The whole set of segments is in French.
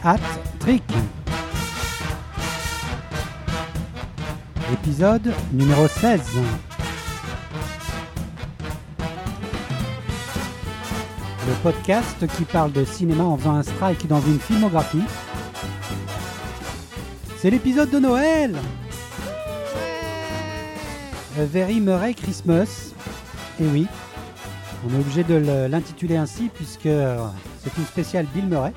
Hat-Trick. Épisode numéro 16. Le podcast qui parle de cinéma en faisant un strike dans une filmographie. C'est l'épisode de Noël. A Very Merry Christmas. Et oui, on est obligé de l'intituler ainsi puisque c'est une spéciale Bill Murray.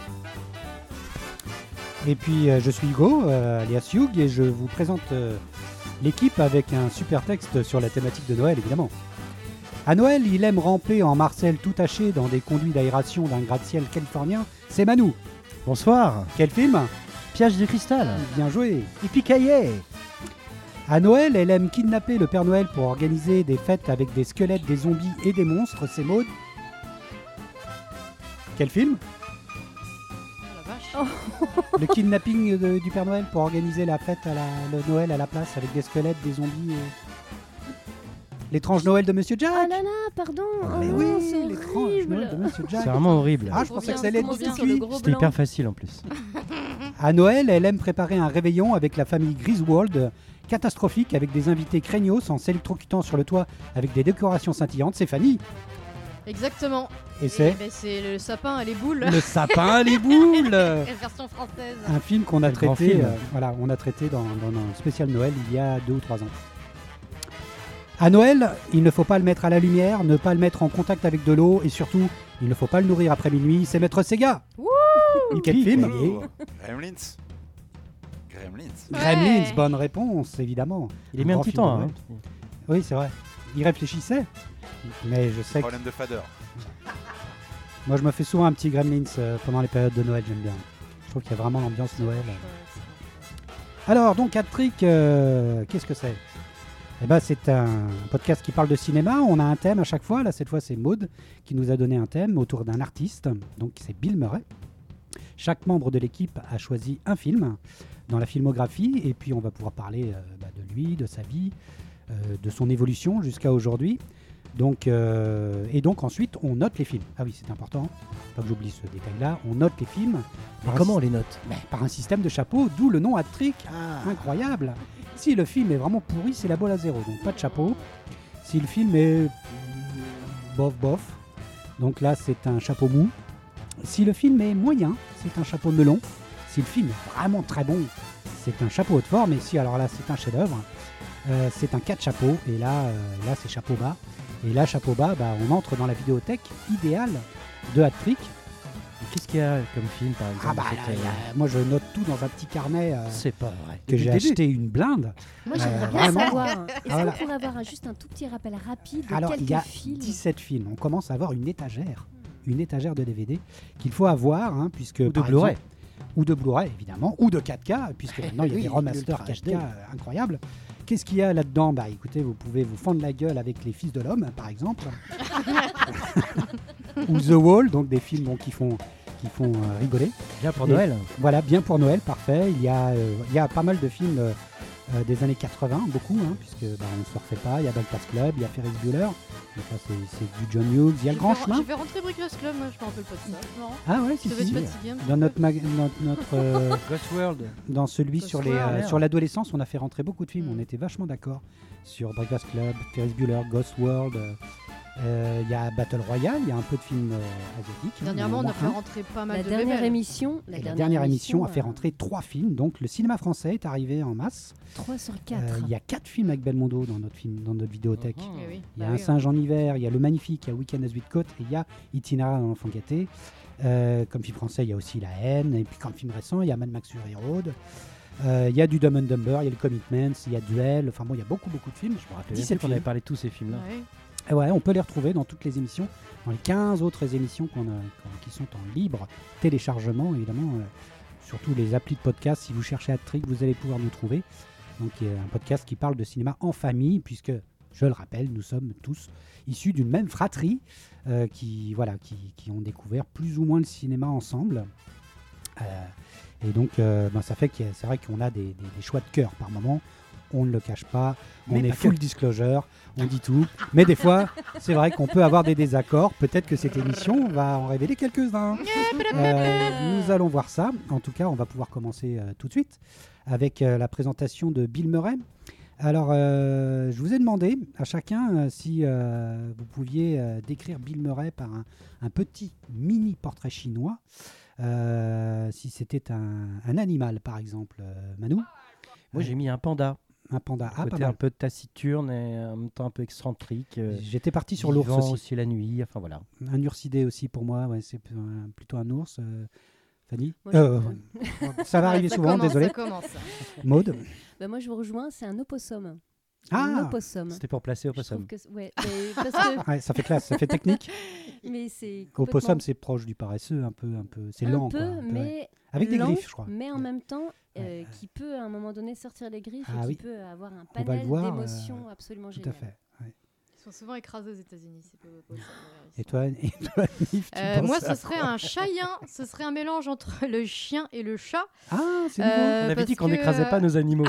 Et puis je suis Hugo, alias Hugh, et je vous présente l'équipe avec un super texte sur la thématique de Noël, évidemment. À Noël, il aime ramper en Marcel tout taché dans des conduits d'aération d'un gratte-ciel californien. C'est Manu. Bonsoir. Quel film ? Piège de cristal. Bien joué. Yippee-ki-yay. À Noël, elle aime kidnapper le Père Noël pour organiser des fêtes avec des squelettes, des zombies et des monstres. C'est Maud. Quel film ? Le kidnapping du Père Noël pour organiser la fête le Noël à la place avec des squelettes, des zombies et... L'étrange Noël de Monsieur Jack. Ah là là, pardon. Mais Oh oui, non, c'est l'étrange horrible. Noël de Monsieur Jack. C'est vraiment horrible. Ah, je pensais que ça allait être Comment bien biscuit. sur le gros C'était blanc. hyper facile en plus. À Noël, elle aime préparer un réveillon avec la famille Griswold, catastrophique avec des invités craignos en s'électrocutant sur le toit avec des décorations scintillantes. C'est Fanny. Exactement. Et c'est ben, c'est le sapin et les boules. Le sapin, les boules. La version française. Un film qu'on a Le grand traité, film. on a traité dans un spécial Noël il y a 2 ou 3 ans. À Noël, il ne faut pas le mettre à la lumière, ne pas le mettre en contact avec de l'eau et surtout, il ne faut pas le nourrir après minuit. C'est Maître Sega. Quel film ? Gremlins. Ouais. Gremlins, bonne réponse, évidemment. Il est mis un grand petit film de temps. Noël. Hein. Oui, c'est vrai. Il réfléchissait, mais je sais que Problème de fader. moi je me fais souvent un petit Gremlins pendant les périodes de Noël, j'aime bien. Je trouve qu'il y a vraiment l'ambiance Noël. Alors, donc, Hat-Trick, qu'est-ce que c'est ? Eh ben, c'est un podcast qui parle de cinéma. On a un thème à chaque fois. Là, cette fois, c'est Maud qui nous a donné un thème autour d'un artiste. Donc, c'est Bill Murray. Chaque membre de l'équipe a choisi un film dans la filmographie. Et puis, on va pouvoir parler de lui, de sa vie, de son évolution jusqu'à aujourd'hui. Donc, et donc, ensuite, on note les films. Ah oui, c'est important. Pas que j'oublie ce détail-là. On note les films. Mais par comment un on les note ? par un système de chapeau, d'où le nom Hat-Trick. Incroyable. Si le film est vraiment pourri, c'est la bolle à zéro, donc pas de chapeau. Si le film est bof, donc là c'est un chapeau mou. Si le film est moyen, c'est un chapeau melon. Si le film est vraiment très bon, c'est un chapeau haute forme. Et si alors là c'est un chef-d'œuvre, c'est un 4 chapeaux. Et là c'est chapeau bas. Et là chapeau bas, on entre dans la vidéothèque idéale de Hat-Trick. Qu'est-ce qu'il y a comme film par exemple Moi je note tout dans un petit carnet C'est pas vrai. que j'ai acheté une blinde. Moi, j'aimerais bien vraiment. savoir. Est-ce Voilà. qu'on pourrait avoir juste un tout petit rappel rapide de Alors, il y a quelques films 17 films. On commence à avoir une étagère de DVD qu'il faut avoir, hein, puisque Ou de par Blu-ray. exemple, ou de Blu-ray, évidemment, ou de 4K, puisque maintenant il y a Oui, des remasters Ultra 4K incroyables. Qu'est-ce qu'il y a là-dedans ? Écoutez, vous pouvez vous fendre la gueule avec Les Fils de l'Homme, par exemple, ou The Wall, donc des films qui font rigoler. Bien pour Et- Noël. Voilà, bien pour Noël, parfait. Il y a pas mal de films des années 80, beaucoup, hein, puisque on ne se refait pas. Il y a Breakfast Club, il y a Ferris Bueller, donc ça c'est du John Hughes. Il y a Le Grand Chemin. J'ai fait rentrer Breakfast Club, moi je me rappelle pas de ça. C'est marrant. Ah ouais, si, Je devais si. être fatiguée. Dans notre Ghost World. dans celui Ghost sur World. sur l'adolescence, on a fait rentrer beaucoup de films. Mm. On était vachement d'accord sur Breakfast Club, Ferris Bueller, Ghost World. Il y a Battle Royale, il y a un peu de films asiatiques. Dernièrement, au on moins a fait un. rentrer pas mal La de dernière bébelles. émission. Et la dernière émission a fait rentrer 3 films. Donc le cinéma français est arrivé en masse. 3 sur 4. Il y a 4 films avec Belmondo dans notre vidéothèque. Eh oui. Il y a Bah Un oui, singe en hiver, il y a Le Magnifique, il y a Week-end à Zuidcote et il y a Itinéraire d'un enfant gâté. Comme film français, il y a aussi La haine. Et puis comme film récent, il y a Mad Max Fury Road. Il y a du Dumb and Dumber, il y a le Commitments, il y a Duel. Enfin bon, il y a beaucoup de films. Je me rappelle 17 qu'on avait films. parlé de tous ces films-là. Ouais. Et ouais, on peut les retrouver dans toutes les émissions, dans les 15 autres émissions qui sont en libre téléchargement, évidemment. Surtout les applis de podcast, si vous cherchez Hat-Trick, vous allez pouvoir nous trouver. Donc il y a un podcast qui parle de cinéma en famille, puisque, je le rappelle, nous sommes tous issus d'une même fratrie qui ont découvert plus ou moins le cinéma ensemble. Et donc ça fait que c'est vrai qu'on a des choix de cœur par moment. on ne le cache pas, Mais on est pas full disclosure, on dit tout. Mais des fois, c'est vrai qu'on peut avoir des désaccords. Peut-être que cette émission va en révéler quelques-uns. Nous allons voir ça. En tout cas, on va pouvoir commencer tout de suite avec la présentation de Bill Murray. Alors, je vous ai demandé à chacun si vous pouviez décrire Bill Murray par un petit mini portrait chinois. Si c'était un animal, par exemple, Manu. Moi, j'ai mis un panda. Un panda. Ah, pas Côté mal. un peu taciturne et en même temps un peu excentrique. J'étais parti sur l'ours vivant aussi. la nuit. Enfin voilà. Un ursidé aussi pour moi. Ouais, c'est plutôt un ours. Fanny Moi, Ça va arriver Ça souvent, commence, désolé. Ça commence. Maude Bah, moi, je vous rejoins, c'est un opossum. Ah Un opossum. C'était pour placer au Je trouve possum. que ouais, mais parce que Ouais, ça fait classe, ça fait technique. mais c'est Opossum, complètement- c'est proche du paresseux, un peu. C'est un lent. peu, quoi, un peu, ouais. mais Avec des lent, griffes, je crois. mais en Ouais. même temps, Ouais. qui peut à un moment donné sortir les griffes Ah et oui. qui peut avoir un On va le panel voir, d'émotions absolument Tout génial. à fait. Ouais. Ils sont souvent écrasés aux États-Unis. C'est pas possible. Et toi, Nif, tu penses Moi, à ce serait un chaïen. Ce serait un mélange entre le chien et le chat. Ah, c'est nouveau. On avait parce dit qu'on que, n'écrasait pas nos animaux.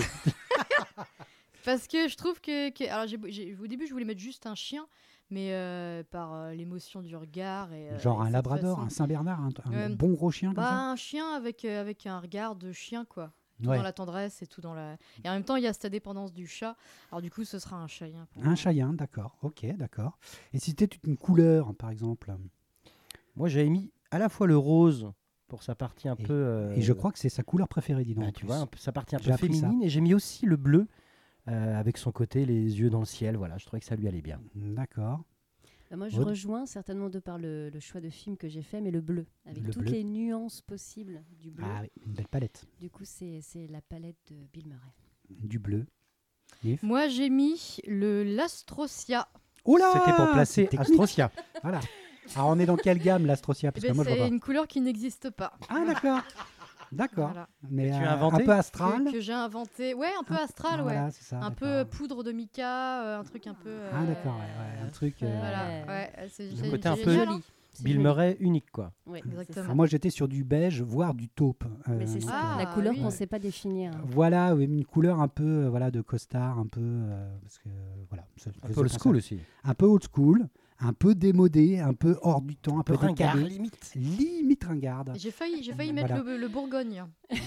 Parce que je trouve que alors au début je voulais mettre juste un chien, mais par l'émotion du regard et Genre et un cette labrador, façon- un Saint-Bernard, un Ouais. bon gros chien comme un chien avec un regard de chien quoi. Tout ça. Ouais. dans la tendresse et tout dans la. Et en même temps il y a cette dépendance du chat. Alors du coup ce sera un chaïen. pour Un moi. chaïen, d'accord. Ok, d'accord. Et si c'était une couleur, par exemple. Moi, j'avais mis à la fois le rose pour sa partie un peu. Et je crois que c'est sa couleur préférée, dis donc. bah, en tu plus. vois, sa partie un J'ai peu appris ça. féminine. Et j'ai mis aussi le bleu avec son côté, les yeux dans le ciel. Voilà, je trouvais que ça lui allait bien. D'accord. Bah, moi, je Aude rejoins certainement de par le choix de film que j'ai fait, mais le bleu, avec Le toutes bleu. les nuances possibles du bleu. Ah oui, une belle palette. Du coup, c'est la palette de Bill Murray. Du bleu. Yves. Moi j'ai mis le Lastrosia. Oh là C'était pour placer c'est technique. Astrosia. Voilà. Alors on est dans quelle gamme, l'Astrosia? Parce Eh que ben, moi je vois c'est pas. une couleur qui n'existe pas. Ah d'accord. D'accord. Voilà. Mais Que tu as inventé un peu astral. Que j'ai inventé. Ouais, un peu Ah, astral, ouais. Voilà, c'est ça. Un peu d'accord. poudre de mica, un truc un peu. Ah d'accord, ouais, un truc. Voilà, ouais, c'est Le côté un c'est peu génial, joli. hein. C'est Bill joli. Murray unique, quoi. Ouais, Exactement. c'est ça. Alors, moi j'étais sur du beige, voire du taupe. Mais c'est donc, ça, Ah, la couleur oui. qu'on ne sait pas définir. Voilà, oui, une couleur un peu voilà de costard, un peu parce que voilà. Un peu old school aussi. Un peu old school, un peu démodé, un peu hors du temps, un peu ringard, décalé, limite. limite ringarde. J'ai failli mettre Voilà. le Bourgogne.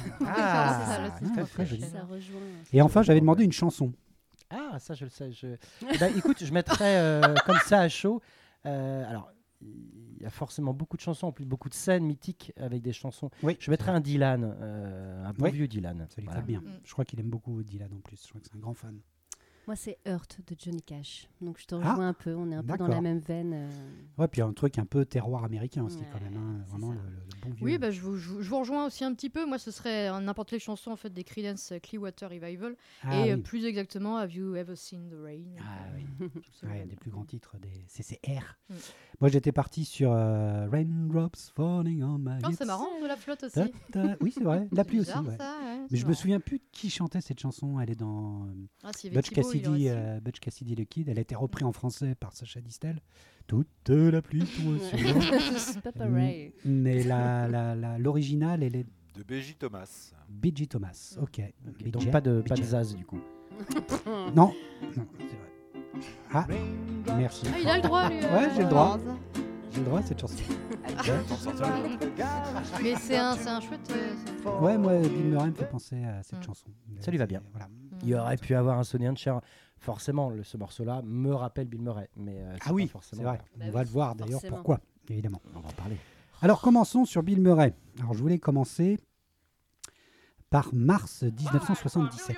Ah, c'est ça, le très, titre. très joli. Ça rejoint. Et enfin, j'avais demandé une chanson. Ah, ça, je le sais. Eh ben, écoute, je mettrais comme ça à chaud. Alors, il y a forcément beaucoup de chansons, en plus beaucoup de scènes mythiques avec des chansons. Oui. Je mettrais un Dylan, un bon Oui. vieux Dylan. Ça lui Voilà. fait bien. Mm. Je crois qu'il aime beaucoup Dylan en plus. Je crois que c'est un grand fan. Moi, c'est Hurt de Johnny Cash. Donc, je te rejoins un peu. On est un peu dans d'accord. la même veine. Ouais, puis un truc un peu terroir américain aussi Ouais, quand même. Hein. c'est Vraiment ça. le bon vieux. Oui, bah, je vous rejoins aussi un petit peu. Moi, ce serait n'importe quelle chanson en fait, des Creedence Clearwater Revival. Ah, et oui. plus exactement, Have You Ever Seen the Rain Ah oui. Absolument. Ouais, des plus grands titres des CCR. Mm. Moi j'étais parti sur Raindrops Falling on My Oh, Hips. c'est marrant, de la flotte aussi. Ta, ta. Oui, c'est vrai. La pluie aussi. Bizarre, Ouais. ça, ouais, Mais c'est je me marrant. souviens plus de qui chantait cette chanson. Elle est dans Ah, s'il y avait Thibaut, il aurait su. Butch Cassidy le Kid. Elle a été reprise en français par Sacha Distel. Toute la pluie tombe sur moi. C'est pas pareil. Mais l'original, elle est De B.J. Thomas. B.G. Thomas. Ok. Donc BJ. pas de BJ. Zaz du coup. Non, non, c'est vrai. Ah, merci. Ah, il a le droit, lui. Ouais, j'ai le droit. J'ai le droit à cette chanson. T'en sortir le- Mais c'est un chouette. Ouais, moi, Bill Murray me fait penser à cette Mm. chanson. Ça lui va bien. Voilà. Il aurait pu avoir un Sonny and Cher. Forcément, ce morceau-là me rappelle Bill Murray. Mais c'est Ah oui, pas forcément c'est vrai. ça. Bah On va oui, le voir d'ailleurs forcément. pourquoi, évidemment. On va en parler. Alors commençons sur Bill Murray. Alors je voulais commencer par mars 1977.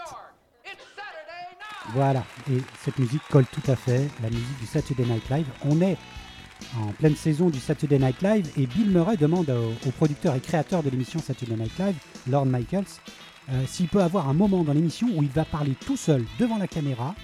Voilà, et cette musique colle tout à fait, la musique du Saturday Night Live. On est en pleine saison du Saturday Night Live et Bill Murray demande au producteur et créateur de l'émission Saturday Night Live, Lorne Michaels, s'il peut avoir un moment dans l'émission où il va parler tout seul devant la caméra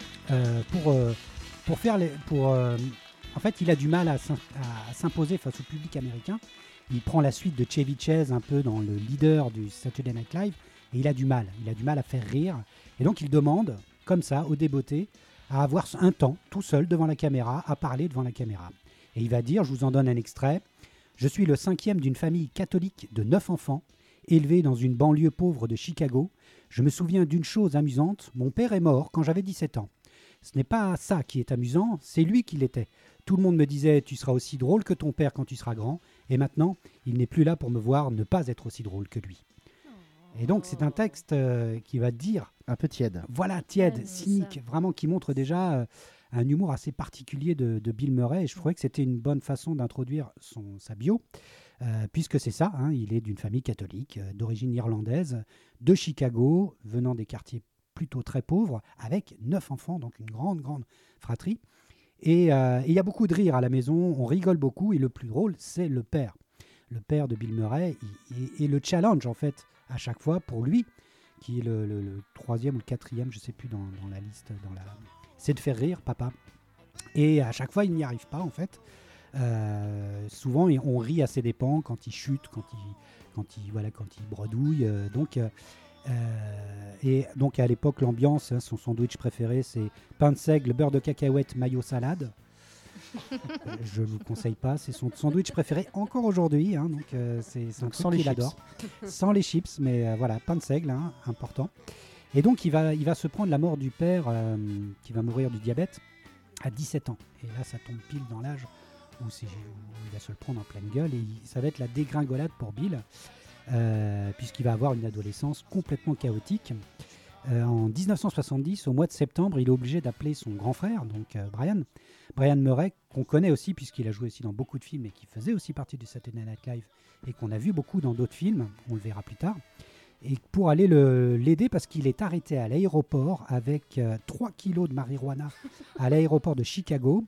pour faire les... en fait, il a du mal à s'imposer face au public américain. Il prend la suite de Chevy Chase un peu dans le leader du Saturday Night Live et il a du mal à faire rire. Et donc il demande, comme ça, au débeauté, à avoir un temps tout seul devant la caméra, à parler devant la caméra. Et il va dire, je vous en donne un extrait, « Je suis le 5e d'une famille catholique de 9 enfants élevé dans une banlieue pauvre de Chicago. Je me souviens d'une chose amusante, mon père est mort quand j'avais 17 ans. Ce n'est pas ça qui est amusant, c'est lui qui l'était. Tout le monde me disait « tu seras aussi drôle que ton père quand tu seras grand », et maintenant, il n'est plus là pour me voir ne pas être aussi drôle que lui. Et donc, c'est un texte qui va dire... Un peu tiède. Voilà, tiède, Ouais, cynique, ça. vraiment qui montre déjà un humour assez particulier de Bill Murray. Et je trouvais que c'était une bonne façon d'introduire sa bio, puisque c'est ça, hein, il est d'une famille catholique, d'origine irlandaise, de Chicago, venant des quartiers plutôt très pauvres, avec 9 enfants, donc une grande fratrie. Et il y a beaucoup de rire à la maison, on rigole beaucoup, et le plus drôle, c'est le père. Le père de Bill Murray, et le challenge, en fait, à chaque fois, pour lui, qui est le 3e ou le 4e, je ne sais plus dans la liste, c'est de faire rire papa. Et à chaque fois, il n'y arrive pas, en fait. Souvent, on rit à ses dépens quand il chute, quand il bredouille. Et donc, à l'époque, l'ambiance, hein, son sandwich préféré, c'est pain de seigle, beurre de cacahuète, mayo salade. Je ne vous conseille pas, c'est son sandwich préféré encore aujourd'hui, hein, donc c'est un Donc, truc sans les qu'il chips. adore. Sans les chips, mais voilà, pain de seigle, hein, important. Et donc il va se prendre la mort du père qui va mourir du diabète à 17 ans. Et là, ça tombe pile dans l'âge où il va se le prendre en pleine gueule, et ça va être la dégringolade pour Bill, puisqu'il va avoir une adolescence complètement chaotique. En 1970, au mois de septembre, il est obligé d'appeler son grand frère, donc Brian Murray, qu'on connaît aussi puisqu'il a joué aussi dans beaucoup de films et qui faisait aussi partie du Saturday Night Live et qu'on a vu beaucoup dans d'autres films, on le verra plus tard, et pour aller l'aider parce qu'il est arrêté à l'aéroport avec 3 kilos de marijuana à l'aéroport de Chicago.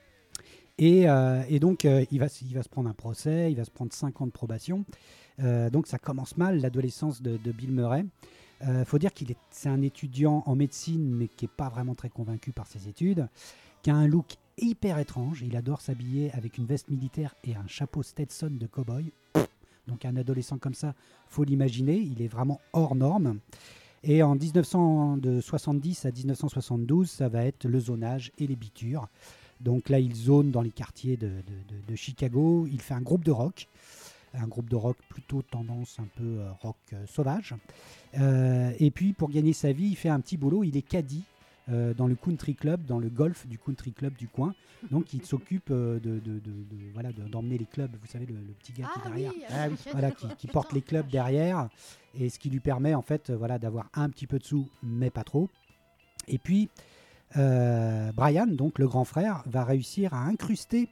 Et donc, il va se prendre un procès, il va se prendre 5 ans de probation. Donc, ça commence mal, l'adolescence de Bill Murray. Faut dire c'est un étudiant en médecine, mais qui n'est pas vraiment très convaincu par ses études, qui a un look hyper étrange. Il adore s'habiller avec une veste militaire et un chapeau Stetson de cow-boy. Donc un adolescent comme ça, faut l'imaginer, il est vraiment hors norme. Et en 1970 à 1972, ça va être le zonage et les bitures. Donc là, il zone dans les quartiers de Chicago. Il fait un groupe de rock plutôt tendance un peu rock sauvage. Et puis pour gagner sa vie, il fait un petit boulot, il est caddie dans le country club, dans le golf du country club du coin. Donc il s'occupe d'emmener les clubs, vous savez, le petit gars qui est derrière. Voilà, qui porte les clubs derrière, et ce qui lui permet en fait d'avoir un petit peu de sous, mais pas trop. Et puis Brian, donc le grand frère, va réussir à incruster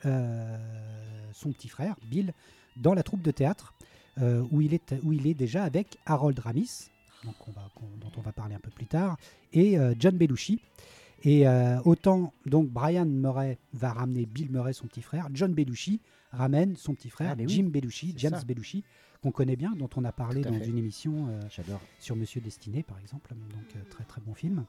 son petit frère, Bill, dans la troupe de théâtre où il est déjà avec Harold Ramis, donc dont on va parler un peu plus tard, et John Belushi. Et autant donc Brian Murray va ramener Bill Murray, son petit frère, John Belushi ramène son petit frère, James Belushi, qu'on connaît bien, dont on a parlé dans une émission sur Monsieur Destiné, par exemple. Donc très très bon film.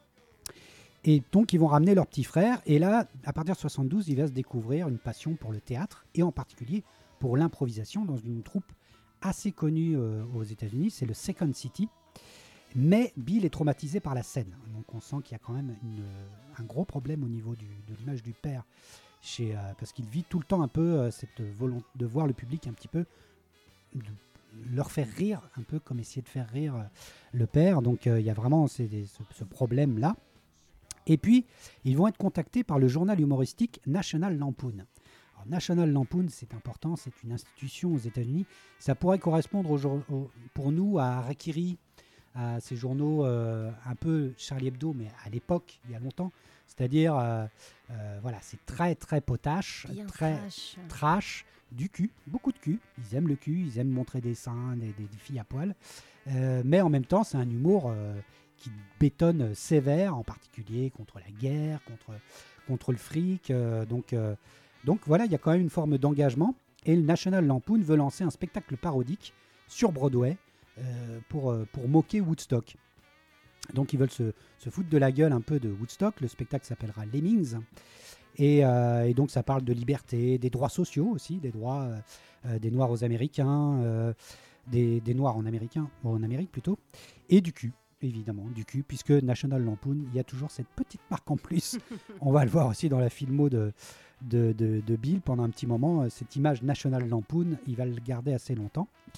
Et donc ils vont ramener leur petit frère, et là, à partir de 72, il va se découvrir une passion pour le théâtre, et en particulier pour l'improvisation dans une troupe assez connue aux États-Unis, c'est le Second City. Mais Bill est traumatisé par la scène, donc on sent qu'il y a quand même un gros problème au niveau de l'image du père, parce qu'il vit tout le temps un peu cette volonté de voir le public un petit peu, de leur faire rire, un peu comme essayer de faire rire le père. Donc il y a vraiment ce problème-là. Et puis, ils vont être contactés par le journal humoristique National Lampoon. Alors, National Lampoon, c'est important, c'est une institution aux États-Unis. Ça pourrait correspondre pour nous à Harakiri, à ces journaux un peu Charlie Hebdo, mais à l'époque, il y a longtemps. C'est-à-dire, c'est très très potache, bien très trash, du cul, beaucoup de cul. Ils aiment le cul, ils aiment montrer des seins, des filles à poil. Mais en même temps, c'est un humour qui bétonne sévère, en particulier contre la guerre, contre le fric. Donc voilà, il y a quand même une forme d'engagement. Et le National Lampoon veut lancer un spectacle parodique sur Broadway pour moquer Woodstock. Donc ils veulent se foutre de la gueule un peu de Woodstock. Le spectacle s'appellera Lemmings. Et donc ça parle de liberté, des droits sociaux aussi, des droits des Noirs aux Américains, des Noirs en Amérique plutôt, et du cul. Évidemment, du cul, puisque National Lampoon, il y a toujours cette petite marque en plus. On va le voir aussi dans la filmo de Bill pendant un petit moment. Cette image National Lampoon, il va le garder assez longtemps.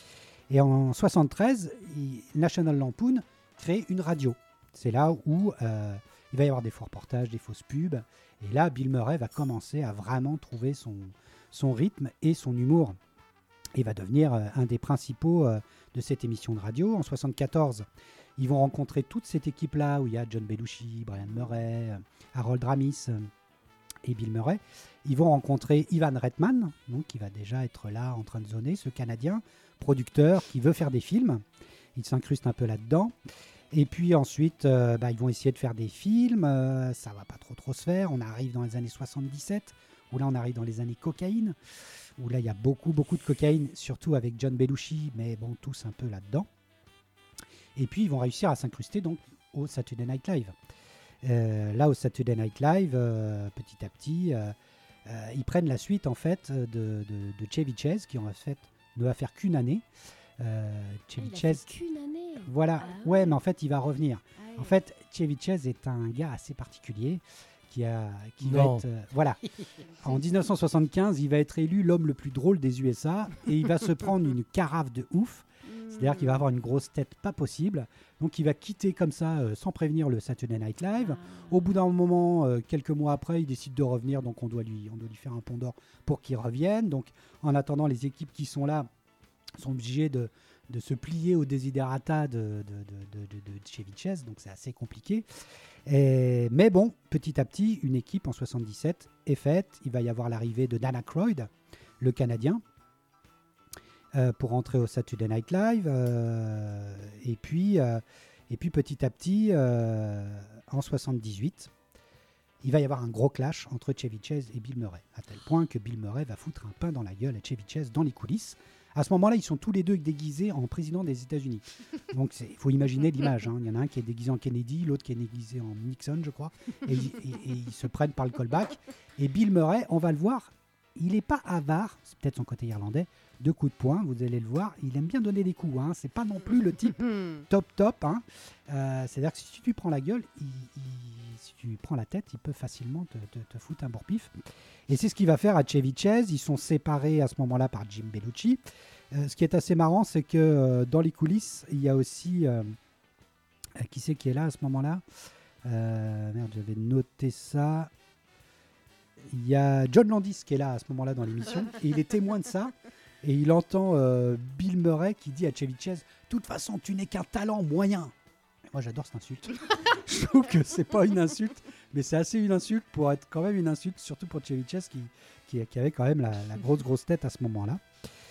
Et en 73, National Lampoon crée une radio. C'est là où il va y avoir des faux reportages, des fausses pubs. Et là, Bill Murray va commencer à vraiment trouver son rythme et son humour. Il va devenir un des principaux de cette émission de radio. En 74, ils vont rencontrer toute cette équipe-là où il y a John Belushi, Brian Murray, Harold Ramis et Bill Murray. Ils vont rencontrer Ivan Reitman, donc qui va déjà être là en train de zoner, ce Canadien, producteur qui veut faire des films. Il s'incruste un peu là-dedans. Et puis ensuite, ils vont essayer de faire des films. Ça va pas trop se faire. On arrive dans les années 77, où là on arrive dans les années cocaïne, où là il y a beaucoup de cocaïne, surtout avec John Belushi, mais bon, tous un peu là-dedans. Et puis ils vont réussir à s'incruster donc au Saturday Night Live. Là, au Saturday Night Live, petit à petit, ils prennent la suite en fait de Chevy Chase, qui en fait ne va faire qu'une année. Chevy Chase, qu'une année. voilà, Ah ouais, mais en fait il va revenir. Ah ouais. En fait, Chevy Chase est un gars assez particulier qui va Non. être, voilà. En 1975, il va être élu l'homme le plus drôle des USA et il va se prendre une carafe de ouf. C'est-à-dire qu'il va avoir une grosse tête pas possible. Donc il va quitter comme ça, sans prévenir, le Saturday Night Live. Au bout d'un moment, quelques mois après, il décide de revenir. Donc on doit lui faire un pont d'or pour qu'il revienne. Donc en attendant, les équipes qui sont là sont obligées de se plier au desiderata de Chevy Chase. Donc c'est assez compliqué. Mais bon, petit à petit, une équipe en 77 est faite. Il va y avoir l'arrivée de Dan Aykroyd, le Canadien, pour rentrer au Saturday Night Live. Et puis petit à petit, en 78, il va y avoir un gros clash entre Chevy Chase et Bill Murray, à tel point que Bill Murray va foutre un pain dans la gueule à Chevy Chase dans les coulisses. À ce moment-là, ils sont tous les deux déguisés en président des États-Unis. Donc il faut imaginer l'image. Hein. Il y en a un qui est déguisé en Kennedy, l'autre qui est déguisé en Nixon, je crois. Et ils se prennent par le callback. Et Bill Murray, on va le voir, il n'est pas avare, c'est peut-être son côté irlandais, de coups de poing, vous allez le voir, il aime bien donner des coups, hein. C'est pas non plus le type top, hein. C'est-à-dire que si tu prends la gueule, si tu prends la tête, il peut facilement te foutre un bourre-pif. Et c'est ce qu'il va faire à Chevy Chase. Ils sont séparés à ce moment-là par Jim Belushi. Ce qui est assez marrant, c'est que dans les coulisses, il y a aussi... qui c'est qui est là à ce moment-là? Merde, j'avais noté ça. Il y a John Landis qui est là à ce moment-là dans l'émission. Et il est témoin de ça. Et il entend Bill Murray qui dit à Chevy Chase, « De toute façon, tu n'es qu'un talent moyen. » Moi, j'adore cette insulte. Je trouve que c'est pas une insulte, mais c'est assez une insulte pour être quand même une insulte, surtout pour Chevy Chase qui avait quand même la grosse tête à ce moment-là.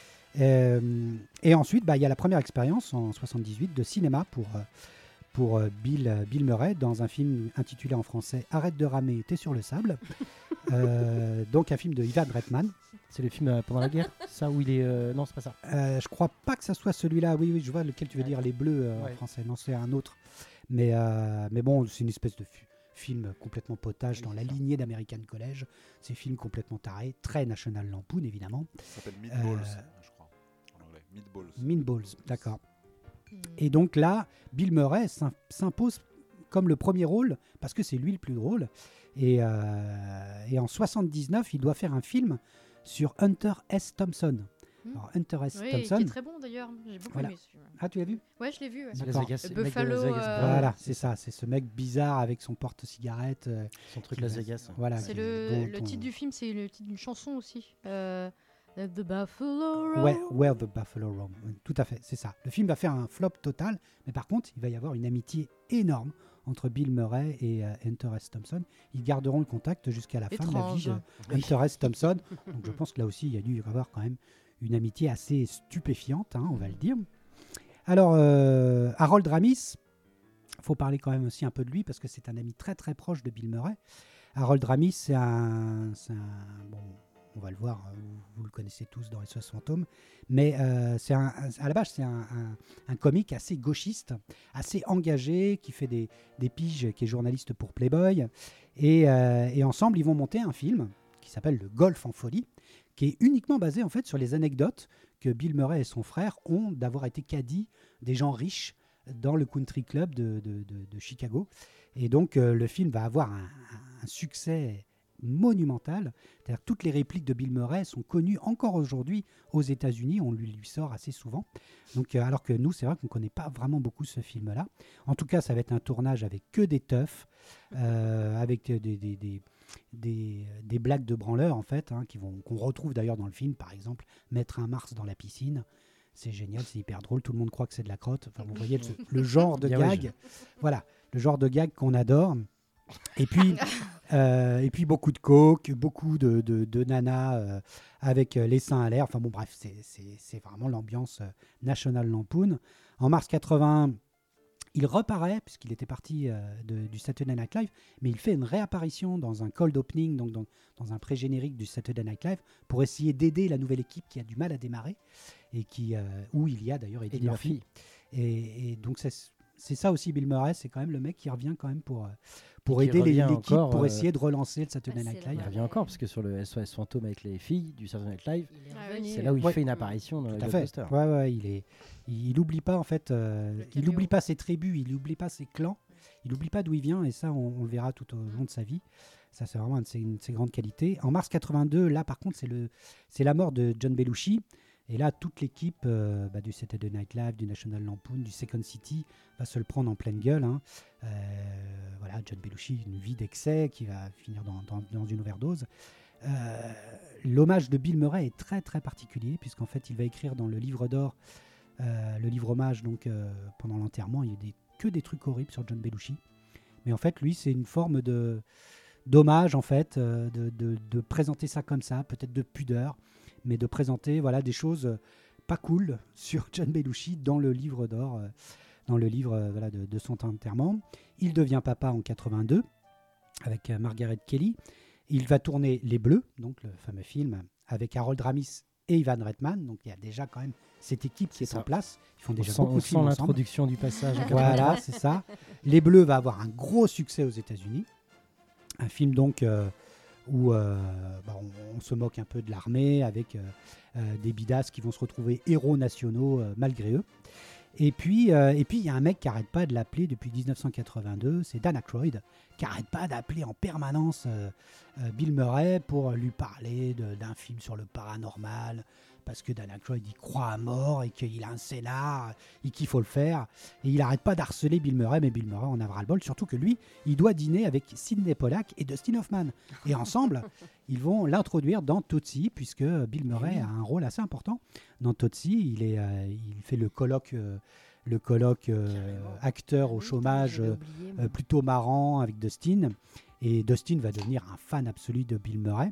Et ensuite, il y a la première expérience en 78 de cinéma pour Bill Murray dans un film intitulé en français « Arrête de ramer, t'es sur le sable ». Donc un film de Ivan Reitman. C'est le film pendant la guerre, ça où il est... Non, c'est pas ça. Je crois pas que ça soit celui-là. Oui, je vois lequel tu veux dire, Les Bleus en français. Non, c'est un autre. Mais bon, c'est une espèce de film complètement potage dans la lignée d'American College. C'est un film complètement taré, très National Lampoon évidemment. Ça s'appelle Meatballs, je crois, en anglais. Meatballs, d'accord. Et donc là, Bill Murray s'impose comme le premier rôle, parce que c'est lui le plus drôle. Et en 79, il doit faire un film sur Hunter S. Thompson. Alors, Hunter S. Thompson... qui est très bon d'ailleurs, j'ai beaucoup aimé ce film. Ah, tu l'as vu? Ouais, je l'ai vu. Ouais. C'est Las Vegas, Buffalo. Voilà, c'est ça, c'est ce mec bizarre avec son porte-cigarette. Son truc Las Vegas. Voilà, c'est le titre du film, c'est le titre d'une chanson aussi. The Buffalo Roam. Ouais, Where the Buffalo Roam. Tout à fait, c'est ça. Le film va faire un flop total, mais par contre, il va y avoir une amitié énorme entre Bill Murray et Hunter S. Thompson. Ils garderont le contact jusqu'à la fin de la vie de Hunter S. Thompson. Donc je pense que là aussi, il y a dû y avoir quand même une amitié assez stupéfiante, hein, on va le dire. Alors, Harold Ramis, il faut parler quand même aussi un peu de lui, parce que c'est un ami très très proche de Bill Murray. Harold Ramis, c'est un bon, on va le voir, vous le connaissez tous dans SOS Fantôme, mais à la base, c'est un comique assez gauchiste, assez engagé, qui fait des piges, qui est journaliste pour Playboy, et ensemble, ils vont monter un film qui s'appelle Le Golf en folie, qui est uniquement basé en fait sur les anecdotes que Bill Murray et son frère ont d'avoir été caddies des gens riches dans le country club de Chicago. Et donc, le film va avoir un succès monumental. C'est-à-dire que toutes les répliques de Bill Murray sont connues encore aujourd'hui aux États-Unis. On lui sort assez souvent. Donc, alors que nous, c'est vrai qu'on ne connaît pas vraiment beaucoup ce film-là. En tout cas, ça va être un tournage avec que des teufs, avec des blagues de branleurs, en fait, hein, qu'on retrouve d'ailleurs dans le film. Par exemple, mettre un Mars dans la piscine. C'est génial, c'est hyper drôle. Tout le monde croit que c'est de la crotte. Enfin, vous voyez le genre de gag. Voilà, le genre de gag qu'on adore. Et puis beaucoup de coke, beaucoup de nanas avec les seins à l'air. Enfin bon, bref, c'est vraiment l'ambiance National Lampoon. En mars 81, il reparaît, puisqu'il était parti du Saturday Night Live, mais il fait une réapparition dans un cold opening, donc dans un pré-générique du Saturday Night Live, pour essayer d'aider la nouvelle équipe qui a du mal à démarrer, et où il y a d'ailleurs Eddie Murphy. Et donc c'est ça aussi Bill Murray, c'est quand même le mec qui revient quand même pour aider l'équipe, pour essayer de relancer le Saturday Night Live. Il revient encore, parce que sur le SOS Fantôme avec les filles du Saturday Night Live, revenu. c'est là où il fait une apparition dans le blockbuster. Ouais, il oublie pas en fait, il oublie pas ses tribus, il oublie pas ses clans, il oublie pas d'où il vient, et ça on le verra tout au long de sa vie. Ça c'est vraiment une de ses grandes qualités. En mars 82, là par contre c'est la mort de John Belushi. Et là, toute l'équipe du Saturday Night Live, du National Lampoon, du Second City va se le prendre en pleine gueule. Hein. Voilà, John Belushi, une vie d'excès qui va finir dans une overdose. L'hommage de Bill Murray est très très particulier, puisqu'en fait, il va écrire dans le livre d'or, le livre hommage, donc pendant l'enterrement, il y a que des trucs horribles sur John Belushi. Mais en fait, lui, c'est une forme d'hommage, en fait, de présenter ça comme ça, peut-être de pudeur, mais de présenter des choses pas cool sur John Belushi dans le livre d'or, dans le livre de son enterrement. Il devient papa en 82 avec Margaret Kelly. Il va tourner Les Bleus, donc le fameux film, avec Harold Ramis et Ivan Reitman. Donc il y a déjà quand même cette équipe qui est en place. Ils font déjà beaucoup de films ensemble. L'introduction du passage. Voilà, c'est ça. Les Bleus va avoir un gros succès aux États-Unis. Un film donc où on se moque un peu de l'armée avec des bidasses qui vont se retrouver héros nationaux malgré eux. Et puis il y a un mec qui n'arrête pas de l'appeler depuis 1982, c'est Dan Aykroyd, qui n'arrête pas d'appeler en permanence Bill Murray pour lui parler d'un film sur le paranormal, parce que Dan Aykroyd y croit à mort et qu'il a un scénar et qu'il faut le faire. Et il n'arrête pas d'harceler Bill Murray, mais Bill Murray en a ras-le-bol, surtout que lui, il doit dîner avec Sidney Pollack et Dustin Hoffman. Et ensemble, ils vont l'introduire dans Tootsie, puisque Bill Murray a un rôle assez important. Dans Tootsie, il fait le colloque acteur au chômage plutôt marrant avec Dustin. Et Dustin va devenir un fan absolu de Bill Murray.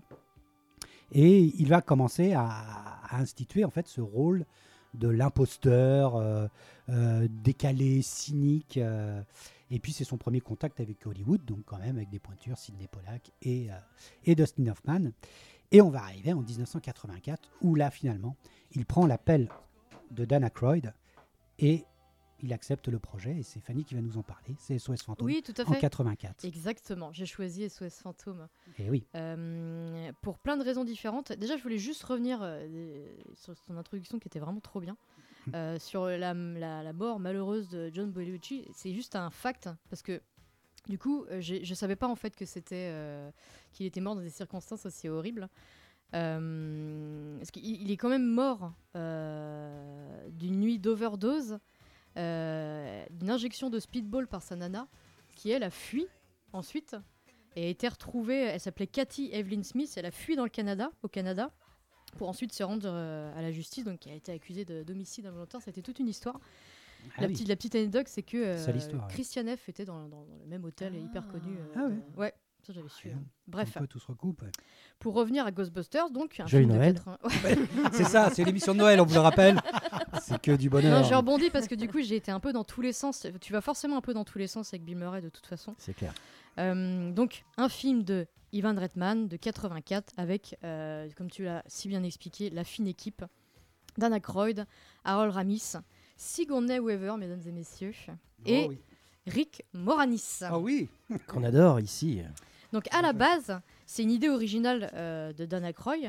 Et il va commencer à instituer en fait ce rôle de l'imposteur décalé, cynique. Et puis c'est son premier contact avec Hollywood, donc quand même avec des pointures, Sidney Pollack et Dustin Hoffman. Et on va arriver en 1984 où là finalement il prend l'appel de Dan Aykroyd et il accepte le projet, et c'est Fanny qui va nous en parler. C'est SOS Fantôme, oui, tout à en fait. 84. Exactement, j'ai choisi SOS Fantôme. Et oui. Pour plein de raisons différentes. Déjà, je voulais juste revenir sur son introduction qui était vraiment trop bien. Sur la mort malheureuse de John Belushi. C'est juste un fact, parce que du coup, je savais pas en fait que qu'il était mort dans des circonstances aussi horribles. Parce qu'il est quand même mort d'une nuit d'overdose, d'une injection de speedball par sa nana, qui elle a fui ensuite et a été retrouvée. Elle s'appelait Cathy Evelyn Smith. Elle a fui au Canada, pour ensuite se rendre à la justice, donc elle a été accusée d'homicide involontaire. C'était toute une histoire. La petite anecdote, c'est que Christian F. était dans le même hôtel hyper connu. Ouais. Ça, j'avais su. Bref. Tout se recoupe. Pour revenir à Ghostbusters, donc. Joyeux Noël. C'est ça, c'est l'émission de Noël, on vous le rappelle. C'est que du bonheur. Non, j'ai rebondi parce que du coup, j'ai été un peu dans tous les sens. Tu vas forcément un peu dans tous les sens avec Bill Murray, de toute façon. C'est clair. Donc, un film de Ivan Reitman de 84 avec, comme tu l'as si bien expliqué, la fine équipe. Dan Aykroyd, Harold Ramis, Sigourney Weaver, mesdames et messieurs, et Rick Moranis. Ah oui. Qu'on adore ici. Donc à la base, c'est une idée originale de Dan Aykroyd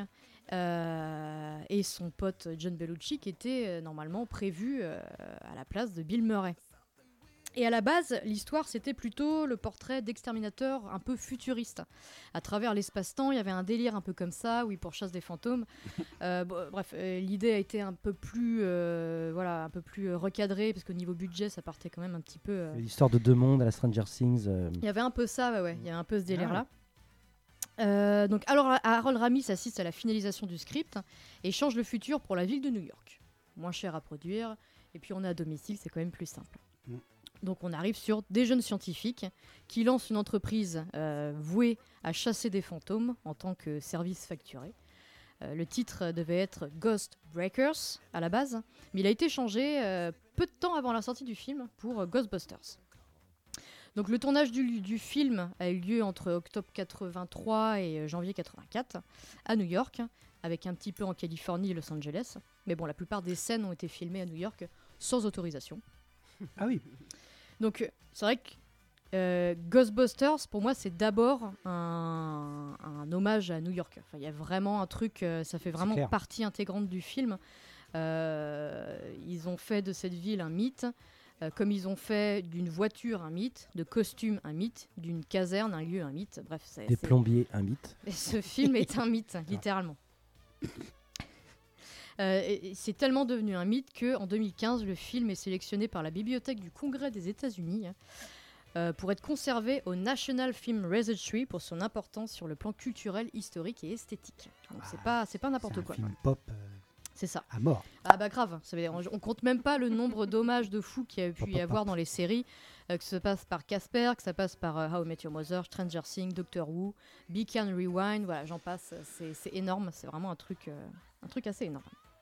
et son pote John Belushi qui était normalement prévu à la place de Bill Murray. Et à la base, l'histoire, c'était plutôt le portrait d'exterminateurs un peu futuriste. À travers l'espace-temps, il y avait un délire un peu comme ça, où ils pourchassent des fantômes. Bref, l'idée a été un peu plus recadrée, parce qu'au niveau budget, ça partait quand même un petit peu... L'histoire de deux mondes à la Stranger Things. Il y avait un peu ça, ouais. Il y avait un peu ce délire-là. Donc, alors, Harold Ramis assiste à la finalisation du script et change le futur pour la ville de New York. Moins cher à produire, et puis on est à domicile, c'est quand même plus simple. Donc on arrive sur des jeunes scientifiques qui lancent une entreprise vouée à chasser des fantômes en tant que service facturé. Le titre devait être Ghost Breakers à la base, mais il a été changé peu de temps avant la sortie du film pour Ghostbusters. Donc le tournage du film a eu lieu entre octobre 83 et janvier 84 à New York, avec un petit peu en Californie et Los Angeles. Mais bon, la plupart des scènes ont été filmées à New York sans autorisation. Ah oui. Donc c'est vrai que Ghostbusters, pour moi, c'est d'abord un hommage à New York. Enfin, il y a vraiment un truc, ça fait vraiment partie intégrante du film. Ils ont fait de cette ville un mythe, comme ils ont fait d'une voiture un mythe, de costumes un mythe, d'une caserne un lieu un mythe. Bref, plombiers un mythe. Et ce film est un mythe, littéralement. C'est tellement devenu un mythe qu'en 2015, le film est sélectionné par la Bibliothèque du Congrès des États-Unis pour être conservé au National Film Registry pour son importance sur le plan culturel, historique et esthétique. Donc c'est pas n'importe quoi. C'est un film pop c'est ça. À mort. Ah bah grave, on compte même pas le nombre d'hommages de fous qu'il y a pu y avoir dans les séries, que ça passe par Casper, que ça passe par How I Met Your Mother, Stranger Things, Doctor Who, Be Can Rewind, voilà, j'en passe, c'est énorme, c'est vraiment un truc assez énorme.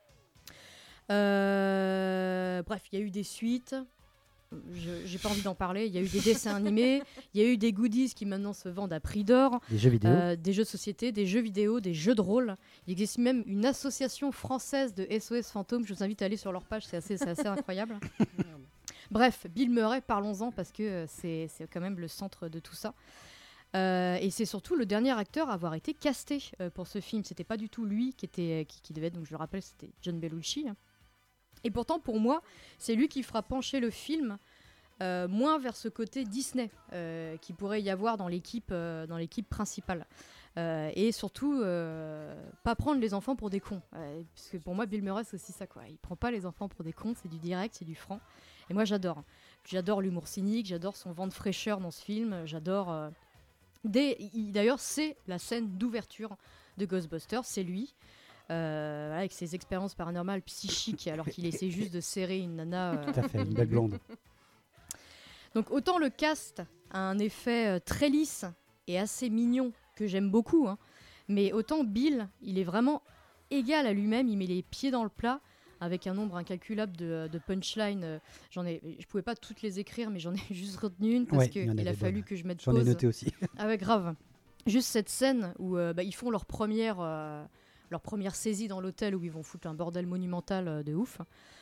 Bref, il y a eu des suites. J'ai pas envie d'en parler. Il y a eu des dessins animés, il y a eu des goodies qui maintenant se vendent à prix d'or, des jeux vidéo, des jeux de société, des jeux vidéo, des jeux de rôle. Il existe même une association française de SOS Fantômes. Je vous invite à aller sur leur page, c'est assez incroyable. Bref, Bill Murray, parlons-en parce que c'est quand même le centre de tout ça. Et c'est surtout le dernier acteur à avoir été casté pour ce film. C'était pas du tout lui qui devait être, donc je le rappelle, c'était John Belushi. Et pourtant, pour moi, c'est lui qui fera pencher le film moins vers ce côté Disney qui pourrait y avoir dans l'équipe principale. Et surtout, pas prendre les enfants pour des cons. Parce que pour moi, Bill Murray, c'est aussi ça, quoi. Il prend pas les enfants pour des cons, c'est du direct, c'est du franc. Et moi, j'adore. J'adore l'humour cynique, j'adore son vent de fraîcheur dans ce film, j'adore... D'ailleurs, c'est la scène d'ouverture de Ghostbusters, c'est lui. Avec ses expériences paranormales psychiques alors qu'il essaie juste de serrer une nana. Tout à fait, une belle blonde. Donc autant le cast a un effet très lisse et assez mignon que j'aime beaucoup, hein, mais autant Bill, il est vraiment égal à lui-même, il met les pieds dans le plat avec un nombre incalculable de punchlines. Je pouvais pas toutes les écrire, mais j'en ai juste retenu une parce qu'il a fallu que je mette pause. J'en ai noté aussi. Ah ouais, grave. Juste cette scène où ils font leur première saisie dans l'hôtel où ils vont foutre un bordel monumental de ouf.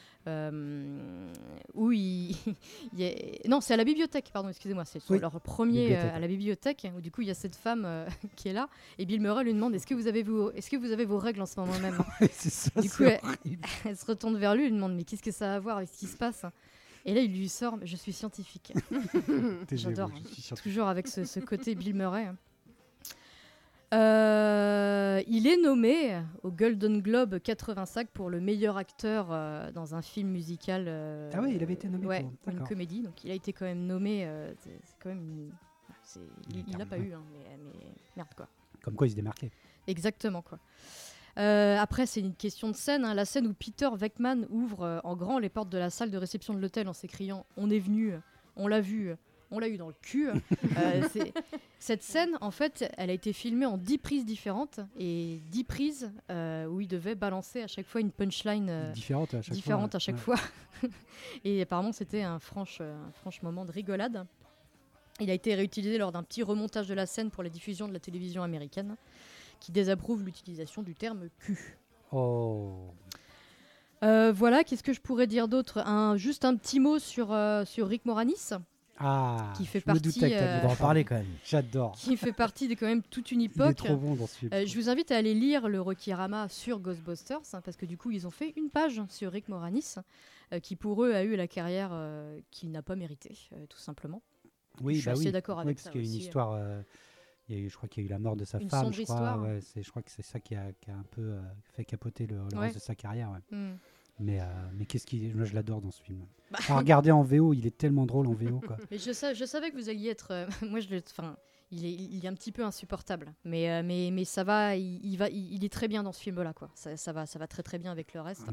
Où Non, c'est à la bibliothèque, pardon, excusez-moi. C'est leur premier à la bibliothèque, où du coup il y a cette femme qui est là. Et Bill Murray lui demande est-ce que vous avez vos règles en ce moment même. C'est ça, du coup, elle se retourne vers lui et lui demande mais qu'est-ce que ça a à voir avec ce qui se passe. Et là, il lui sort je suis scientifique. J'adore. Toujours avec ce côté Bill Murray. Il est nommé au Golden Globe 85 pour le meilleur acteur dans un film musical. Ah oui, il avait été nommé pour une comédie, donc il a été quand même nommé. C'est quand même il l'a pas eu, hein, mais merde quoi. Comme quoi il se démarquait. Exactement quoi. Après, c'est une question de scène. Hein. La scène où Peter Venkman ouvre en grand les portes de la salle de réception de l'hôtel en s'écriant « On est venu, on l'a vu ». On l'a eu dans le cul. Cette scène, en fait, elle a été filmée en 10 prises différentes et 10 prises où il devait balancer à chaque fois une punchline différente à chaque fois. Et apparemment, c'était un franche moment de rigolade. Il a été réutilisé lors d'un petit remontage de la scène pour la diffusion de la télévision américaine qui désapprouve l'utilisation du terme cul. Oh. Voilà, qu'est-ce que je pourrais dire d'autre ? Juste un petit mot sur Rick Moranis. qui fait je me doutais que t'allais On va en parler quand même. J'adore. qui fait partie de quand même toute une Il est époque. trop bon dans ce film. Je vous invite à aller lire le Rokirama sur Ghostbusters, parce que du coup, ils ont fait une page sur Rick Moranis, qui pour eux a eu la carrière qu'il n'a pas méritée, tout simplement. Oui, je suis assez d'accord avec parce ça qu'il y a une aussi. histoire. Je crois qu'il y a eu la mort de sa Une femme. sombre Je crois. histoire. Ouais, je crois que c'est ça qui a un peu fait capoter le Ouais. reste de sa carrière. Ouais. Hmm. Mais moi, je l'adore dans ce film. Bah, À regarder en VO, il est tellement drôle en VO. Quoi. Mais je savais que vous alliez être. Moi, il est un petit peu insupportable, mais ça va. Il est très bien dans ce film-là, quoi. Ça va très très bien avec le reste.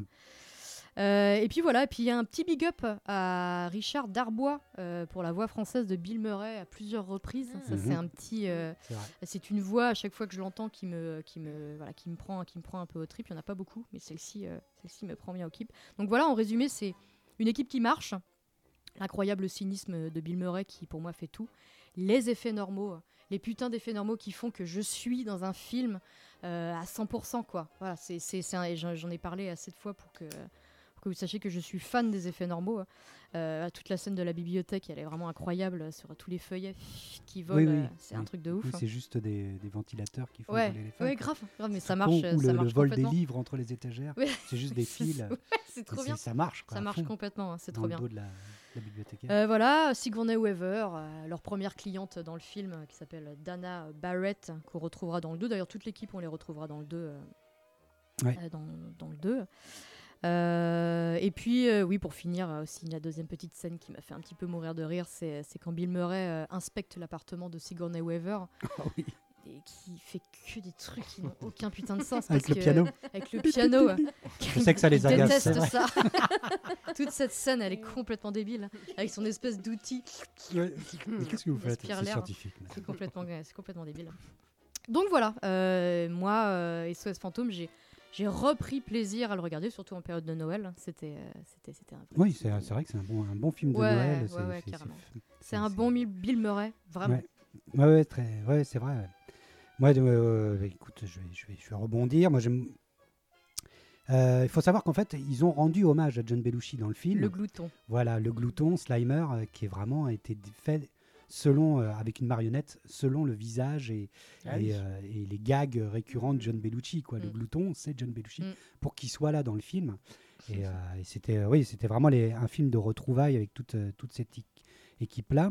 Et puis voilà, et puis il y a un petit big up à Richard Darbois pour la voix française de Bill Murray à plusieurs reprises. Ça, c'est un petit. C'est vrai. C'est une voix à chaque fois que je l'entends qui me prend un peu au trip. Il n'y en a pas beaucoup, mais celle-ci me prend bien au trip. Donc voilà, en résumé, c'est une équipe qui marche. L'incroyable cynisme de Bill Murray qui pour moi fait tout. Les effets normaux, les putains d'effets normaux qui font que je suis dans un film à 100%, quoi. Voilà, j'en ai parlé assez de fois pour que vous sachiez que je suis fan des effets normaux. Toute la scène de la bibliothèque, elle est vraiment incroyable sur tous les feuillets qui volent. Oui. C'est un truc de ouf. Oui, c'est juste des ventilateurs qui font Ouais, voler les feuilles. ouais, grave, mais ça Ou marche. le, ça marche le vol des complètement. livres entre les étagères. Ouais. C'est juste des fils. Ouais, c'est trop Et bien. Ça marche. Quoi, Ça à marche fond, complètement, c'est dans trop le bien. dos de la bibliothécaire. Voilà, Sigourney Weaver, leur première cliente dans le film qui s'appelle Dana Barrett, qu'on retrouvera dans le 2. D'ailleurs, toute l'équipe, on les retrouvera dans le 2. Ouais. Dans le 2. Et puis, oui, pour finir, aussi la deuxième petite scène qui m'a fait un petit peu mourir de rire, c'est quand Bill Murray inspecte l'appartement de Sigourney Weaver. Oh oui. Et qui fait que des trucs qui n'ont aucun putain de sens. Avec parce le que- piano. Avec le piano. Je sais que ça les Il agace. c'est déteste vrai. ça. Toute cette scène, elle est complètement débile. Avec son espèce d'outil. Ouais. Mais qu'est-ce que vous faites? Aspire C'est l'air. scientifique. mais- C'est complètement débile. Donc voilà, moi, SOS Fantôme, j'ai repris plaisir à le regarder, surtout en période de Noël. C'était un vrai Oui, film. c'est vrai que c'est un bon film de Ouais, Noël. ouais, carrément. C'est un bon Bill Murray, vraiment. Ouais, c'est vrai. Ouais. Moi, écoute, je vais rebondir. Moi, j'aime. Il faut savoir qu'en fait, ils ont rendu hommage à John Belushi dans le film. Le glouton. Voilà, le glouton, Slimer, qui est vraiment été fait selon, avec une marionnette, selon le visage et les gags récurrents de John Belushi. Quoi. Le glouton, c'est John Belushi, pour qu'il soit là dans le film. Et c'était vraiment un film de retrouvailles avec toute cette équipe-là.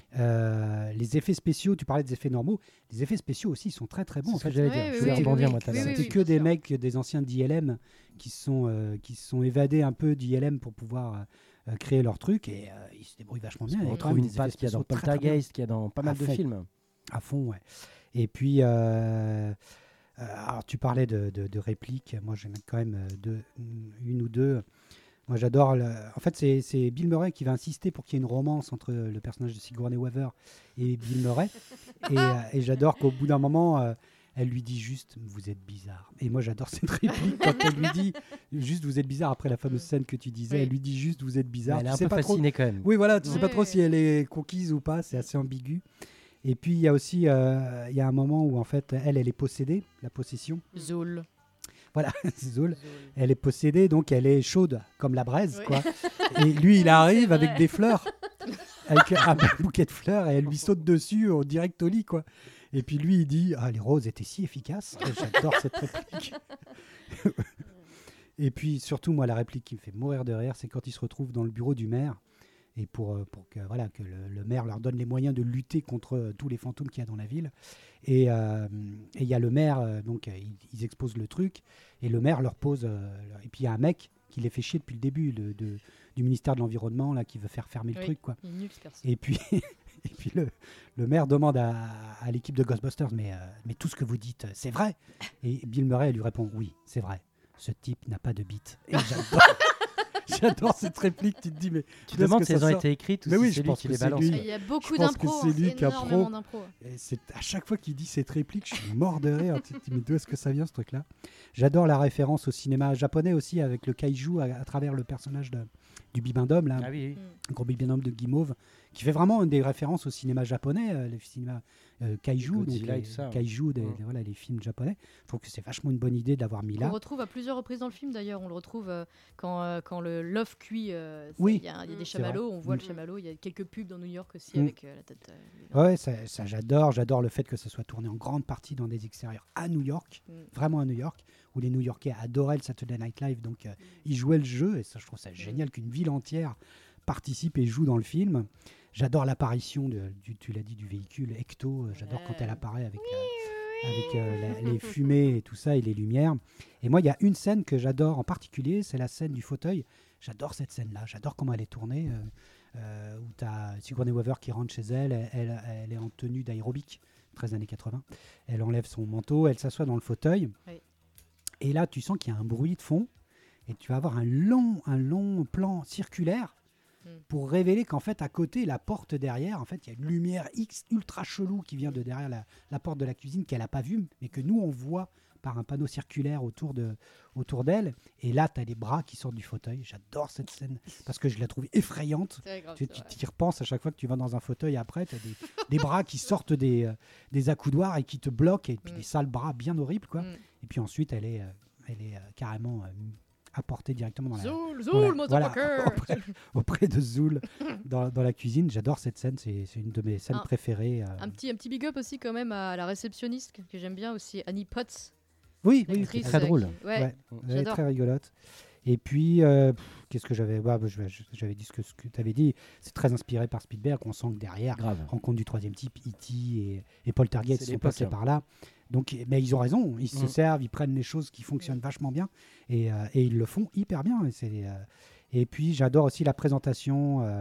Les effets spéciaux, tu parlais des effets normaux, les effets spéciaux aussi sont très très bons. C'est En ce que fait, j'allais Ouais, dire. oui, Je voulais oui, rebondir, oui, moi, tout à oui, l'heure. oui, c'était que des mecs, des anciens d'ILM qui se sont évadés un peu d'ILM pour pouvoir créer leur truc et ils se débrouillent vachement bien. On Il y a quand retrouve même une des patte effets qu'il y a dans spéciaux très, très bien. Poltergeist, qu'il y a dans pas mal À de fond. films. À fond, ouais. Et puis, alors tu parlais de répliques. Moi, j'aime quand même une ou deux. Moi, j'adore. En fait, c'est Bill Murray qui va insister pour qu'il y ait une romance entre le personnage de Sigourney Weaver et Bill Murray. Et j'adore qu'au bout d'un moment, elle lui dit juste « Vous êtes bizarre ». Et moi, j'adore cette réplique quand elle lui dit juste « Vous êtes bizarre » après la fameuse scène que tu disais. Oui. Elle lui dit juste « Vous êtes bizarre ». Elle est Tu un sais peu pas trop. fascinée quand même. Oui, voilà, tu sais pas Ouais. trop si elle est conquise ou pas, c'est assez ambigu. Et puis il y a aussi il y a un moment où en fait elle est possédée, la possession. Zool. Voilà, c'est Zool. Elle est possédée, donc elle est chaude comme la braise, Oui. quoi. Et lui, il arrive C'est avec vrai. des fleurs, avec un bouquet de fleurs, et elle lui saute dessus direct au lit, quoi. Et puis lui, il dit « Ah, les roses étaient si efficaces !» J'adore cette réplique. Et puis surtout, moi, la réplique qui me fait mourir de rire, c'est quand il se retrouve dans le bureau du maire, et pour que le maire leur donne les moyens de lutter contre tous les fantômes qu'il y a dans la ville. Et il y a le maire, donc ils exposent le truc, et le maire leur pose... et puis il y a un mec qui les fait chier depuis le début du ministère de l'Environnement, là, qui veut faire fermer le Oui. truc, quoi. Il est nul, ce perso. Et puis, le maire demande à l'équipe de Ghostbusters, mais tout ce que vous dites, c'est vrai? Et Bill Murray lui répond, oui, c'est vrai. Ce type n'a pas de bite. Et j'adore cette réplique. Tu te dis, mais Tu te d'où est-ce demandes que si ça elles ont sort été écrites ou Mais si oui, c'est je lui pense qui que les c'est balance. lui. Il y a beaucoup Je pense que d'impro, c'est lui qui a pro. énormément d'impro. Et à chaque fois qu'il dit cette réplique, je suis mort de rire. Tu te dis, mais d'où est-ce que ça vient, ce truc-là? J'adore la référence au cinéma japonais aussi, avec le kaiju à travers le personnage du Bibendum, là, Ah oui, oui. le gros Bibendum de Guimauve, qui fait vraiment des références au cinéma japonais, le cinéma kaiju, donc Godzilla et tout ça. kaiju, voilà, les films japonais. Je trouve que c'est vachement une bonne idée d'avoir mis On là. le retrouve à plusieurs reprises dans le film d'ailleurs. On le retrouve quand le l'œuf cuit. Oui. Il y a des C'est chamallows. vrai. On voit le chamallow. Il y a quelques pubs dans New York aussi Mm. avec la tête. Ouais, ça j'adore. J'adore le fait que ça soit tourné en grande partie dans des extérieurs à New York, vraiment à New York, où les New-Yorkais adoraient le Saturday Night Live, donc ils jouaient le jeu, et ça, je trouve ça génial qu'une ville entière participe et joue dans le film. J'adore l'apparition, tu l'as dit, du véhicule Ecto. J'adore quand elle apparaît avec les fumées et tout ça, et les lumières. Et moi, il y a une scène que j'adore en particulier, c'est la scène du fauteuil. J'adore cette scène-là, j'adore comment elle est tournée, où tu as Sigourney Weaver qui rentre chez elle, elle est en tenue d'aérobic, 13 années 80. Elle enlève son manteau, elle s'assoit dans le fauteuil. Oui. Et là, tu sens qu'il y a un bruit de fond, et tu vas avoir un long plan circulaire pour révéler qu'en fait, à côté, la porte derrière, en fait, il y a une lumière ultra chelou qui vient de derrière la porte de la cuisine qu'elle n'a pas vue, mais que nous, on voit par un panneau circulaire autour d'elle. Et là, tu as les bras qui sortent du fauteuil. J'adore cette scène parce que je la trouve effrayante. Tu y repenses à chaque fois que tu vas dans un fauteuil après. Tu as des bras qui sortent des accoudoirs et qui te bloquent. Et puis des sales bras bien horribles, quoi. Et puis ensuite, elle est carrément apportée directement dans auprès de Zool dans la cuisine. J'adore cette scène. C'est une de mes scènes préférées. Un petit big up aussi quand même à la réceptionniste que j'aime bien aussi, Annie Potts. Oui, c'est très drôle. Elle est très rigolote. Et puis, qu'est-ce que j'avais j'avais dit ce que tu avais dit. C'est très inspiré par Spielberg. On sent que derrière, Rencontre du troisième type, E.T. et Poltergeist sont passés par là. Donc, mais ils ont raison. Ils se servent, ils prennent les choses qui fonctionnent vachement bien et ils le font hyper bien. Et puis, j'adore aussi la présentation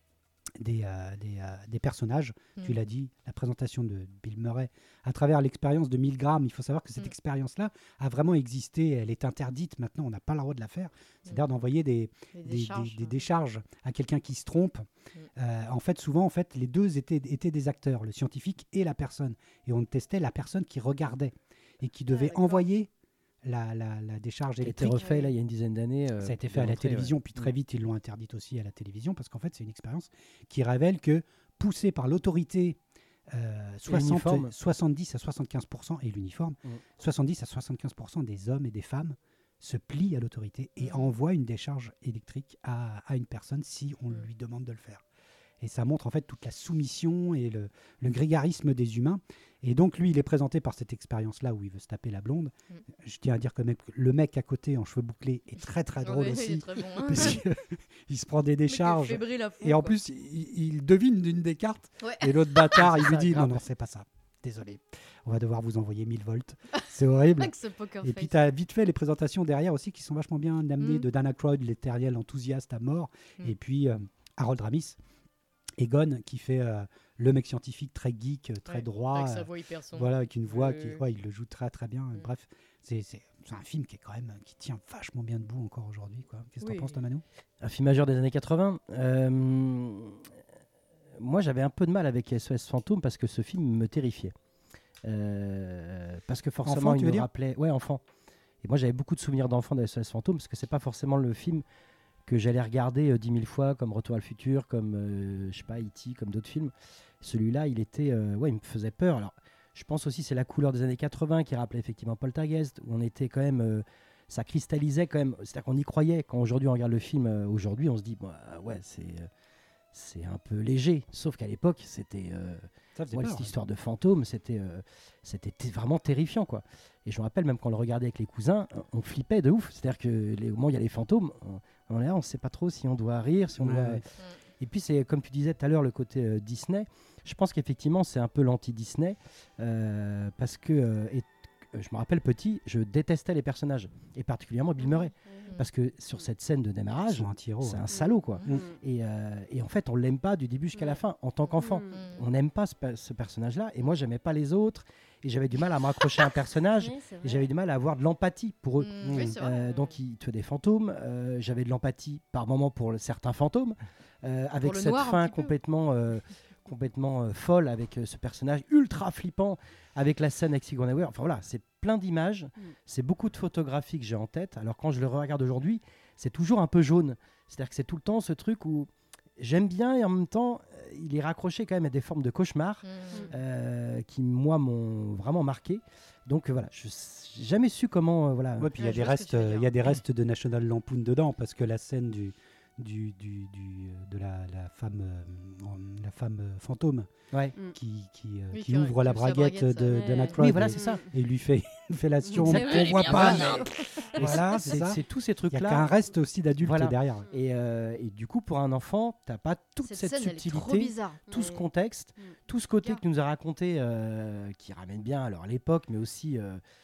des personnages. Tu l'as dit, la présentation de Bill Murray à travers l'expérience de Milgram. Il faut savoir que cette expérience-là a vraiment existé. Elle est interdite maintenant, on n'a pas le droit de la faire. C'est-à-dire d'envoyer des décharges à quelqu'un qui se trompe. En fait, souvent, les deux étaient des acteurs, le scientifique et la personne. Et on testait la personne qui regardait et qui devait envoyer la décharge électrique. Ça a été refait là, il y a une dizaine d'années. Ça a été fait à la télévision, puis très vite ils l'ont interdite aussi à la télévision, parce qu'en fait c'est une expérience qui révèle que, poussée par l'autorité, 70 à 75% et l'uniforme, 70 à 75% des hommes et des femmes se plient à l'autorité et envoient une décharge électrique à une personne si on lui demande de le faire. Et ça montre en fait toute la soumission et le grégarisme des humains. Et donc lui, il est présenté par cette expérience-là où il veut se taper la blonde. Je tiens à dire que le mec à côté en cheveux bouclés est très très drôle aussi. Il est très bon, hein. Parce qu'il se prend des décharges. Et en plus, il devine une des cartes. Ouais. Et l'autre bâtard, il lui dit non, c'est pas ça. Désolé, on va devoir vous envoyer 1000 volts. C'est horrible. Et puis tu as vite fait les présentations derrière aussi qui sont vachement bien amenées de Dan Aykroyd, l'éternel enthousiaste à mort. Et puis Harold Ramis. Egon qui fait le mec scientifique très geek, très droit, avec sa voix hyper sombre. Voilà, avec une voix il le joue très très bien. Bref, c'est un film qui est quand même qui tient vachement bien debout encore aujourd'hui, quoi. Qu'est-ce que t'en penses, toi, Manu ? Un film majeur des années 80. Moi, j'avais un peu de mal avec SOS Fantôme parce que ce film me terrifiait. Parce que forcément, enfant, il me rappelait, enfant. Et moi, j'avais beaucoup de souvenirs d'enfant de SOS Fantôme parce que c'est pas forcément le film que j'allais regarder 10 000 fois, comme Retour à le futur, comme je sais pas, E.T., comme d'autres films. Celui-là, il était, il me faisait peur. Alors, je pense aussi c'est la couleur des années 80 qui rappelait effectivement Poltergeist, où on était quand même, ça cristallisait quand même. C'est-à-dire qu'on y croyait. Quand aujourd'hui on regarde le film, aujourd'hui on se dit, c'est un peu léger. Sauf qu'à l'époque, c'était cette histoire de fantôme, c'était vraiment terrifiant, quoi. Et je me rappelle même quand on le regardait avec les cousins, on flippait de ouf. C'est-à-dire que au moment où il y a les fantômes, on ne sait pas trop si on doit rire, si on doit. Et puis c'est comme tu disais tout à l'heure le côté Disney. Je pense qu'effectivement c'est un peu l'anti-Disney parce que je me rappelle petit, je détestais les personnages et particulièrement Bill Murray parce que sur cette scène de démarrage, c'est un salaud, quoi. Et en fait on l'aime pas du début jusqu'à la fin en tant qu'enfant. On n'aime pas ce personnage-là et moi j'aimais pas les autres. Et j'avais du mal à me raccrocher à un personnage et j'avais du mal à avoir de l'empathie pour eux. Donc ils tuaient des fantômes. J'avais de l'empathie par moments pour certains fantômes. Avec cette fin complètement folle avec ce personnage ultra flippant avec la scène avec Sigourney Weaver. Enfin voilà, c'est plein d'images. C'est beaucoup de photographies que j'ai en tête. Alors quand je le regarde aujourd'hui, c'est toujours un peu jaune. C'est-à-dire que c'est tout le temps ce truc où j'aime bien et en même temps, il est raccroché quand même à des formes de cauchemar qui, moi, m'ont vraiment marqué. Donc voilà, je n'ai jamais su comment... voilà. Ouais, puis il y a je des vois ce que tu veux restes, dire. il y a des restes de National Lampoon dedans, parce que la scène de la femme fantôme Ouais. qui Oui, qui qui ouvre la ouvre sa braguette braguette, de ouais. Aykroyd Oui, voilà, et, c'est ça. et il lui fait une fellation C'est vrai, qu'on voit elle est pas. bien Mais... voilà, c'est ça. C'est tous ces Il y a trucs-là. qu'un reste aussi d'adulte Voilà. derrière. Et du coup, pour un enfant, tu n'as pas toute cette scène, elle est trop subtilité, bizarre. tout ce Ouais. contexte, Mm. tout ce côté Bien. que tu nous as raconté, qui ramène bien alors, à l'époque, mais aussi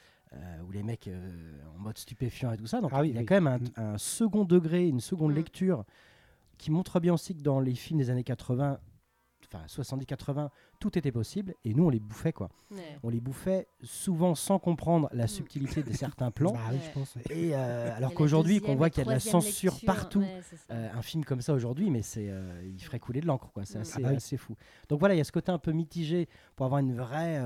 où les mecs en mode stupéfiant et tout ça. Donc Ah oui, il y a oui. quand même un second degré, une seconde Mm. lecture qui montre bien aussi que dans les films des années 80, enfin 70-80, tout était possible. Et nous, on les bouffait, quoi. Ouais. On les bouffait souvent sans comprendre la subtilité de certains plans. Bah oui, Ouais. je pense. Ouais. Et Et alors la qu'aujourd'hui, deuxième qu'on voit et qu'il y a de la troisième censure lecture, partout, ouais, c'est ça. un film comme ça aujourd'hui, mais il ferait couler de l'encre, quoi. C'est Mm. assez, Ah bah oui. assez fou. Donc voilà, il y a ce côté un peu mitigé pour avoir une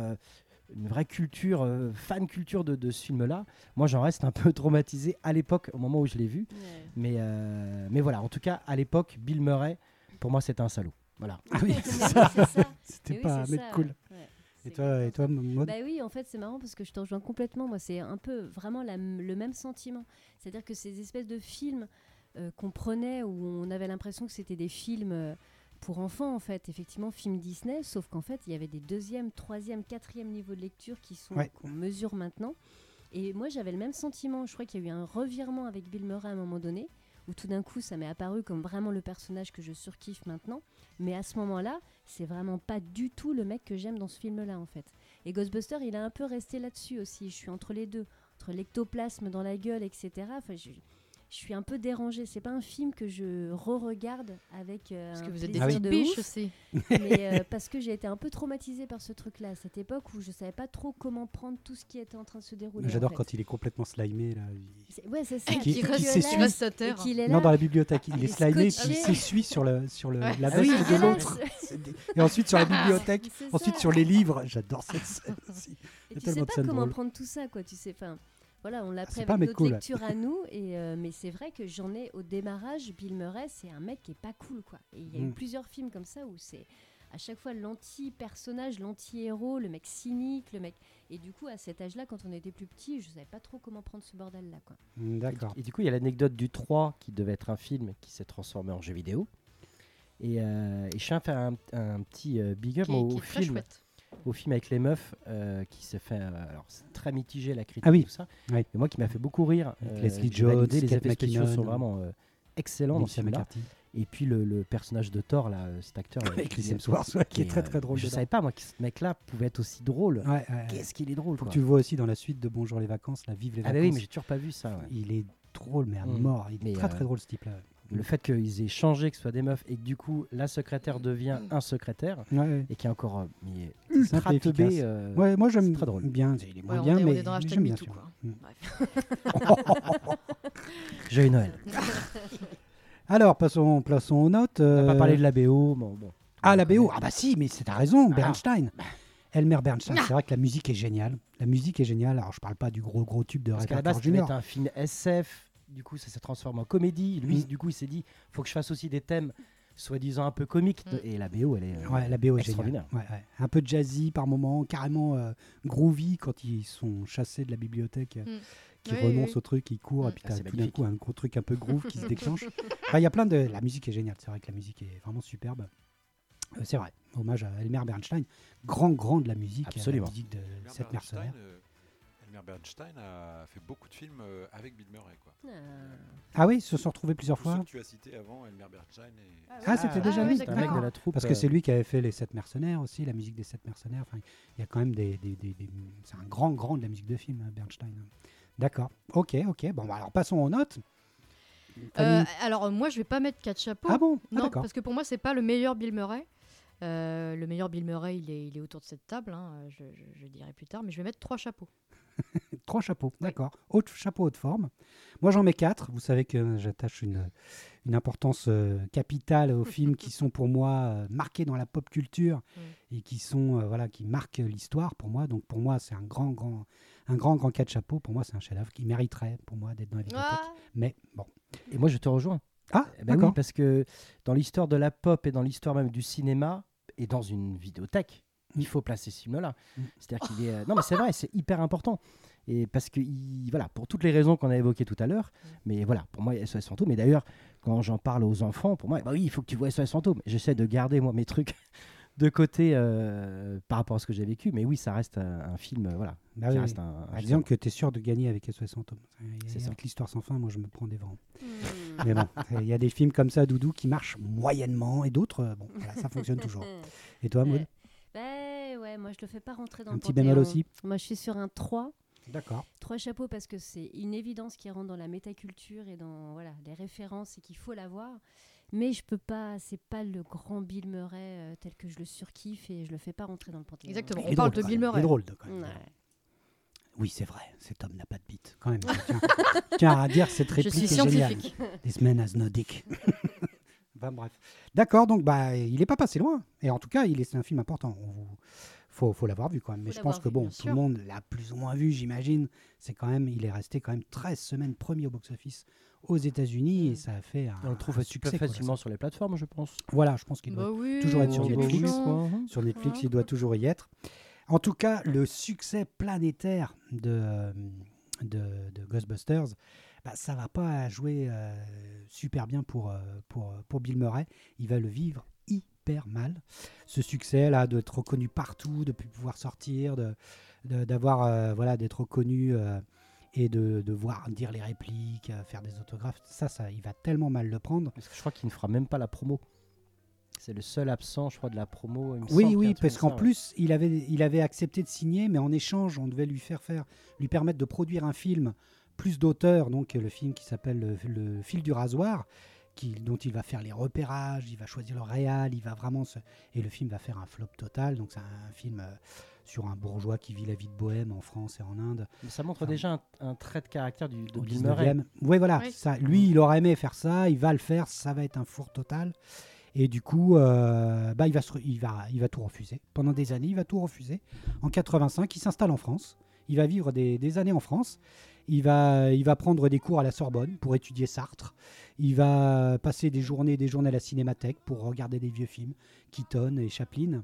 vraie culture, fan culture de ce film-là. Moi, j'en reste un peu traumatisé à l'époque, au moment où je l'ai vu. Ouais. Mais voilà, en tout cas, à l'époque, Bill Murray, pour moi, c'était un salaud. Voilà. Ah oui, Mais c'est oui, ça. c'est ça. C'était Mais oui, pas un c'est mec ça, cool. ouais. Et C'est toi, exactement ça. Maud Bah oui, en fait, c'est marrant parce que je te rejoins complètement. Moi, c'est un peu vraiment le même sentiment. C'est-à-dire que ces espèces de films qu'on prenait où on avait l'impression que c'était des films pour enfants, en fait, effectivement, films Disney, sauf qu'en fait, il y avait des deuxième, troisième, quatrième niveaux de lecture Ouais. qu'on mesure maintenant. Et moi, j'avais le même sentiment. Je crois qu'il y a eu un revirement avec Bill Murray à un moment donné, où tout d'un coup, ça m'est apparu comme vraiment le personnage que je surkiffe maintenant. Mais à ce moment-là, c'est vraiment pas du tout le mec que j'aime dans ce film-là, en fait. Et Ghostbusters, il a un peu resté là-dessus aussi. Je suis entre les deux, entre l'ectoplasme dans la gueule, etc. Enfin, je suis un peu dérangée. C'est pas un film que je re-regarde avec Parce un que vous êtes des plaisir petites de biches ouf, aussi. mais parce que j'ai été un peu traumatisée par ce truc-là, à cette époque où je savais pas trop comment prendre tout ce qui était en train de se dérouler. J'adore en fait. quand il est complètement slimé. Là. Ouais, c'est ça. Et qui- c'est qui dégueulasse, s'essuie reste à et terre. qu'il est Non, là. dans la bibliothèque. Il il est est slimé, puis scotché. il s'essuie sur la Ouais. veste Ah oui, de dégueulasse. l'autre. Et ensuite sur la bibliothèque. C'est Ensuite ça. sur les livres. J'adore cette scène aussi. Et Il y a tu tellement sais de pas scènes comment drôles. prendre tout ça, quoi. Tu sais, enfin, voilà, on l'a c'est pris pas un avec mec notre cool. lecture à nous, mais c'est vrai que j'en ai au démarrage. Bill Murray, c'est un mec qui est pas cool, quoi. Et il y a eu Mm. plusieurs films comme ça où c'est à chaque fois l'anti-personnage, l'anti-héros, le mec cynique, le mec. Et du coup, à cet âge-là, quand on était plus petit, je savais pas trop comment prendre ce bordel-là, quoi. D'accord. Et du coup, il y a l'anecdote du 3 qui devait être un film qui s'est transformé en jeu vidéo. Et je tiens à faire un petit big up Qui est au très film. chouette. Au film avec les meufs qui s'est fait alors c'est très mitigé la critique Ah oui. tout ça Oui. et moi qui m'a fait beaucoup rire Avec Leslie j'ai validé, Jones, les Kate effets spéciaux McKinnon, sont vraiment excellents dans Melissa ce film-là McCarthy. et puis le personnage de Thor là cet acteur Avec qui Chris Hemsworth, ouais, qui est très très drôle. je dedans. savais pas moi que ce mec là pouvait être aussi drôle Ouais, ouais. qu'est-ce qu'il est drôle Faut que quoi. tu le vois aussi dans la suite de Bonjour les vacances, la Vive les Ah vacances. bah oui mais j'ai toujours pas vu ça ouais. Il est drôle mais à Mm. mort. Il est Mais, très très drôle ce type-là. Le fait qu'ils aient changé que ce soit des meufs et que du coup la secrétaire devient un secrétaire Ouais, ouais. et qui est encore mais Simple ultra et teubé efficace. Ouais, moi j'aime c'est très drôle. bien. Il est moins Ouais, bien, on mais est dans hashtag j'aime bien MeToo, sûr. quoi. Joyeux Noël. Alors passons aux notes. On n'a pas parlé de la BO bon. Ah, la BO. Ah bah si, mais t'as raison, Ah. Bernstein. Elmer Bernstein, c'est vrai que la musique est géniale. La musique est géniale. Alors je parle pas du gros tube de Parce qu'à la Répertoire base, ça devait Junior. être un film SF, du coup, ça s'est transformé en comédie. Lui, Mm. du coup, il s'est dit, faut que je fasse aussi des thèmes soi-disant un peu comiques. Mm. Et la BO, elle est Ouais, la BO est géniale. extraordinaire. Ouais, ouais. Un peu jazzy par moment, carrément groovy quand ils sont chassés de la bibliothèque, qui Oui, renoncent oui. au truc, ils courent, Mm. et puis Ah, t'as c'est tout d'un magnifique. coup un gros truc un peu groove qui se déclenche. Enfin, il y a plein de... La musique est géniale, c'est vrai que la musique est vraiment superbe. C'est vrai, hommage à Elmer Bernstein, grand de la musique, Absolument. la musique de Elmer Sept mercenaires. Elmer Bernstein a fait beaucoup de films avec Bill Murray. Quoi. Ah oui, ils se sont retrouvés plusieurs Tous ceux fois. que tu as cités avant, Elmer Bernstein. Et... Ah, c'était déjà oui, lui, c'est un mec d'accord. de la troupe. Parce que c'est lui qui avait fait les 7 mercenaires aussi, la musique des 7 mercenaires. Enfin, il y a quand même c'est un grand de la musique de film, hein, Bernstein. D'accord. Ok. Bon, bah, alors passons aux notes. Fanny. Alors moi je vais pas mettre 4 chapeaux. Ah bon. Ah, Non, d'accord. parce que pour moi c'est pas le meilleur Bill Murray. Le meilleur Bill Murray il est autour de cette table, hein, je dirai plus tard, mais je vais mettre 3 chapeaux. 3 chapeaux, d'accord. Chapeau haute forme. Moi, j'en mets 4. Vous savez que j'attache une importance capitale aux films qui sont pour moi marqués dans la pop culture et qui sont qui marquent l'histoire pour moi. Donc pour moi, c'est un grand 4 chapeaux. Pour moi, c'est un chef-d'œuvre qui mériterait pour moi d'être dans la bibliothèque. Ah, Mais bon. Et moi, je te rejoins. Ah, Eh ben oui, d'accord. parce que dans l'histoire de la pop et dans l'histoire même du cinéma et dans une vidéothèque, il faut placer ce film-là. C'est-à-dire qu'il est. Non, mais c'est vrai, c'est hyper important. Et parce que, voilà, pour toutes les raisons qu'on a évoquées tout à l'heure, mais voilà, pour moi, SOS Fantôme. Et d'ailleurs, quand j'en parle aux enfants, pour moi, bah oui, il faut que tu vois SOS Fantôme. J'essaie de garder, moi, mes trucs de côté par rapport à ce que j'ai vécu. Mais oui, ça reste un film, voilà. Bah qui oui, reste oui. un Disons que tu es sûr de gagner avec SOS Fantôme. C'est ça. Avec l'histoire sans fin, moi, je me prends des vents. Hmm. Mais bon, il y a des films comme ça, Doudou, qui marchent moyennement, et d'autres, bon, voilà, ça fonctionne toujours. Et toi, Maud? Ouais, moi je le fais pas rentrer dans Un le petit bémol panthéon. aussi? Moi je suis sur un 3. D'accord. 3 chapeaux parce que c'est une évidence qui rentre dans la métaculture et dans les références et qu'il faut l'avoir. Mais je peux pas, c'est pas le grand Bill Murray tel que je le surkiffe et je le fais pas rentrer dans le panthéon. Exactement. Il On est parle drôle, de quand Bill même. Murray. Il est drôle, quand même. Ouais. Oui, c'est vrai, cet homme n'a pas de bite. Quand même, tiens à dire cette Je réplique suis est géniale. scientifique. This man has no dick. Enfin, bref. D'accord, donc il n'est pas passé loin. Et en tout cas, c'est un film important. Faut l'avoir vu quand même. Mais je pense que l'avoir vu, bon, bien tout le monde l'a plus ou moins vu, j'imagine. Il est resté quand même 13 semaines premier au box-office aux États-Unis et ça a fait un On le trouve un super succès facilement sur les plateformes, je pense. Voilà, je pense qu'il doit Bah oui, toujours être sur il y a Netflix. des gens. sur Netflix, il doit toujours y être. En tout cas, le succès planétaire de Ghostbusters, ça va pas jouer super bien pour Bill Murray. Il va le vivre hyper mal. Ce succès là, d'être reconnu partout, de pouvoir sortir, d'avoir d'être reconnu et de voir dire les répliques, faire des autographes, ça, il va tellement mal le prendre. Parce que je crois qu'il ne fera même pas la promo. C'est le seul absent, je crois, de la promo. Il me semble Oui, qu'il y a un oui, truc parce comme qu'en ça, plus, il avait accepté de signer, mais en échange, on devait lui permettre de produire un film plus d'auteur, donc le film qui s'appelle le Fil du rasoir, dont il va faire les repérages, il va choisir le réal, il va vraiment et le film va faire un flop total. Donc c'est un film sur un bourgeois qui vit la vie de bohème en France et en Inde. Mais ça montre Enfin, déjà un trait de caractère de Au Bill Murray. 19e. Oui, voilà, Oui. ça. Lui, il aurait aimé faire ça, il va le faire, ça va être un four total. Et du coup, il va tout refuser. Pendant des années, il va tout refuser. En 85, il s'installe en France. Il va vivre des années en France. Il va prendre des cours à la Sorbonne pour étudier Sartre. Il va passer des journées à la cinémathèque pour regarder des vieux films, Keaton et Chaplin.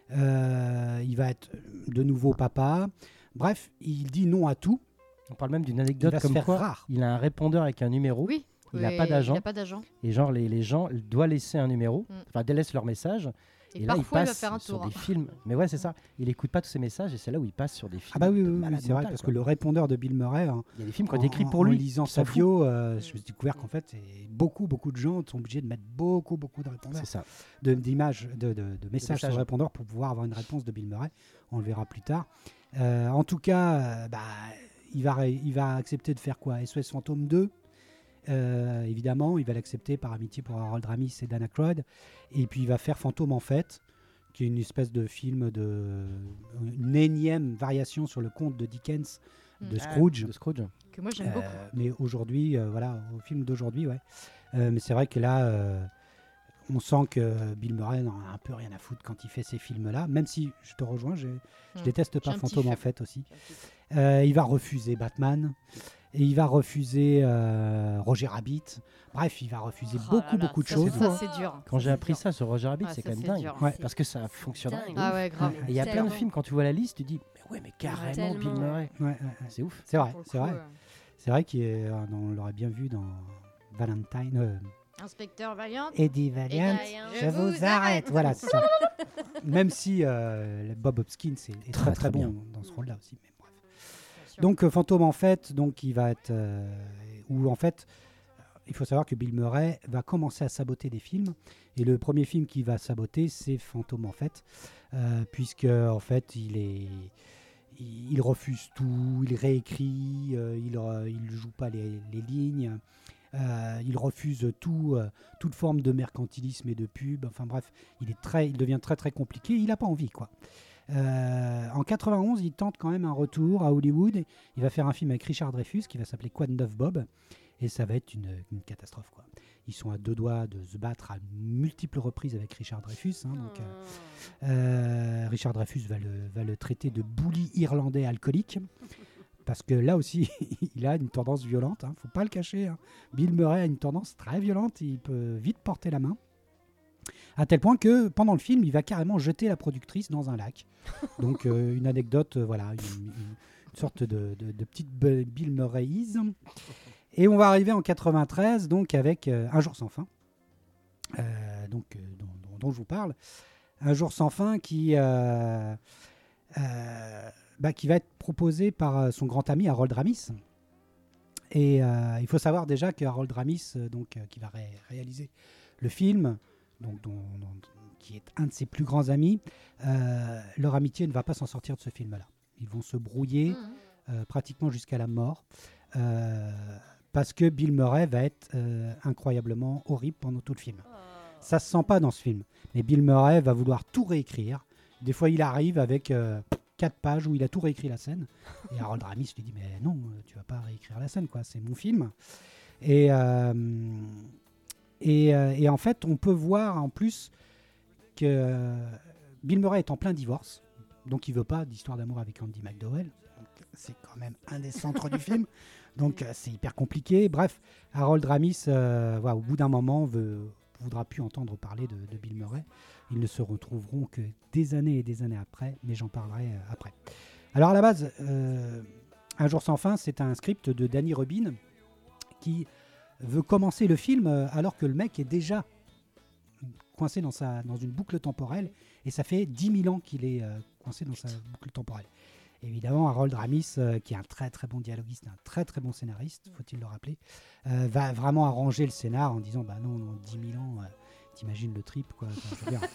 Il va être de nouveau papa. Bref, il dit non à tout. On parle même d'une Il anecdote va se comme faire quoi rare. il a un répondeur avec un numéro. Oui. Il n'a Oui, pas d'agent. Il n'a pas d'agent. Et genre, les gens doivent laisser un numéro, enfin, délaissent leur message. Et, Et là, il parfois, il va passe faire un sur tour. des films. Mais ouais, c'est ça. Il écoute pas tous ces messages et c'est là où il passe sur des films. Ah bah oui, de oui, oui, malade c'est vrai, mental, parce quoi. que le répondeur de Bill Murray, Il y a des films qui ont été écrits pour lui. En lisant il sa s'en fout. bio, je me suis découvert qu'en fait, beaucoup de gens sont obligés de mettre beaucoup de répondeurs, C'est ça. d'images, de messages sur messages. le répondeur pour pouvoir avoir une réponse de Bill Murray. On le verra plus tard. En tout cas, il va accepter de faire quoi? SOS Fantôme 2. Évidemment, il va l'accepter par amitié pour Harold Ramis et Dan Aykroyd. Et puis il va faire Fantôme en fête, qui est une espèce de film une énième variation sur le conte de Dickens de Scrooge. De Scrooge. Que moi, j'aime beaucoup. Mais aujourd'hui, au film d'aujourd'hui, ouais. Mais c'est vrai que là, on sent que Bill Murray n'en a un peu rien à foutre quand il fait ces films-là, même si je te rejoins, je déteste pas J'ai un petit Fantôme en faible. fête aussi. Il va refuser Batman. Et il va refuser Roger Rabbit. Bref, il va refuser beaucoup de choses. Ça, c'est dur. Quand j'ai appris ça sur Roger Rabbit, Ah, c'est ça, quand même c'est dingue. dur. Ouais. Parce que ça fonctionne. dingue. Ah ouais, grave. Et il y a plein de Tellement. films, quand tu vois la liste, tu dis, mais ouais, mais carrément Tellement. Bill Murray. Ouais. C'est ouf. C'est vrai, Pour le c'est coup, vrai. C'est vrai qu'on l'aurait bien vu dans Valentine. Inspecteur Valiant. Eddie Valiant, Valiant. je vous arrête. Voilà, c'est ça. Même si Bob Hopkins est très très bon bien. dans ce rôle-là aussi. Mais bref. Bien sûr. Donc Fantôme en fait, donc il va être où en fait il faut savoir que Bill Murray va commencer à saboter des films et le premier film qu'il va saboter c'est Fantôme en fait, puisque en fait il refuse tout, il réécrit, il joue pas les lignes. Il refuse toute forme de mercantilisme et de pub. Enfin bref, il devient très très compliqué. Il n'a pas envie quoi. En 91, il tente quand même un retour à Hollywood. Il va faire un film avec Richard Dreyfuss qui va s'appeler Quoi de neuf Bob, et ça va être une catastrophe quoi. Ils sont à deux doigts de se battre à multiples reprises avec Richard Dreyfuss. Richard Dreyfuss va le traiter de bully irlandais alcoolique. parce que là aussi, il a une tendance violente, faut pas le cacher. Bill Murray a une tendance très violente, il peut vite porter la main. À tel point que pendant le film, il va carrément jeter la productrice dans un lac. Donc une anecdote, une sorte de petite Bill Murrayisme. Et on va arriver en 93, donc avec Un jour sans fin, dont je vous parle. Un jour sans fin qui va être proposé par son grand ami Harold Ramis. Et il faut savoir déjà que Harold Ramis, qui va réaliser le film, qui est un de ses plus grands amis, leur amitié ne va pas s'en sortir de ce film-là. Ils vont se brouiller pratiquement jusqu'à la mort, parce que Bill Murray va être incroyablement horrible pendant tout le film. Ça se sent pas dans ce film, mais Bill Murray va vouloir tout réécrire. Des fois, il arrive avec 4 pages où il a tout réécrit la scène, et Harold Ramis lui dit mais non, tu vas pas réécrire la scène, quoi, c'est mon film. Et en fait, on peut voir en plus que Bill Murray est en plein divorce, donc il veut pas d'histoire d'amour avec Andie MacDowell. Donc, c'est quand même un des centres du film, donc c'est hyper compliqué. Bref, Harold Ramis, au bout d'un moment, voudra plus entendre parler de Bill Murray. Ils ne se retrouveront que des années et des années après, mais j'en parlerai après. Alors à la base, Un jour sans fin, c'est un script de Danny Rubin qui veut commencer le film alors que le mec est déjà coincé dans une boucle temporelle, et ça fait 10 000 ans qu'il est coincé dans sa boucle temporelle. Évidemment, Harold Ramis, qui est un très très bon dialoguiste, un très très bon scénariste, faut-il le rappeler, va vraiment arranger le scénar en disant non, 10 000 ans, t'imagines le trip, quoi. Enfin, je veux dire,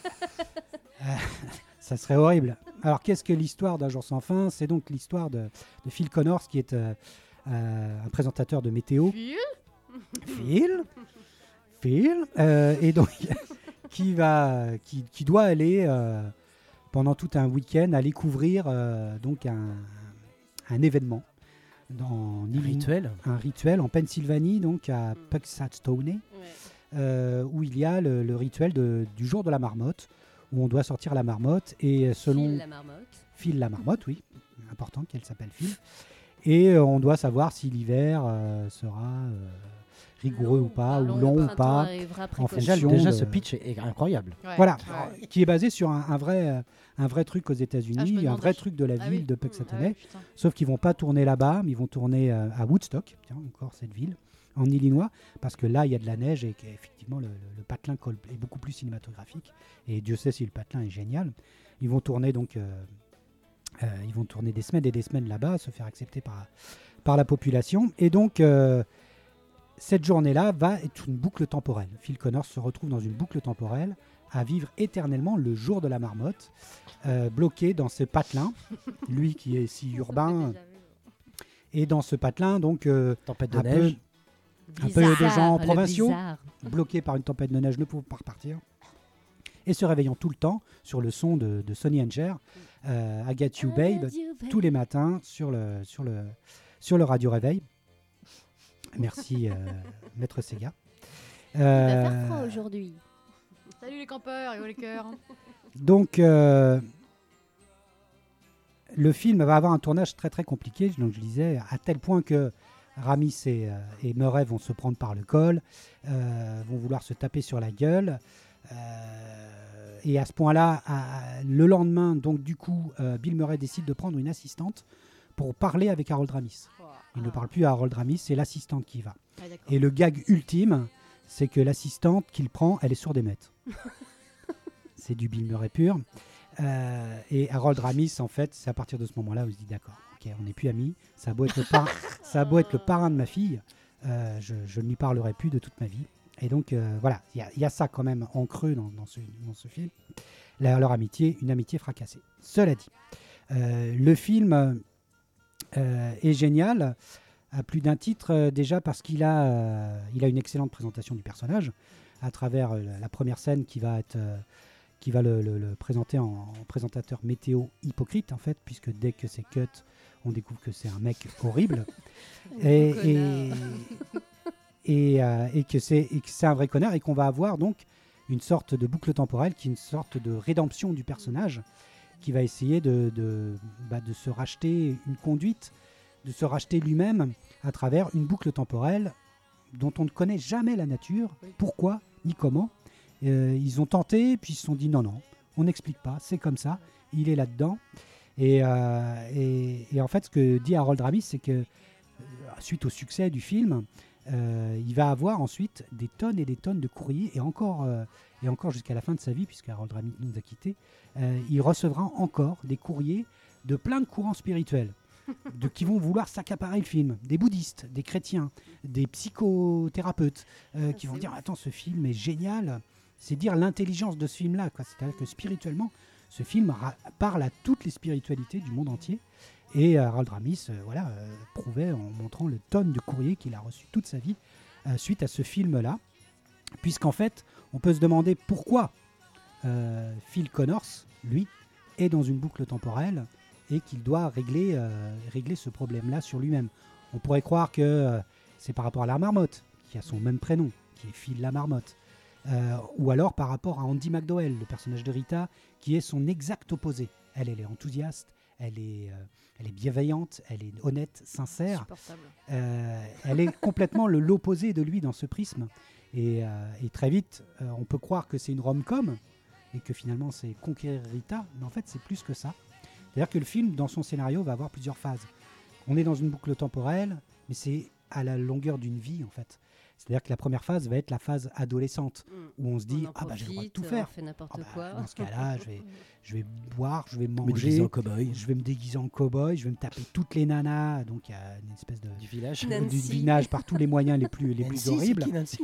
ça serait horrible. Alors, qu'est-ce que l'histoire d'Un jour sans fin ? C'est donc l'histoire de Phil Connors, qui est un présentateur de météo. Phil, et donc qui doit aller pendant tout un week-end aller couvrir donc un événement un rituel en Pennsylvanie, donc à Punxsutawney, où il y a le rituel du jour de la marmotte, où on doit sortir la marmotte, et selon Phil la marmotte, oui, important qu'elle s'appelle Phil, et on doit savoir si l'hiver sera rigoureux ou pas, ou long ou pas. En déjà ce pitch est incroyable. Ouais, voilà, qui est basé sur un vrai truc aux États-Unis, un vrai truc de la ville de Punxsutawney. Sauf qu'ils vont pas tourner là-bas, mais ils vont tourner à Woodstock, tiens, encore cette ville, en Illinois, parce que là il y a de la neige et qu'effectivement le patelin est beaucoup plus cinématographique. Et Dieu sait si le patelin est génial. Ils vont tourner donc des semaines et des semaines là-bas, se faire accepter par la population. Et donc cette journée-là va être une boucle temporelle. Phil Connors se retrouve dans une boucle temporelle à vivre éternellement le jour de la marmotte, bloqué dans ce patelin, lui qui est si urbain, et dans ce patelin, donc tempête de neige, un peu de gens provinciaux, bloqués par une tempête de neige, ne pouvant pas repartir, et se réveillant tout le temps sur le son de Sonny and Cher, I Got You Babe, tous les matins sur le radio réveil. Merci Maître Sega. Il va faire froid aujourd'hui. Salut les campeurs et les cœurs. Donc le film va avoir un tournage très très compliqué, donc je disais, à tel point que Ramis et Murray vont se prendre par le col, vont vouloir se taper sur la gueule. Et à ce point-là, le lendemain, donc du coup, Bill Murray décide de prendre une assistante pour parler avec Harold Ramis. Il ne parle plus à Harold Ramis, c'est l'assistante qui va. Et le gag ultime, c'est que l'assistante qu'il prend, elle est sourde-muette. C'est du Bill Murray pur. Et Harold Ramis, en fait, c'est à partir de ce moment-là où il se dit d'accord, ok, on n'est plus amis, ça a beau être le parrain de ma fille, je ne lui parlerai plus de toute ma vie. Et donc voilà, il y a ça quand même en creux dans ce film. Leur amitié, une amitié fracassée. Cela dit, le film est génial à plus d'un titre, déjà parce qu'il a une excellente présentation du personnage à travers la première scène qui va le présenter en présentateur météo hypocrite, en fait, puisque dès que c'est cut, on découvre que c'est un mec horrible et que c'est un vrai connard, et qu'on va avoir donc une sorte de boucle temporelle qui est une sorte de rédemption du personnage qui va essayer de se racheter une conduite de se racheter lui-même à travers une boucle temporelle dont on ne connaît jamais la nature, pourquoi ni comment. Ils ont tenté, puis ils se sont dit non, on n'explique pas, c'est comme ça, il est là-dedans. Et en fait, ce que dit Harold Ramis, c'est que suite au succès du film, il va avoir ensuite des tonnes et des tonnes de courriers, et encore jusqu'à la fin de sa vie, puisque Harold Ramis nous a quittés, il recevra encore des courriers de plein de courants spirituels qui vont vouloir s'accaparer le film, des bouddhistes, des chrétiens, des psychothérapeutes qui vont dire attends, ce film est génial. C'est dire l'intelligence de ce film-là, quoi. C'est-à-dire que spirituellement, ce film parle à toutes les spiritualités du monde entier. Et Harold Ramis prouvait en montrant le tonne de courriers qu'il a reçu toute sa vie suite à ce film-là. Puisqu'en fait, on peut se demander pourquoi Phil Connors, lui, est dans une boucle temporelle et qu'il doit régler ce problème-là sur lui-même. On pourrait croire que c'est par rapport à la marmotte, qui a son même prénom, qui est Phil la marmotte. Ou alors par rapport à Andy McDowell, le personnage de Rita, qui est son exact opposé. Elle est enthousiaste, elle est bienveillante, elle est honnête, sincère. Elle est complètement l'opposé de lui dans ce prisme. Et très vite, on peut croire que c'est une rom-com et que finalement c'est conquérir Rita, mais en fait c'est plus que ça. C'est-à-dire que le film, dans son scénario, va avoir plusieurs phases. On est dans une boucle temporelle, mais c'est à la longueur d'une vie en fait. C'est-à-dire que la première phase va être la phase adolescente, où on se dit j'ai le droit de tout faire. On fait n'importe quoi. Dans ce cas-là, je vais boire, je vais manger, je vais me déguiser en cow-boy, je vais me taper toutes les nanas. Donc il y a une espèce de du village, par tous les moyens les plus horribles. Nancy.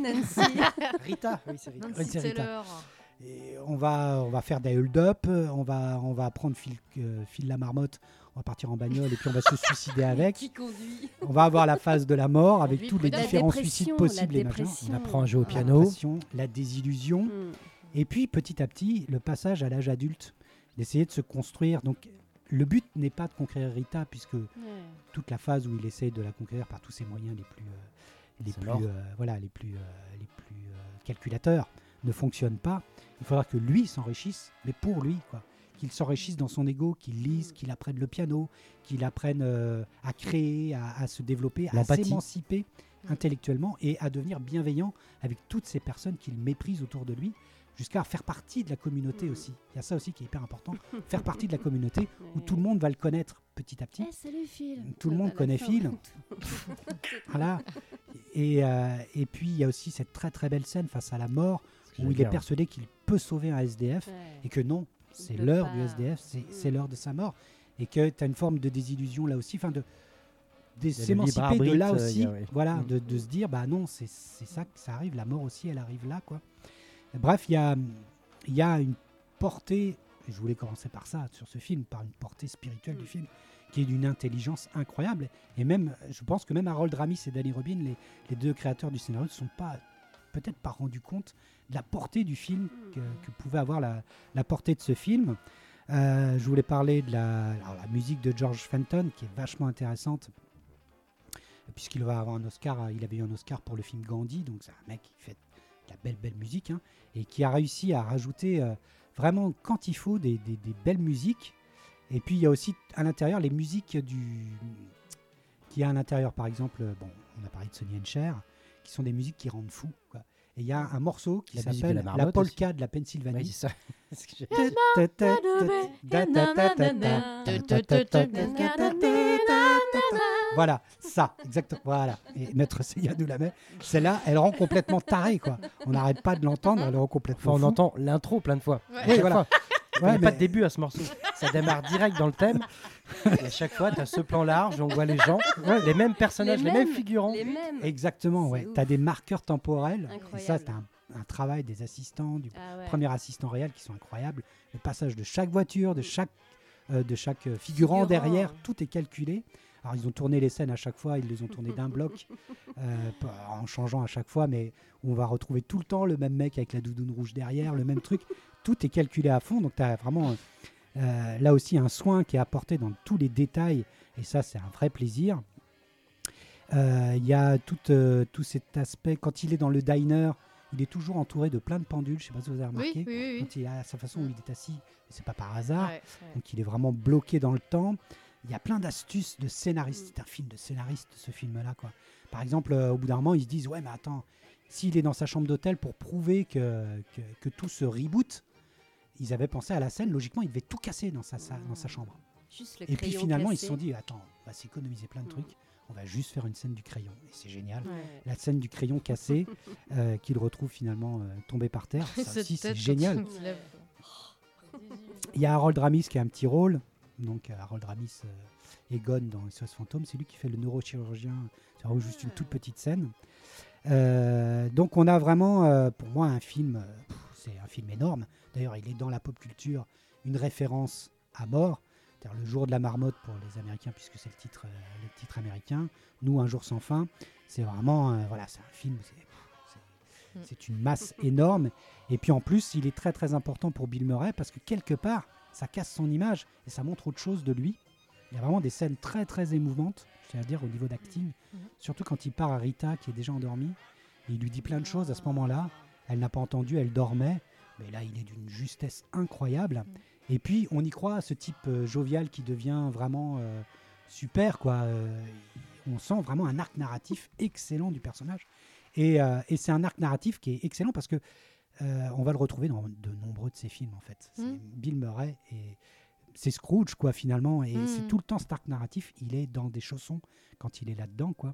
Rita, oui c'est Rita. Nancy Taylor. Et on va faire des hold-up, on va prendre Phil la marmotte, on va partir en bagnole et puis on va se suicider avec. Qui conduit? On va avoir la phase de la mort avec tous les La différents suicides possibles et machin. On apprend à jouer au La piano. dépression, la désillusion. Et puis petit à petit, le passage à l'âge adulte, d'essayer de se construire. Donc le but n'est pas de conquérir Rita, puisque toute la phase où il essaie de la conquérir par tous ses moyens les plus calculateurs ne fonctionne pas. Il faudra que lui s'enrichisse, mais pour lui, quoi. Qu'il s'enrichisse dans son ego, qu'il lise, qu'il apprenne le piano, qu'il apprenne à créer, à se développer, à s'émanciper intellectuellement et à devenir bienveillant avec toutes ces personnes qu'il méprise autour de lui, jusqu'à faire partie de la communauté aussi. Il y a ça aussi qui est hyper important, faire partie de la communauté où tout le monde va le connaître petit à petit. Salut Phil. Tout le monde connaît Phil. Voilà. Et puis il y a aussi cette très très belle scène face à la mort où il est persuadé qu'il peut sauver un SDF et que non, c'est l'heure du SDF, c'est l'heure de sa mort, et que tu as une forme de désillusion là aussi, de s'émanciper de là aussi, de se dire bah non, c'est ça que ça arrive, la mort aussi elle arrive là, quoi. Bref, il y a une portée, et je voulais commencer par ça sur ce film, par une portée spirituelle du film qui est d'une intelligence incroyable, et même je pense que même Harold Ramis et Danny Robin, les deux créateurs du scénario, ne sont peut-être pas rendus compte de la portée du film, que pouvait avoir la portée de ce film. Je voulais parler de la musique de George Fenton, qui est vachement intéressante, puisqu'il va avoir un Oscar. Il avait eu un Oscar pour le film Gandhi, donc c'est un mec qui fait de la belle musique, et qui a réussi à rajouter vraiment quand il faut des belles musiques. Et puis il y a aussi à l'intérieur les musiques qu'il y a à l'intérieur, par exemple, on a parlé de Sonny and Cher, qui sont des musiques qui rendent fou, quoi. Et il y a un morceau qui s'appelle la polka aussi de la Pennsylvanie. Oui, c'est ça. Voilà, ça, exactement. Voilà. Et Maître Seiya nous la met. Celle-là, elle rend complètement tarée, quoi. On n'arrête pas de l'entendre, elle rend complètement. On entend l'intro plein de fois. Oui, voilà. Il n'y a pas de début à ce morceau. Ça démarre direct dans le thème. Et à chaque fois, tu as ce plan large, on voit les gens, les mêmes personnages, les mêmes figurants. Les mêmes. Exactement, ouais. Tu as des marqueurs temporels. Incroyable. Et ça, c'est un travail des assistants, du premier assistant réel qui sont incroyables. Le passage de chaque voiture, de chaque figurant derrière, tout est calculé. Alors, ils ont tourné les scènes à chaque fois, ils les ont tournées d'un bloc, en changeant à chaque fois, mais on va retrouver tout le temps le même mec avec la doudoune rouge derrière, le même truc. Tout est calculé à fond, donc tu as vraiment là aussi un soin qui est apporté dans tous les détails, et ça, c'est un vrai plaisir. Il y a tout cet aspect, quand il est dans le diner, il est toujours entouré de plein de pendules, je ne sais pas si vous avez remarqué, oui. Quand il a sa façon où il est assis, c'est pas par hasard, donc il est vraiment bloqué dans le temps. il y a plein d'astuces de scénaristes. C'est un film de scénariste, ce film-là, quoi. Par exemple, au bout d'un moment, ils se disent, ouais, mais attends, s'il est dans sa chambre d'hôtel pour prouver que tout se reboot, ils avaient pensé à la scène, logiquement, ils devaient tout casser dans sa chambre. Juste le Et puis crayon finalement, ils cassé. se sont dit, attends, on va s'économiser plein de trucs, on va juste faire une scène du crayon. Et c'est génial. Ouais. La scène du crayon cassé, qu'il retrouve finalement tombé par terre, ça Cette aussi, c'est tête quand génial. il se lève. Il y a Harold Ramis qui a un petit rôle. Donc Harold Ramis Egon dans SOS Fantôme, c'est lui qui fait le neurochirurgien. C'est vraiment juste une toute petite scène. Donc on a vraiment, pour moi, un film, c'est un film énorme. D'ailleurs, il est dans la pop culture une référence à mort. C'est-à-dire Le jour de la marmotte pour les Américains, puisque c'est le titre américain. Nous, Un jour sans fin. C'est vraiment, voilà, c'est un film. C'est une masse énorme. Et puis en plus, il est très très important pour Bill Murray parce que quelque part, ça casse son image et ça montre autre chose de lui. Il y a vraiment des scènes très très émouvantes, je tiens à dire, au niveau d'acting. Surtout quand il part à Rita qui est déjà endormie. Et il lui dit plein de choses à ce moment-là. Elle n'a pas entendu, elle dormait. Mais là, il est d'une justesse incroyable. Et puis, on y croit à ce type jovial qui devient vraiment super, quoi. On sent vraiment un arc narratif excellent du personnage. Et c'est un arc narratif qui est excellent parce que on va le retrouver dans de nombreux de ses films, en fait. C'est Bill Murray et c'est Scrooge, quoi, finalement. Et c'est tout le temps cet arc narratif. Il est dans des chaussons quand il est là-dedans, quoi.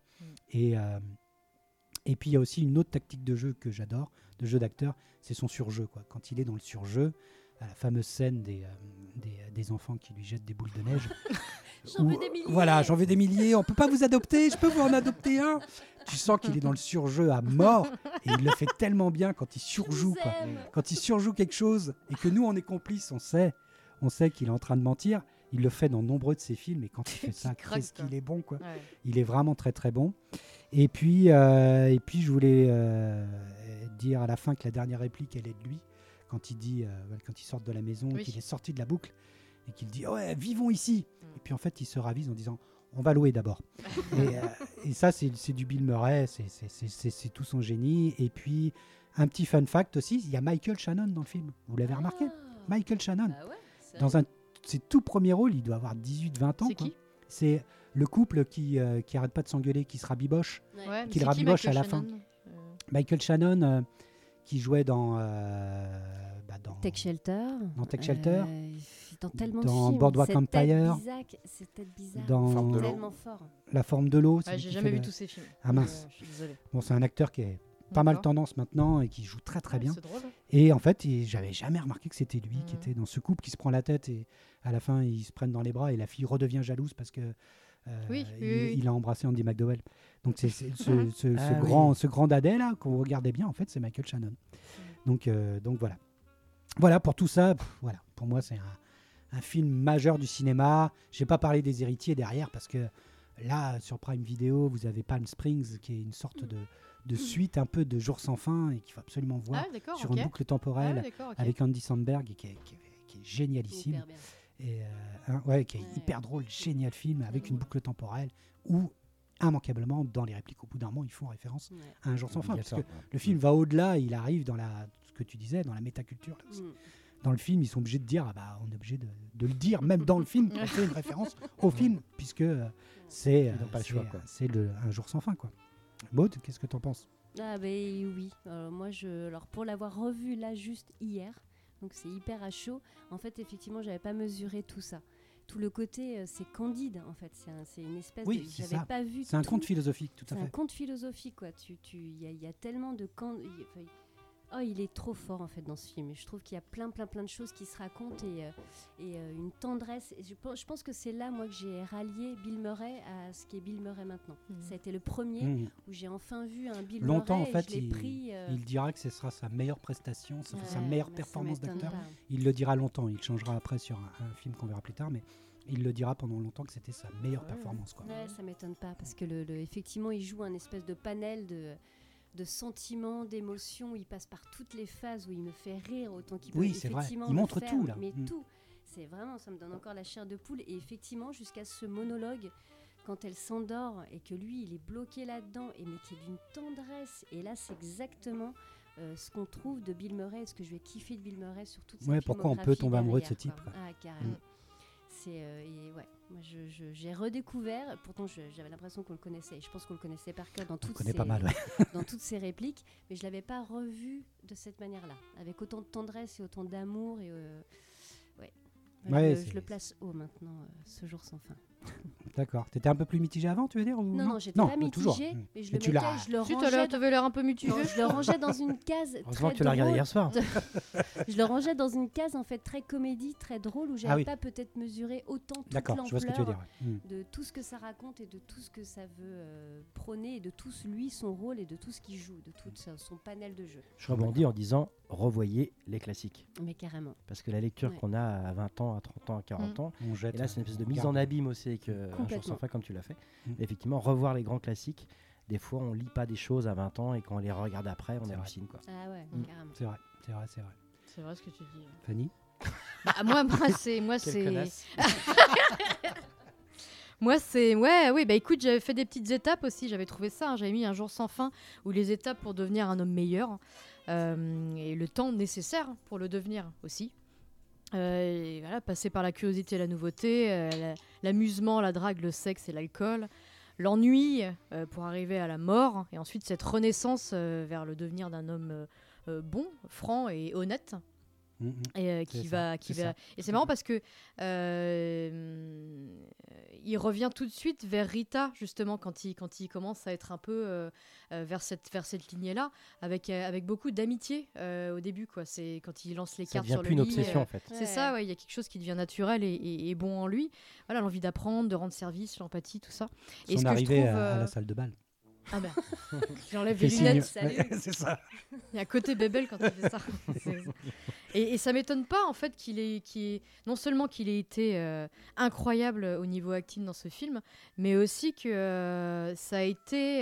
Et puis, il y a aussi une autre tactique de jeu que j'adore, de jeu d'acteur, c'est son surjeu, quoi. Quand il est dans le surjeu, à la fameuse scène des enfants qui lui jettent des boules de neige. J'en veux des milliers. Voilà, j'en veux des milliers. On peut pas vous adopter. Je peux vous en adopter un. Tu sens qu'il est dans le surjeu à mort et il le fait tellement bien quand il surjoue, quoi. Quand il surjoue quelque chose et que nous on est complices, on sait qu'il est en train de mentir. Il le fait dans nombreux de ses films et quand il fait ça, qu'est-ce qu'il est bon, quoi. Ouais. Il est vraiment très très bon. Et puis je voulais dire à la fin que la dernière réplique, elle est de lui quand il dit, quand ils sortent de la maison, qu'il est sorti de la boucle et qu'il dit ouais, vivons ici. Et puis en fait, il se ravise en disant on va louer d'abord. et ça, c'est du Bill Murray, c'est tout son génie. Et puis un petit fun fact aussi, il y a Michael Shannon dans le film. Vous l'avez remarqué? Michael Shannon. Bah ouais, c'est Dans ses tout premiers rôles, il doit avoir 18-20 ans. C'est quoi. qui? C'est le couple qui arrête pas de s'engueuler, qui se rabiboche. Ouais. Ouais, mais Qu'il c'est qui, rabiboche à Michael la fin. Shannon Michael Shannon, qui jouait dans Tech Shelter. Dans Tech Shelter. Dans tellement Dans de films. Boardwalk Cette Empire. C'est peut-être bizarre. Dans Forme de l'eau. Tellement fort. La forme de l'eau. c'est Ouais, lui j'ai qui jamais fait vu le- tous ces films. Ah, mince. Je suis désolée. Bon, c'est un acteur qui est pas mal D'accord. tendance maintenant et qui joue très très bien. C'est drôle. Et en fait, j'avais jamais remarqué que c'était lui qui Mhm. était dans ce couple qui se prend la tête et à la fin ils se prennent dans les bras et la fille redevient jalouse parce que Oui, il a embrassé Andy McDowell. Donc c'est ce Ah ce grand dadais là qu'on regardait bien en fait, c'est Michael Shannon. Donc voilà. Voilà pour tout ça. Voilà, pour moi c'est un film majeur du cinéma. J'ai pas parlé des héritiers derrière parce que là sur Prime Video vous avez Palm Springs qui est une sorte de suite un peu de Jour sans fin et qu'il faut absolument voir Ah, d'accord, sur ok. une boucle Ah, temporelle d'accord, ok. avec Andy Samberg qui est génialissime Hyper bien. et qui est Ouais. hyper drôle, génial film avec une boucle temporelle où immanquablement dans les répliques au bout d'un moment ils font référence Ouais. à Un jour sans fin parce que Obligatoire. le film va au-delà, il arrive dans ce que tu disais, dans la métaculture. Là aussi. Mm. Dans le film, ils sont obligés de dire, on est obligé de le dire, même dans le film, on fait une référence au film, puisque c'est Ils n'ont pas le choix, quoi. c'est Un jour sans fin. Quoi. Maud, qu'est-ce que tu en penses? Ah ben oui. Moi, alors pour l'avoir revu là juste hier, donc c'est hyper à chaud. En fait, effectivement, j'avais pas mesuré tout ça. Tout le côté, c'est candide en fait. C'est une espèce Oui, de. c'est J'avais ça. pas vu. C'est un tout. conte philosophique, tout à C'est un fait. conte philosophique quoi. Il y a tellement de oh, il est trop fort en fait dans ce film. Je trouve qu'il y a plein de choses qui se racontent et une tendresse. Et je pense que c'est là moi que j'ai rallié Bill Murray à ce qu'est Bill Murray maintenant. Ça a été le premier où j'ai enfin vu un Bill Longtemps, Murray. en fait, et je l'ai pris. il dira que ce sera sa meilleure prestation, sa Ouais, meilleure mais ça performance m'étonne d'acteur. pas. Il le dira longtemps, il changera après sur un film qu'on verra plus tard, mais il le dira pendant longtemps que c'était sa meilleure performance. Quoi. Ouais, ça m'étonne pas parce que effectivement, il joue un espèce de panel de sentiments, d'émotions. Il passe par toutes les phases où il me fait rire autant qu'il peut. Oui, c'est vrai. effectivement Il le montre faire, tout, là. Mais Mm. tout. C'est vraiment, ça me donne encore la chair de poule. Et effectivement, jusqu'à ce monologue, quand elle s'endort et que lui, il est bloqué là-dedans, mais qui est d'une tendresse. Et là, c'est exactement ce qu'on trouve de Bill Murray, ce que je vais kiffer de Bill Murray sur toute sa Ouais, pourquoi on peut filmographie tomber amoureux de ce derrière, type, quoi. quoi. Ah, carrément. et ouais, moi j'ai redécouvert, pourtant j'avais l'impression qu'on le connaissait, je pense qu'on le connaissait par cœur dans toutes, pas mal, ouais. dans toutes ses répliques, mais je ne l'avais pas revu de cette manière-là, avec autant de tendresse et autant d'amour. Et, ouais. Je le place haut maintenant, ce jour sans fin. D'accord. T'étais un peu plus mitigé avant, tu veux dire ou Non, j'étais pas mitigé, toujours. mais je Mais le tu mettais, l'as- je le Si, rangeais. t'avais l'air un peu mitigé. Non, je le rangeais dans une case Heureusement très que tu l'as regardé drôle. hier soir. Je le rangeais dans une case en fait très comédie, très drôle, où j'avais oui. pas peut-être mesuré autant toute D'accord, je vois ce que tu veux l'ampleur dire. Ouais. de tout ce que ça raconte et de tout ce que ça veut prôner, et de tout lui, son rôle, et de tout ce qu'il joue, de tout son panel de jeux. Je rebondis en disant revoyez les classiques. Mais carrément. Parce que la lecture Ouais. qu'on a à 20 ans, à 30 ans, à 40 ans, On jette. et là c'est une espèce de mise garde. en abîme aussi avec Un jour Complètement. sans fin comme tu l'as fait. Mm. Effectivement, revoir les grands classiques. Des fois, on lit pas des choses à 20 ans et quand on les regarde après, on C'est vrai. hallucine. Quoi. Ah ouais, Mm. carrément. C'est vrai, c'est vrai, c'est vrai. C'est vrai ce que tu dis. Fanny Bah, moi c'est Quelle connasse. Oui, bah écoute, j'avais fait des petites étapes aussi, j'avais trouvé ça, j'avais mis Un jour sans fin, ou les étapes pour devenir un homme meilleur, et le temps nécessaire pour le devenir aussi. Et voilà, passer par la curiosité et la nouveauté, l'amusement, la drague, le sexe et l'alcool, l'ennui pour arriver à la mort, et ensuite cette renaissance vers le devenir d'un homme bon, franc et honnête. Et C'est qui ça, va c'est ça. et c'est marrant parce que il revient tout de suite vers Rita justement quand il commence à être un peu vers cette lignée là avec beaucoup d'amitié au début quoi. C'est quand il lance les Ça cartes devient sur le plus une lit, obsession en fait. c'est ça, ouais, il y a quelque chose qui devient naturel et bon en lui. Voilà, l'envie d'apprendre, de rendre service, l'empathie, tout ça. Et Son ce que je arrivée trouve, à la salle de bal. ah ben, j'enlève Fait les lunettes. signe. salut. C'est ça. Il y a un côté bébel quand il fait ça. Et ça m'étonne pas en fait non seulement qu'il ait été incroyable au niveau acting dans ce film, mais aussi que ça a été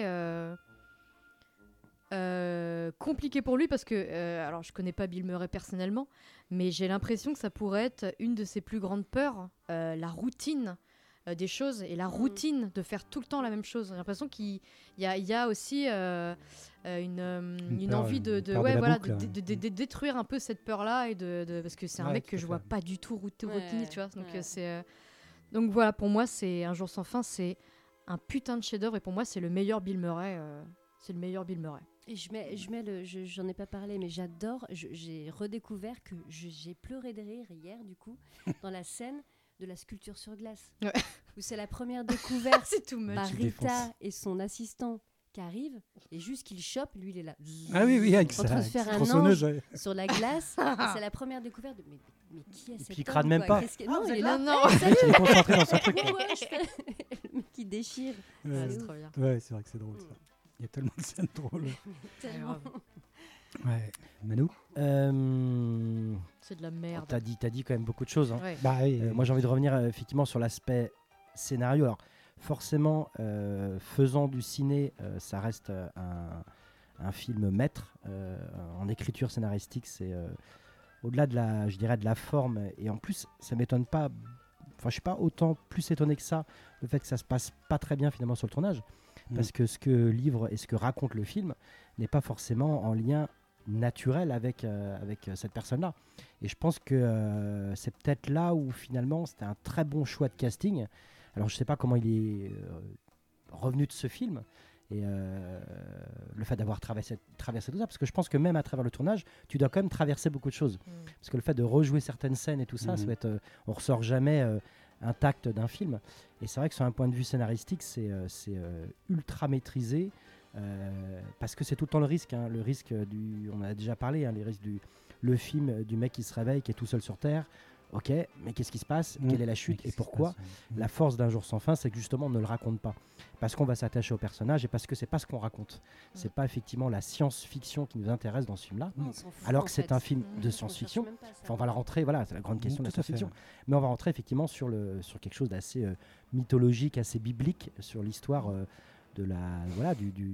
compliqué pour lui parce que alors je connais pas Bill Murray personnellement, mais j'ai l'impression que ça pourrait être une de ses plus grandes peurs, la routine des choses et la routine de faire tout le temps la même chose. J'ai l'impression qu'il y a aussi une peur, envie une peur de la voilà, boucle, de détruire un peu cette peur-là et parce que c'est un Ouais, mec tout que à je vois fait. pas du tout routinier, tu vois. Donc ouais. Donc voilà, pour moi c'est Un jour sans fin, c'est un putain de chef-d'œuvre et pour moi c'est le meilleur Bill Murray. C'est le meilleur Bill Murray. Et j'en ai pas parlé, mais j'adore. J'ai redécouvert que j'ai pleuré de rire hier, du coup, dans la scène de la sculpture sur glace, Ouais. où c'est la première découverte C'est tout much. par tu Rita défonces. et son assistant qui arrivent, et juste qu'il chope, lui il est là, Ah oui, avec en train de sa faire un tronçonneuse. ange Ouais. sur la glace. Et c'est la première découverte de mais qui est cet puis il homme, crade même quoi pas. Qu'est-ce que- Non, il est là. Non, Hey, salut. Il est concentré dans son truc. Ouais, ouais, je fais- le mec qui déchire. Ouais. Ah, c'est ouf. trop bien. Ouais, c'est vrai que c'est drôle ça. Il y a tellement de scènes drôles. Tellement. Ouais. Manu C'est de la merde. T'as dit quand même beaucoup de choses. Hein. Ouais. Bah oui. Moi, j'ai envie de revenir effectivement sur l'aspect scénario. Alors, forcément, faisant du ciné, ça reste un film maître. En écriture scénaristique, c'est au-delà de la, je dirais, de la forme. Et en plus, ça m'étonne pas. Enfin, je suis pas autant plus étonné que ça, le fait que ça se passe pas très bien finalement sur le tournage, parce que ce que livre et ce que raconte le film n'est pas forcément en lien naturel avec cette personne-là. Et je pense que c'est peut-être là où finalement c'était un très bon choix de casting. Alors je sais pas comment il est revenu de ce film et le fait d'avoir traversé tout ça, parce que je pense que même à travers le tournage, tu dois quand même traverser beaucoup de choses. Parce que le fait de rejouer certaines scènes et tout ça, ça va être, on ressort jamais intact d'un film. Et c'est vrai que sur un point de vue scénaristique, c'est ultra maîtrisé. Parce que c'est tout le temps le risque, hein, on en a déjà parlé, hein, le film du mec qui se réveille, qui est tout seul sur Terre. Ok, mais qu'est-ce qui se passe? Quelle est la chute et pourquoi? La force d'Un jour sans fin, c'est que justement on ne le raconte pas, parce qu'on va s'attacher au personnage et parce que c'est pas ce qu'on raconte. C'est pas effectivement la science-fiction qui nous intéresse dans ce film-là. On s'en fout, Alors en que c'est fait. un film de On science-fiction. cherche même pas ça. Enfin, on va la rentrer, voilà, c'est la grande question de la Tout à fait, science-fiction. ouais. Mais on va rentrer effectivement sur quelque chose d'assez mythologique, assez biblique, sur l'histoire de la, voilà,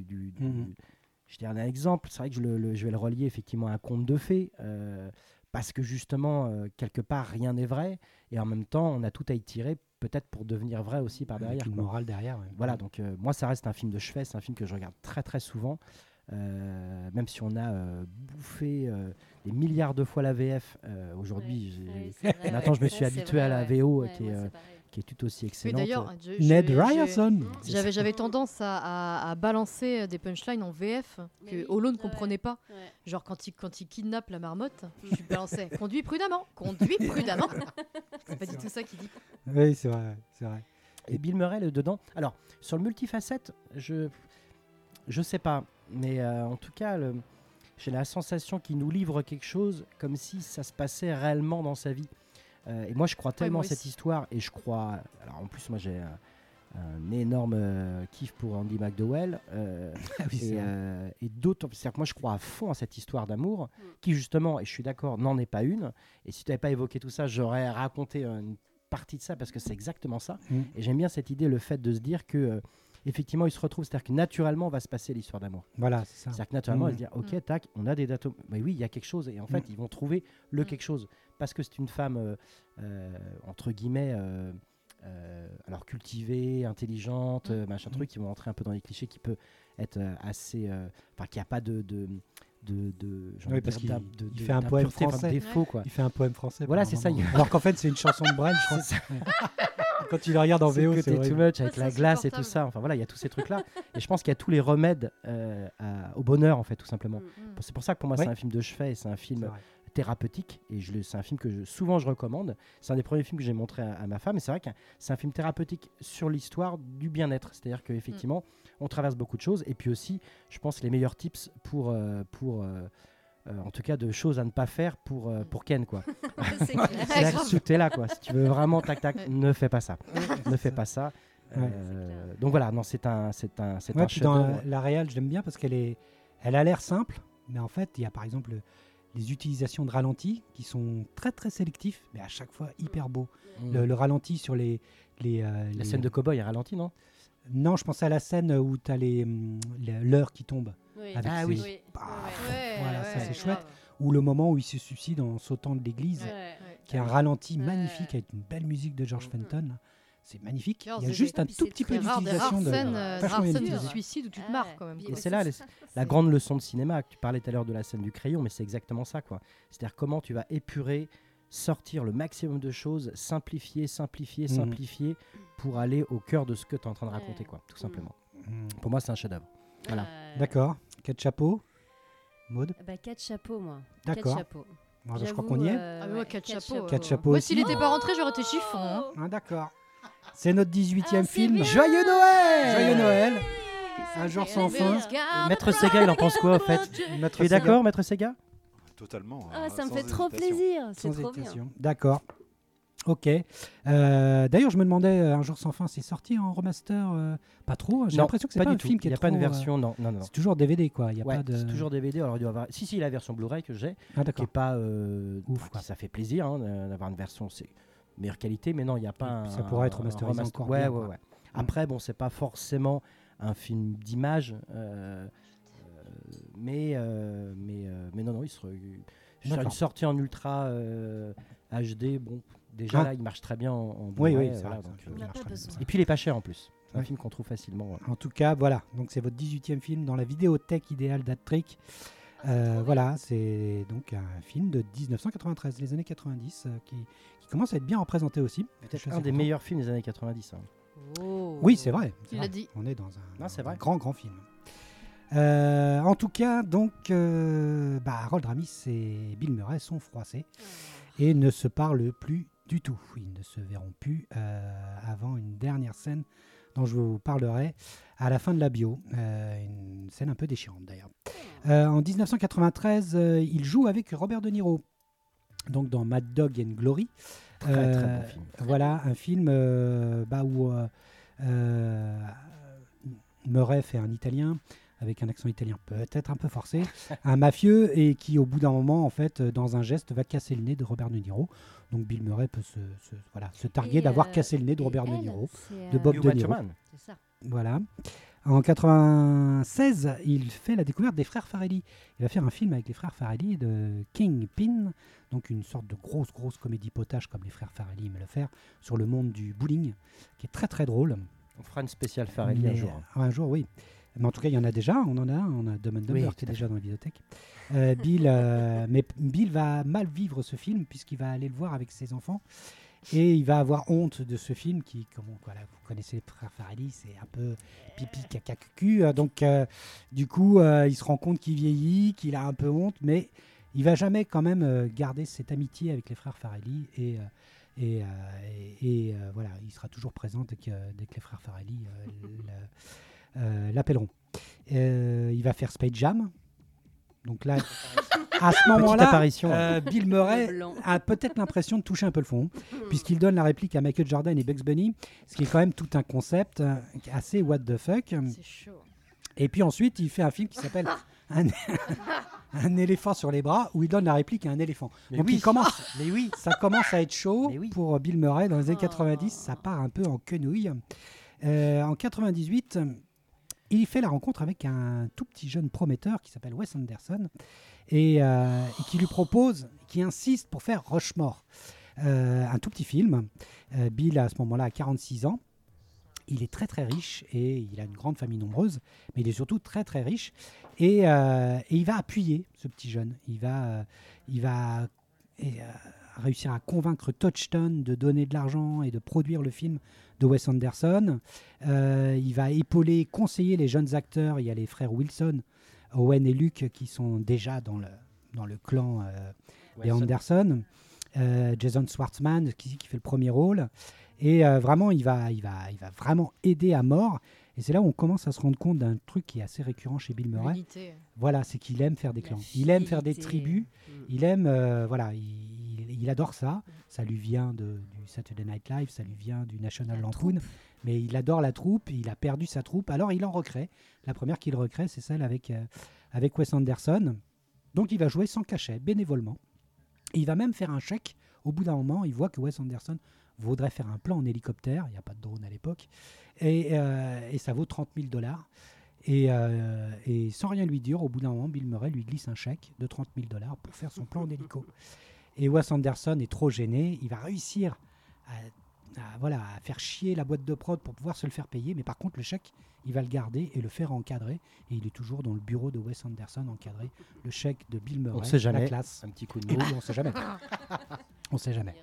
je dirais un exemple. C'est vrai que je vais le relier effectivement à un conte de fées, parce que justement, quelque part, rien n'est vrai, et en même temps, on a tout à y tirer, peut-être pour devenir vrai aussi par derrière. Avec une quoi. morale derrière. Ouais. Voilà, donc moi, ça reste un film de chevet, c'est un film que je regarde très très souvent. même si on a bouffé des milliards de fois la VF, aujourd'hui, maintenant je me suis habitué à la VO qui est tout aussi Oui, excellente. d'ailleurs, Ned Ryerson. j'avais tendance à balancer des punchlines en VF que Holo ne comprenait pas. Ouais. Genre quand il kidnappe la marmotte, je balançais conduis prudemment, conduis prudemment. C'est pas du tout ça qu'il dit. Oui, c'est vrai, c'est vrai. Et Bill Murray dedans. Alors, sur le multifacette, je sais pas, mais en tout cas, j'ai la sensation qu'il nous livre quelque chose comme si ça se passait réellement dans sa vie. Et moi, je crois tellement moi à cette aussi. histoire, et je crois. Alors, en plus, moi, j'ai un énorme kiff pour Andy McDowell, Ah oui, c'est vrai. et d'autres. C'est-à-dire que moi, je crois à fond à cette histoire d'amour, qui justement, et je suis d'accord, n'en est pas une. Et si tu n'avais pas évoqué tout ça, j'aurais raconté une partie de ça parce que c'est exactement ça. Et j'aime bien cette idée, le fait de se dire que effectivement ils se retrouvent, c'est-à-dire que naturellement va se passer l'histoire d'amour. Voilà, c'est ça. C'est-à-dire que naturellement ils se dire ok tac, on a des dates, mais oui il y a quelque chose et en fait ils vont trouver le quelque chose parce que c'est une femme entre guillemets alors cultivée, intelligente, machin truc, ils vont entrer un peu dans les clichés qui peut être assez, enfin qui a pas de Oui, parce qu'il fait un poème français. Défaut, quoi. Il fait un poème français. Voilà, pendant c'est un ça. moment. Alors qu'en fait, c'est une chanson de Brel, je crois. C'est ça. Quand tu le regardes en VO, c'est too horrible. much avec c'est la glace et tout insupportable. ça. Enfin voilà, il y a tous ces trucs-là. Et je pense qu'il y a tous les remèdes au bonheur, en fait, tout simplement. C'est pour ça que pour moi, Ouais. c'est un film de chevet et c'est un C'est film vrai. thérapeutique. Et c'est un film que souvent je recommande. C'est un des premiers films que j'ai montré à ma femme. Et c'est vrai que c'est un film thérapeutique sur l'histoire du bien-être. C'est-à-dire qu'effectivement, on traverse beaucoup de choses. Et puis aussi, je pense, les meilleurs tips pour en tout cas, de choses à ne pas faire pour Ken, quoi. C'est clair. C'est-à-dire que si t'es là, quoi. Si tu veux vraiment tac, ne fais pas ça. Ne fais pas ça. Ouais. Donc voilà, non, c'est un Ouais, puis dans chef-d'œuvre. la réal, je l'aime bien parce elle a l'air simple, mais en fait, il y a par exemple les utilisations de ralenti qui sont très très sélectifs, mais à chaque fois hyper beaux. Le ralenti sur les La scène de cow-boy est ralentie, non? Non, je pensais à la scène où tu as l'heure qui tombe. Oui. Avec Ah ses- oui. Voilà, ça, c'est chouette. Ou le moment où il se suicide en sautant de l'église, qui est un ralenti magnifique avec une belle musique de George Fenton. C'est magnifique. Girls, Il y a c'est juste un puis tout c'est petit peu très rare, Des rares d'utilisation de. scènes, vachement bien de utilisé. suicide où tu te marres quand même. Et c'est là la grande leçon de cinéma. Tu parlais tout à l'heure de la scène du crayon, mais c'est exactement ça, quoi. C'est-à-dire comment tu vas épurer, sortir le maximum de choses, simplifier pour aller au cœur de ce que tu es en train de raconter, quoi, tout simplement. Pour moi, c'est un chef-d'œuvre. Voilà. D'accord. Quatre chapeaux. Maud. Bah, 4 chapeaux, moi. D'accord. 4 chapeaux. Bon, je crois J'avoue, qu'on y est. Ah oui, ouais, quatre chapeaux. Quatre chapeaux Moi, aussi. s'il n'était pas rentré, j'aurais été chiffon. Hein. Ah, d'accord. C'est notre 18e Ah, c'est film. bien. Joyeux Noël! Joyeux Noël. Un jour sans fin. Maître Sega, il en pense quoi, en fait? Maître Tu es Sega. d'accord, Maître Sega? Totalement. Ah, ça me sans fait trop hésitation. plaisir. C'est Sans trop bien. hésitation. D'accord. Ok. D'ailleurs, je me demandais, Un jour sans fin, c'est sorti en remaster pas trop. J'ai Non, l'impression que c'est pas du un tout. film qui Il n'y est a pas une trop, version, non. C'est toujours DVD, quoi. Il y a Ouais, pas de. c'est toujours DVD. Alors, il doit y avoir. Si, la version Blu-ray que j'ai, Ah, qui d'accord. est pas. Ouf, quoi. Ça fait plaisir hein, d'avoir une version, c'est meilleure qualité, mais non, il n'y a pas. puis ça pourrait être remasterisé encore Ouais, bien, ouais, quoi. ouais. Après, bon, c'est pas forcément un film d'image, mais non, il serait. Sur une D'accord. sortie en ultra HD, bon, déjà Ah. là, il marche très bien en Oui, Blu-ray, oui, c'est voilà, vrai, donc, ça, On il n'a marche pas très bien. besoin. Et puis il est pas cher en plus. C'est un Ouais. film qu'on trouve facilement. En tout cas, voilà. Donc, c'est votre 18e film dans la vidéothèque idéale d'Attrick. Voilà, c'est donc un film de 1993, les années 90, qui commence à être bien représenté aussi. Je Peut-être suis un assez des content. meilleurs films des années 90. Hein. Oh. Oui, c'est vrai. c'est Il vrai. l'a dit. On est dans Non, c'est un vrai. grand film. En tout cas, donc, Harold Ramis et Bill Murray sont froissés et ne se parlent plus du tout. Ils ne se verront plus avant une dernière scène dont je vous parlerai à la fin de la bio. Une scène un peu déchirante d'ailleurs. En 1993, il joue avec Robert De Niro, donc dans Mad Dog and Glory. Très bon film. Voilà, un film où Murray fait un Italien avec un accent italien peut-être un peu forcé, un mafieux, et qui au bout d'un moment, en fait, dans un geste, va casser le nez de Robert De Niro. Donc Bill Murray peut se targuer Et, d'avoir cassé le nez de et Robert De elle, Niro, c'est, de Bob You De Want Niro. Your Man. C'est ça. Voilà. En 96, il fait la découverte des frères Farrelly. Il va faire un film avec les frères Farrelly de Kingpin, donc une sorte de grosse comédie potage comme les frères Farrelly aiment le faire, sur le monde du bowling, qui est très très drôle. On fera une spéciale Farrelly un Mais, jour. un jour, oui. Mais en tout cas, il y en a déjà. On en a un. On a Dumb and Dumber Oui, qui est tout à déjà dans la bibliothèque. Mais Bill va mal vivre ce film puisqu'il va aller le voir avec ses enfants. Et il va avoir honte de ce film qui, voilà, vous connaissez les frères Farrelly, c'est un peu pipi, caca, cucu. Donc, du coup, il se rend compte qu'il vieillit, qu'il a un peu honte, mais il va jamais quand même garder cette amitié avec les frères Farrelly. Et voilà, il sera toujours présent dès que les frères Farrelly l'appelleront. Il va faire Space Jam. Donc là, à ce moment-là, apparition. Bill Murray a peut-être l'impression de toucher un peu le fond, puisqu'il donne la réplique à Michael Jordan et Bugs Bunny, ce qui est quand même tout un concept assez what the fuck. C'est chaud. Et puis ensuite, il fait un film qui s'appelle un éléphant sur les bras, où il donne la réplique à un éléphant. Mais Donc oui. il commence, Mais oui. ça commence à être chaud Mais oui. pour Bill Murray dans les années Oh. 90. Ça part un peu en quenouille. En 98, il fait la rencontre avec un tout petit jeune prometteur qui s'appelle Wes Anderson et qui lui propose, qui insiste pour faire Rushmore, un tout petit film. Bill, à ce moment-là, a 46 ans. Il est très très riche et il a une grande famille nombreuse, mais il est surtout très très riche et il va appuyer ce petit jeune. Il va réussir à convaincre Touchstone de donner de l'argent et de produire le film de Wes Anderson. Il va épauler, conseiller les jeunes acteurs. Il y a les frères Wilson, Owen et Luke qui sont déjà dans le clan des Anderson. Jason Schwartzman qui fait le premier rôle. Et vraiment, il va vraiment aider à mort. Et c'est là où on commence à se rendre compte d'un truc qui est assez récurrent chez Bill Murray. L'unité. Voilà, c'est qu'il aime faire des La clans. Il aime faire des fidélité. tribus. Il aime, voilà, il adore ça. Ça lui vient du Saturday Night Live, ça lui vient du National La Lampoon. troupe. Mais il adore la troupe. Il a perdu sa troupe. Alors il en recrée. La première qu'il recrée, c'est celle avec Wes Anderson. Donc il va jouer sans cachet, bénévolement. Et il va même faire un chèque. Au bout d'un moment, il voit que Wes Anderson voudrait faire un plan en hélicoptère. Il n'y a pas de drone à l'époque. Et ça vaut $30,000. Et sans rien lui dire, au bout d'un moment, Bill Murray lui glisse un chèque de $30,000 pour faire son plan en hélico. Et Wes Anderson est trop gêné. Il va réussir à faire chier la boîte de prod pour pouvoir se le faire payer. Mais par contre, le chèque, il va le garder et le faire encadrer. Et il est toujours dans le bureau de Wes Anderson encadré. Le chèque de Bill Murray. On ne sait jamais. La classe. Un petit coup de Et mou. puis, on ne sait jamais. On ne sait jamais.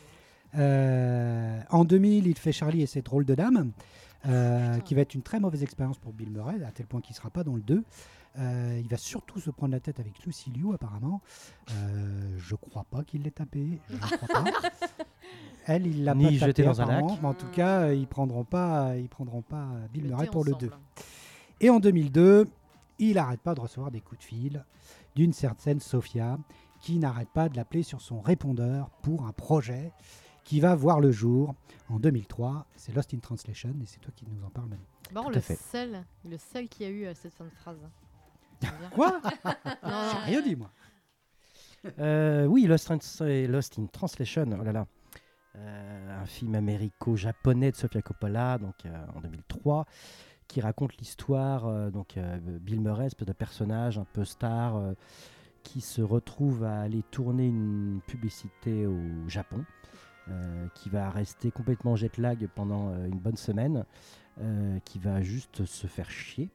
En 2000, il fait Charlie et ses drôles de dames, qui va être une très mauvaise expérience pour Bill Murray, à tel point qu'il ne sera pas dans le 2. Il va surtout se prendre la tête avec Lucy Liu, apparemment. Je ne crois pas qu'il l'ait tapé. Je ne crois pas. Elle, il l'a Ni pas jeté tapé, dans un apparemment. lac. Mais en tout cas, ils ne prendront pas Bill Le Murray thé pour le ensemble. 2. Et en 2002, il n'arrête pas de recevoir des coups de fil d'une certaine Sophia, qui n'arrête pas de l'appeler sur son répondeur pour un projet qui va voir le jour en 2003. C'est Lost in Translation et c'est toi qui nous en parles, Manu. Bon, Tout le à fait. sel qu'il y a eu à cette fin de phrase. J'aime bien. Quoi? Non, J'ai rien dit, moi. Oui, Lost in Translation, oh là là. Un film américo-japonais de Sofia Coppola, donc en 2003, qui raconte l'histoire Bill Murray, espèce de personnage un peu star, qui se retrouve à aller tourner une publicité au Japon, qui va rester complètement jet lag pendant une bonne semaine, qui va juste se faire chier.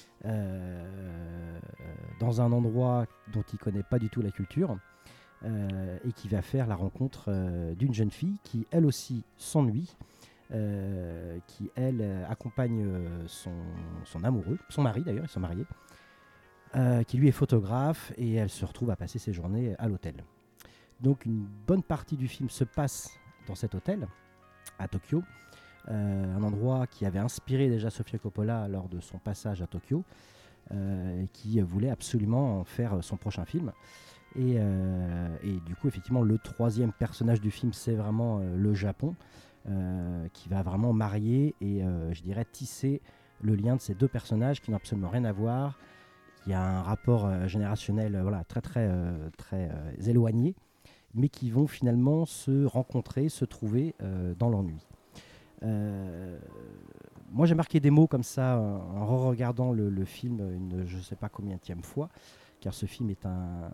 Dans un endroit dont il connaît pas du tout la culture, et qui va faire la rencontre d'une jeune fille qui elle aussi s'ennuie, qui elle accompagne son amoureux, son mari d'ailleurs, ils sont mariés, qui lui est photographe, et elle se retrouve à passer ses journées à l'hôtel. Donc une bonne partie du film se passe dans cet hôtel à Tokyo, un endroit qui avait inspiré déjà Sofia Coppola lors de son passage à Tokyo, et qui voulait absolument en faire son prochain film. Et du coup, effectivement, le troisième personnage du film, c'est vraiment le Japon, qui va vraiment marier et, je dirais, tisser le lien de ces deux personnages qui n'ont absolument rien à voir. Il y a un rapport générationnel très éloigné, mais qui vont finalement se rencontrer, se trouver dans l'ennui. Moi, j'ai marqué des mots comme ça en re-regardant le film je ne sais pas combienième fois, car ce film est un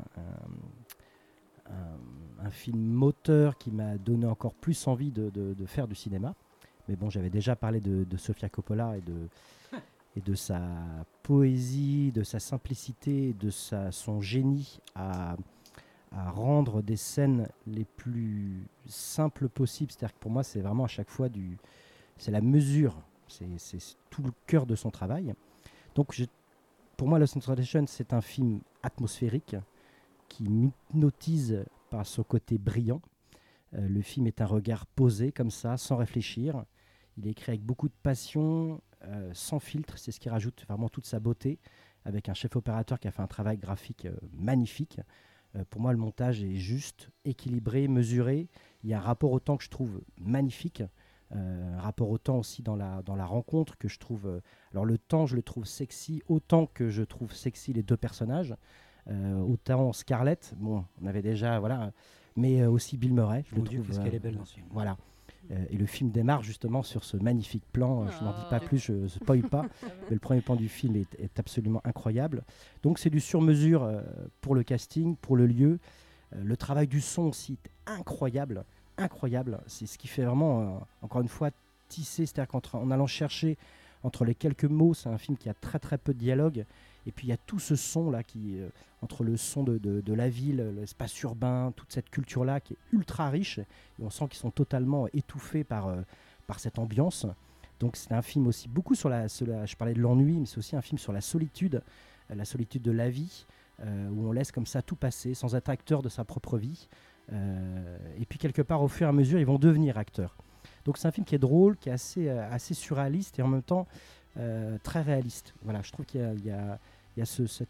film moteur qui m'a donné encore plus envie de faire du cinéma. Mais bon, j'avais déjà parlé de Sofia Coppola et de sa poésie, de sa simplicité, de son génie à rendre des scènes les plus simples possibles. C'est-à-dire que pour moi, c'est vraiment à chaque fois c'est la mesure, c'est tout le cœur de son travail. Donc pour moi, Lost in Translation, c'est un film atmosphérique qui m'hypnotise par son côté brillant. Le film est un regard posé comme ça, sans réfléchir. Il est écrit avec beaucoup de passion, sans filtre, c'est ce qui rajoute vraiment toute sa beauté, avec un chef opérateur qui a fait un travail graphique magnifique. Pour moi, le montage est juste, équilibré, mesuré. Il y a un rapport au temps que je trouve magnifique, un rapport au temps aussi dans la rencontre que je trouve... alors le temps, je le trouve sexy, autant que je trouve sexy les deux personnages. Autant Scarlett, bon, on avait déjà... voilà, mais aussi Bill Murray. Je le trouve, qu'est-ce qu'elle est belle dans ce film. Voilà. Et le film démarre justement sur ce magnifique plan. Je n'en dis pas plus, je ne spoil pas. Mais le premier plan du film est absolument incroyable. Donc c'est du sur-mesure pour le casting, pour le lieu. Le travail du son aussi est incroyable. Incroyable. C'est ce qui fait vraiment, encore une fois, tisser. C'est-à-dire qu'en allant chercher entre les quelques mots, c'est un film qui a très très peu de dialogue. Et puis il y a tout ce son-là, entre le son de la ville, l'espace urbain, toute cette culture-là qui est ultra riche. Et on sent qu'ils sont totalement étouffés par cette ambiance. Donc c'est un film aussi beaucoup sur je parlais de l'ennui, mais c'est aussi un film sur la solitude de la vie, où on laisse comme ça tout passer, sans être acteur de sa propre vie. Et puis quelque part, au fur et à mesure, ils vont devenir acteurs. Donc c'est un film qui est drôle, qui est assez surréaliste et en même temps très réaliste. Voilà, je trouve qu'il y a ce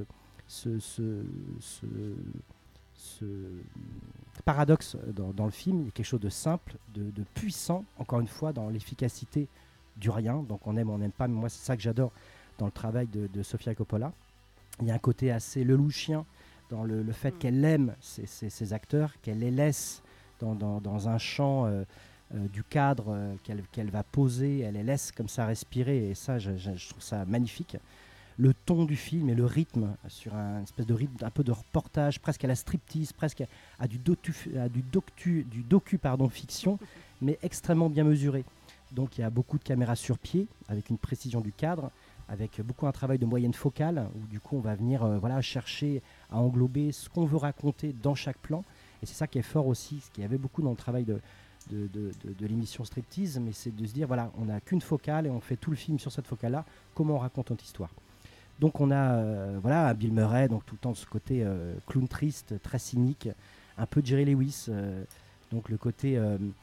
paradoxe dans le film. Il y a quelque chose de simple, de puissant, encore une fois, dans l'efficacité du rien. Donc on aime ou on n'aime pas, mais moi c'est ça que j'adore dans le travail de Sofia Coppola. Il y a un côté assez lelouchien dans le fait qu'elle aime ses acteurs, qu'elle les laisse dans un champ du cadre qu'elle va poser, elle les laisse comme ça respirer, et ça je trouve ça magnifique. Le ton du film et le rythme, sur un espèce de rythme un peu de reportage, presque à la striptease, presque à du docu fiction, mais extrêmement bien mesuré. Donc il y a beaucoup de caméras sur pied, avec une précision du cadre, avec beaucoup un travail de moyenne focale, où du coup on va venir chercher à englober ce qu'on veut raconter dans chaque plan. Et c'est ça qui est fort aussi, ce qu'il y avait beaucoup dans le travail de l'émission Striptease, mais c'est de se dire, voilà, on n'a qu'une focale et on fait tout le film sur cette focale-là, comment on raconte notre histoire. Donc on a Bill Murray, donc tout le temps ce côté clown triste, très cynique, un peu Jerry Lewis, donc le côté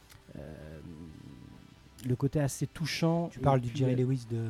assez touchant. Tu parles du Jerry Lewis de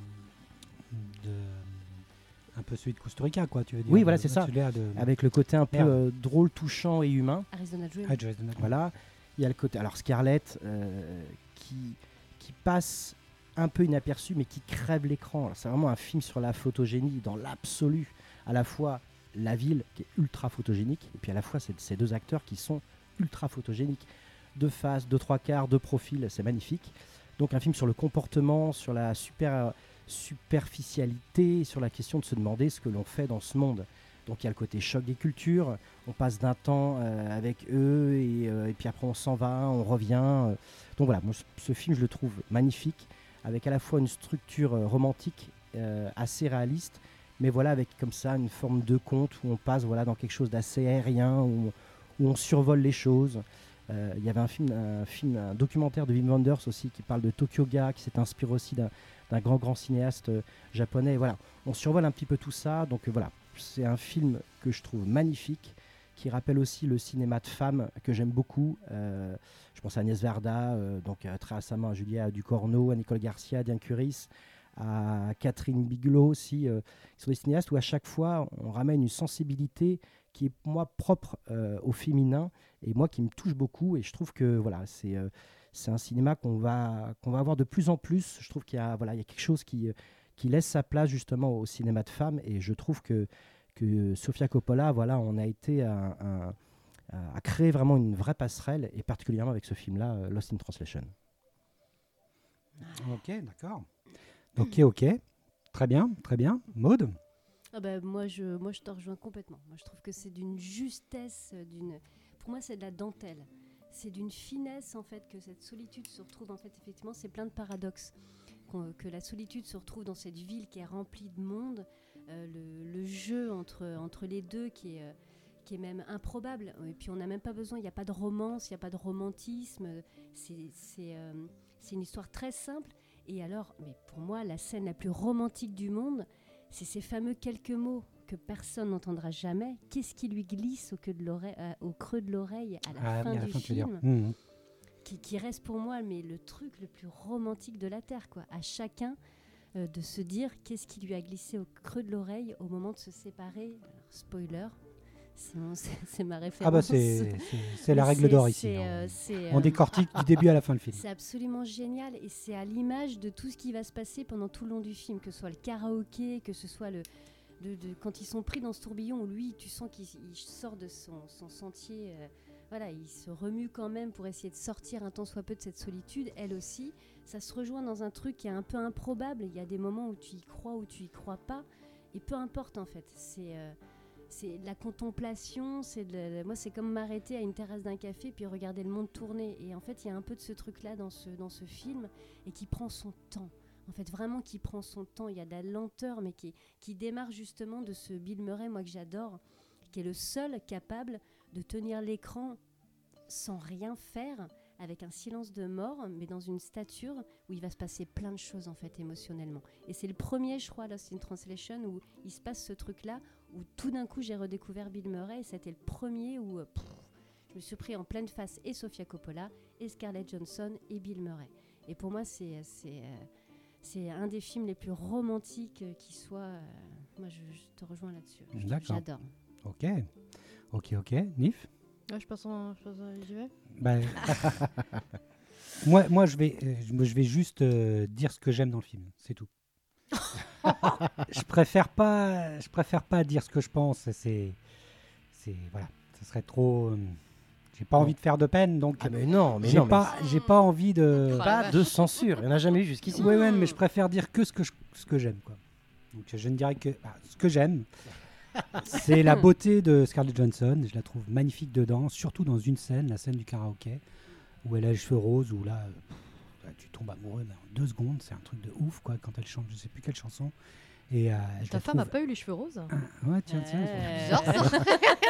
un peu celui de Costa Rica, quoi, tu veux dire. Oui, voilà, c'est ça. Avec le côté un peu Merde. drôle, touchant et humain. Arizona Dream. Voilà. Il y a le côté, alors Scarlett, qui passe un peu inaperçu, mais qui crève l'écran. Alors, c'est vraiment un film sur la photogénie dans l'absolu. À la fois la ville qui est ultra photogénique, et puis à la fois ces deux acteurs qui sont ultra photogéniques. De face, de trois quarts, de profil, c'est magnifique. Donc un film sur le comportement, sur la superficialité, sur la question de se demander ce que l'on fait dans ce monde. Donc il y a le côté choc des cultures, on passe d'un temps avec eux et puis après on s'en va, on revient. Donc voilà, moi, ce film je le trouve magnifique, avec à la fois une structure romantique assez réaliste, mais voilà, avec comme ça une forme de conte où on passe dans quelque chose d'assez aérien, où on survole les choses. Il y avait un documentaire de Wim Wenders aussi qui parle de Tokyo Ga, qui s'est inspiré aussi d'un grand cinéaste japonais. Et voilà, on survole un petit peu tout ça. Donc voilà, c'est un film que je trouve magnifique, qui rappelle aussi le cinéma de femmes que j'aime beaucoup. Je pense à Agnès Varda, donc très récemment à Julia Ducournau, à Nicole Garcia, à Diane Curis, à Catherine Bigelow aussi, qui sont des cinéastes où à chaque fois on ramène une sensibilité qui est pour moi propre au féminin et moi qui me touche beaucoup, et je trouve que voilà, c'est un cinéma qu'on va avoir de plus en plus. Je trouve qu'il y a quelque chose qui laisse sa place justement au cinéma de femmes, et je trouve que Sofia Coppola, on a été à créer vraiment une vraie passerelle, et particulièrement avec ce film-là, Lost in Translation. Ok, d'accord. Ok. Très bien. Maud ? Moi, je te rejoins complètement. Moi, je trouve que c'est d'une justesse, pour moi, c'est de la dentelle. C'est d'une finesse, en fait, que cette solitude se retrouve, en fait, effectivement, c'est plein de paradoxes. que la solitude se retrouve dans cette ville qui est remplie de monde, le jeu entre les deux qui est même improbable. Et puis on n'a même pas besoin, il n'y a pas de romance, il n'y a pas de romantisme. C'est une histoire très simple. Et alors, mais pour moi, la scène la plus romantique du monde, c'est ces fameux quelques mots que personne n'entendra jamais. Qu'est-ce qui lui glisse au creux de l'oreille à la fin du film, qui reste pour moi le truc le plus romantique de la Terre, quoi. À chacun de se dire qu'est-ce qui lui a glissé au creux de l'oreille au moment de se séparer. Alors, spoiler, c'est ma référence. Ah bah c'est la règle d'or ici. On décortique du début à la fin le film. C'est absolument génial et c'est à l'image de tout ce qui va se passer pendant tout le long du film, que ce soit le karaoké, que ce soit quand ils sont pris dans ce tourbillon où lui, tu sens qu'il sort de son sentier. Voilà, il se remue quand même pour essayer de sortir un tant soit peu de cette solitude. Elle aussi, ça se rejoint dans un truc qui est un peu improbable. Il y a des moments où tu y crois, où tu y crois pas. Et peu importe en fait. C'est de la contemplation. Moi, c'est comme m'arrêter à une terrasse d'un café puis regarder le monde tourner. Et en fait, il y a un peu de ce truc-là dans ce film et qui prend son temps. En fait, vraiment qui prend son temps. Il y a de la lenteur, mais qui démarre justement de ce Bill Murray, moi que j'adore, qui est le seul capable de tenir l'écran sans rien faire, avec un silence de mort, mais dans une stature où il va se passer plein de choses en fait émotionnellement. Et c'est le premier, je crois, Lost in Translation, où il se passe ce truc-là, où tout d'un coup j'ai redécouvert Bill Murray, et c'était le premier où je me suis pris en pleine face et Sofia Coppola, et Scarlett Johansson, et Bill Murray. Et pour moi, c'est un des films les plus romantiques qui soit. Moi, je te rejoins là-dessus. D'accord. J'adore. Ok. Nif? Je passe j'y vais. Moi, je vais juste dire ce que j'aime dans le film, c'est tout. je préfère pas dire ce que je pense. Voilà, ça serait trop. J'ai pas envie de faire de peine, donc. Ah mais j'ai pas envie de. Pas de censure. Il n'y en a jamais eu jusqu'ici. Ouais, mais je préfère dire que ce que j'aime, quoi. Donc je ne dirais que ce que j'aime. C'est la beauté de Scarlett Johansson. Je la trouve magnifique dedans, surtout dans une scène, la scène du karaoké, où elle a les cheveux roses, où là, tu tombes amoureux mais en 2 secondes. C'est un truc de ouf, quoi, quand elle chante, je sais plus quelle chanson. Et ta femme a pas eu les cheveux roses? Ouais, tiens. Bizarre, ça.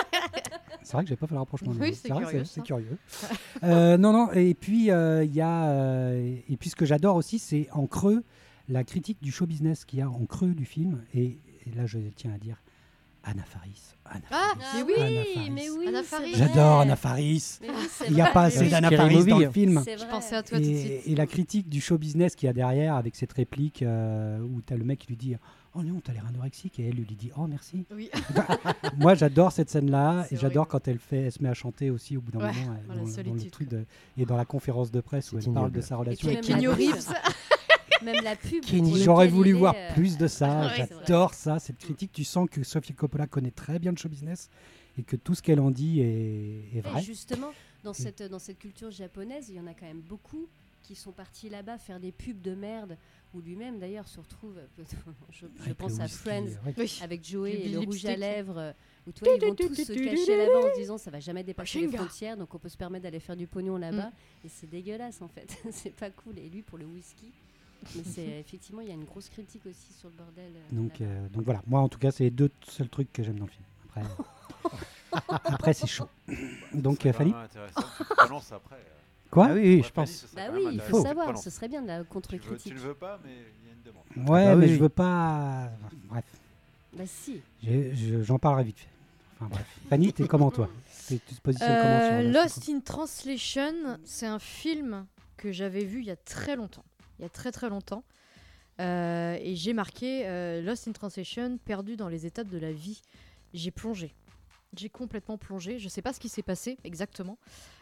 C'est vrai que j'avais pas fait le rapprochement. Oui, c'est curieux. C'est curieux. Non. Et puis il y a et puis ce que j'adore aussi, c'est en creux la critique du show business qu'il y a en creux du film. Et là, je tiens à dire. Anna Faris. Mais oui, Anna Faris. J'adore Anna Faris. Il n'y a pas assez d'Anna Faris dans le film. Je pensais à toi tout de suite. Et la critique du show business qu'il y a derrière, avec cette réplique où tu as le mec qui lui dit « Oh non, t'as l'air anorexique » et elle lui dit « Oh, merci Oui. ». Moi, j'adore cette scène-là. C'est et j'adore horrible. quand elle se met à chanter aussi au bout d'un moment. Dans le truc et dans la conférence de presse où elle parle de sa relation puis avec même Keanu la pub. Reeves. Même la pub. J'aurais voulu voir plus de ça. Ouais, J'adore ça, cette critique. Tu sens que Sofia Coppola connaît très bien le show business et que tout ce qu'elle en dit est vrai. Et justement, dans cette culture japonaise, il y en a quand même beaucoup qui sont partis là-bas faire des pubs de merde, où lui-même d'ailleurs se retrouve, je pense à Friends, avec Joey et le rouge à lèvres, où toi, ils vont tous se cacher là-bas en se disant ça va jamais dépasser les frontières, donc on peut se permettre d'aller faire du pognon là-bas, et c'est dégueulasse en fait, c'est pas cool. Et lui pour le whisky. Mais effectivement, il y a une grosse critique aussi sur le bordel. Donc voilà, moi en tout cas, c'est les 2 seuls trucs que j'aime dans le film. Après c'est chaud. Donc Fanny, intéressant. Tu te prononces après. quoi? Ah oui, je pense. Il faut savoir, ce serait bien de la contre-critique. Tu le veux pas, mais il y a une demande. Ouais, Ah mais oui. je veux pas. Bref, Bah si. j'en parlerai vite fait. Enfin bref. Fanny, t'es comment toi? Tu te positionnes comment sur Lost in Translation, c'est un film que j'avais vu il y a très longtemps. Il y a très très longtemps. Et j'ai marqué Lost in Translation, perdu dans les étapes de la vie. J'ai plongé. J'ai complètement plongé. Je ne sais pas ce qui s'est passé exactement.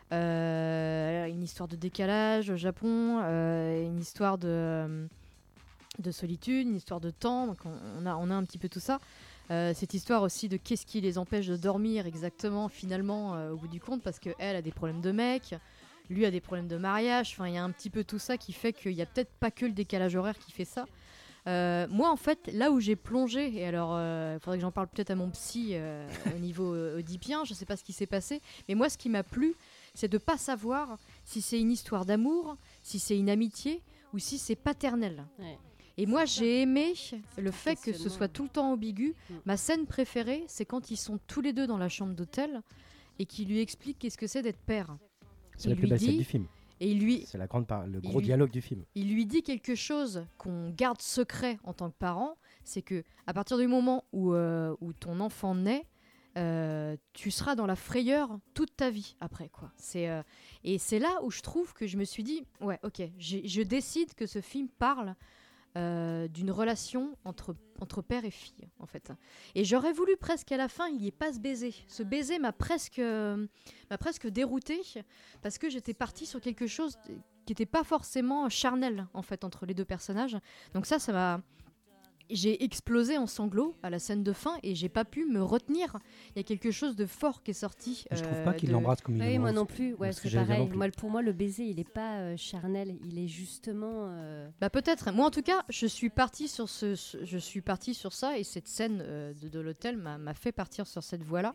Une histoire de décalage au Japon, une histoire de solitude, une histoire de temps. Donc on a un petit peu tout ça. Cette histoire aussi de qu'est-ce qui les empêche de dormir exactement finalement au bout du compte, parce qu'elle a des problèmes de mec, lui a des problèmes de mariage, enfin il y a un petit peu tout ça qui fait qu'il n'y a peut-être pas que le décalage horaire qui fait ça. Moi en fait là où j'ai plongé, et alors il faudrait que j'en parle peut-être à mon psy au niveau oedipien, je sais pas ce qui s'est passé, mais moi ce qui m'a plu c'est de pas savoir si c'est une histoire d'amour, si c'est une amitié ou si c'est paternel. Ouais. Et moi, j'ai aimé le un fait que ce questionnement. soit tout le temps ambigu. Mm. Ma scène préférée, c'est quand ils sont tous les deux dans la chambre d'hôtel et qu'il lui explique qu'est-ce que c'est d'être père. C'est Il la plus lui belle scène dit- du film. Et C'est la grande le il gros lui- dialogue du film. il lui dit quelque chose qu'on garde secret en tant que parent, c'est que à partir du moment où ton enfant naît, tu seras dans la frayeur toute ta vie après, quoi. Et c'est là où je trouve que je me suis dit, ouais, ok, je décide que ce film parle d'une relation entre père et fille, en fait. Et j'aurais voulu presque à la fin, il n'y ait pas ce baiser. Ce baiser m'a presque déroutée, parce que j'étais partie sur quelque chose qui n'était pas forcément charnel, en fait, entre les deux personnages. Donc ça m'a... J'ai explosé en sanglots à la scène de fin et j'ai pas pu me retenir. Il y a quelque chose de fort qui est sorti. Je trouve pas qu'il de- l'embrasse comme il Oui, moi l'embrasse. non plus. Ouais, C'est ce que c'est j'allais dire pareil. non plus. Moi, pour moi, le baiser, il est pas charnel. Il est justement. Bah peut-être. Moi en tout cas, je suis partie sur ça et cette scène de l'hôtel m'a fait partir sur cette voie-là.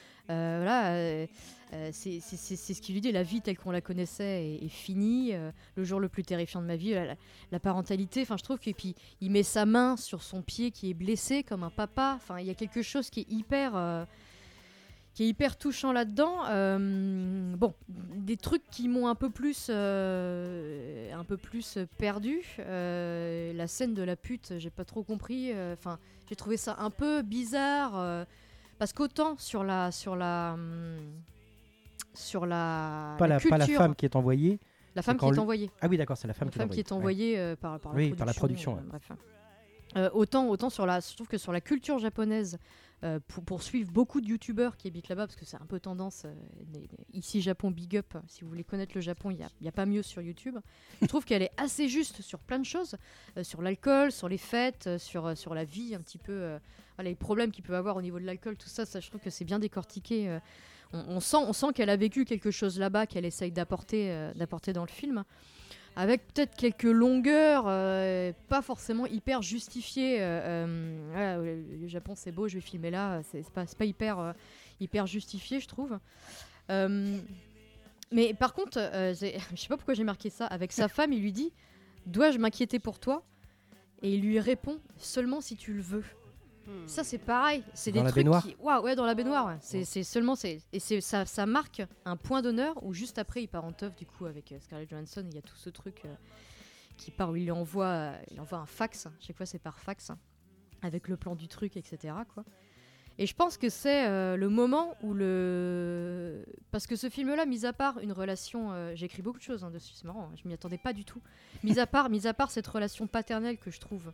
C'est ce qu'il lui dit, la vie telle qu'on la connaissait est finie, le jour le plus terrifiant de ma vie, la parentalité, enfin je trouve que puis il met sa main sur son pied qui est blessé comme un papa, enfin il y a quelque chose qui est hyper touchant là-dedans. Bon, des trucs qui m'ont un peu plus perdu. La scène de la pute, j'ai pas trop compris. Enfin, j'ai trouvé ça un peu bizarre. Parce qu'autant sur la Pas la culture, femme qui est envoyée. la femme c'est qui quand est lui- envoyée, Ah oui, d'accord, c'est la femme la qui femme qui est envoyée par Oui, par la production, ouais. bref. Autant sur je trouve que sur la culture japonaise, pour suivre beaucoup de youtubeurs qui habitent là-bas, parce que c'est un peu tendance, ici Japon Big Up, si vous voulez connaître le Japon, il y a pas mieux sur YouTube. Je trouve qu'elle est assez juste sur plein de choses, sur l'alcool, sur les fêtes, sur la vie un petit peu, les problèmes qu'il peut avoir au niveau de l'alcool, tout ça, je trouve que c'est bien décortiqué. On sent qu'elle a vécu quelque chose là-bas, qu'elle essaye d'apporter dans le film. Avec peut-être quelques longueurs, pas forcément hyper justifiées. Voilà, le Japon c'est beau, je vais filmer là, c'est pas hyper justifié, je trouve. Mais par contre, je sais pas pourquoi j'ai marqué ça. Avec sa femme, il lui dit « Dois-je m'inquiéter pour toi ?» Et il lui répond « Seulement si tu le veux ». Ça c'est pareil, c'est Dans des la trucs baignoire qui... Ouais, dans la baignoire, ouais. C'est seulement... Ça marque un point d'honneur où juste après il part en teuf du coup avec Scarlett Johansson, il y a tout ce truc qui part où il envoie un fax, chaque fois c'est par fax, avec le plan du truc, etc. quoi. Et je pense que c'est le moment où Parce que ce film-là, mis à part une relation... j'ai écrit beaucoup de choses dessus, c'est marrant, je m'y attendais pas du tout. Mis à part cette relation paternelle que je trouve...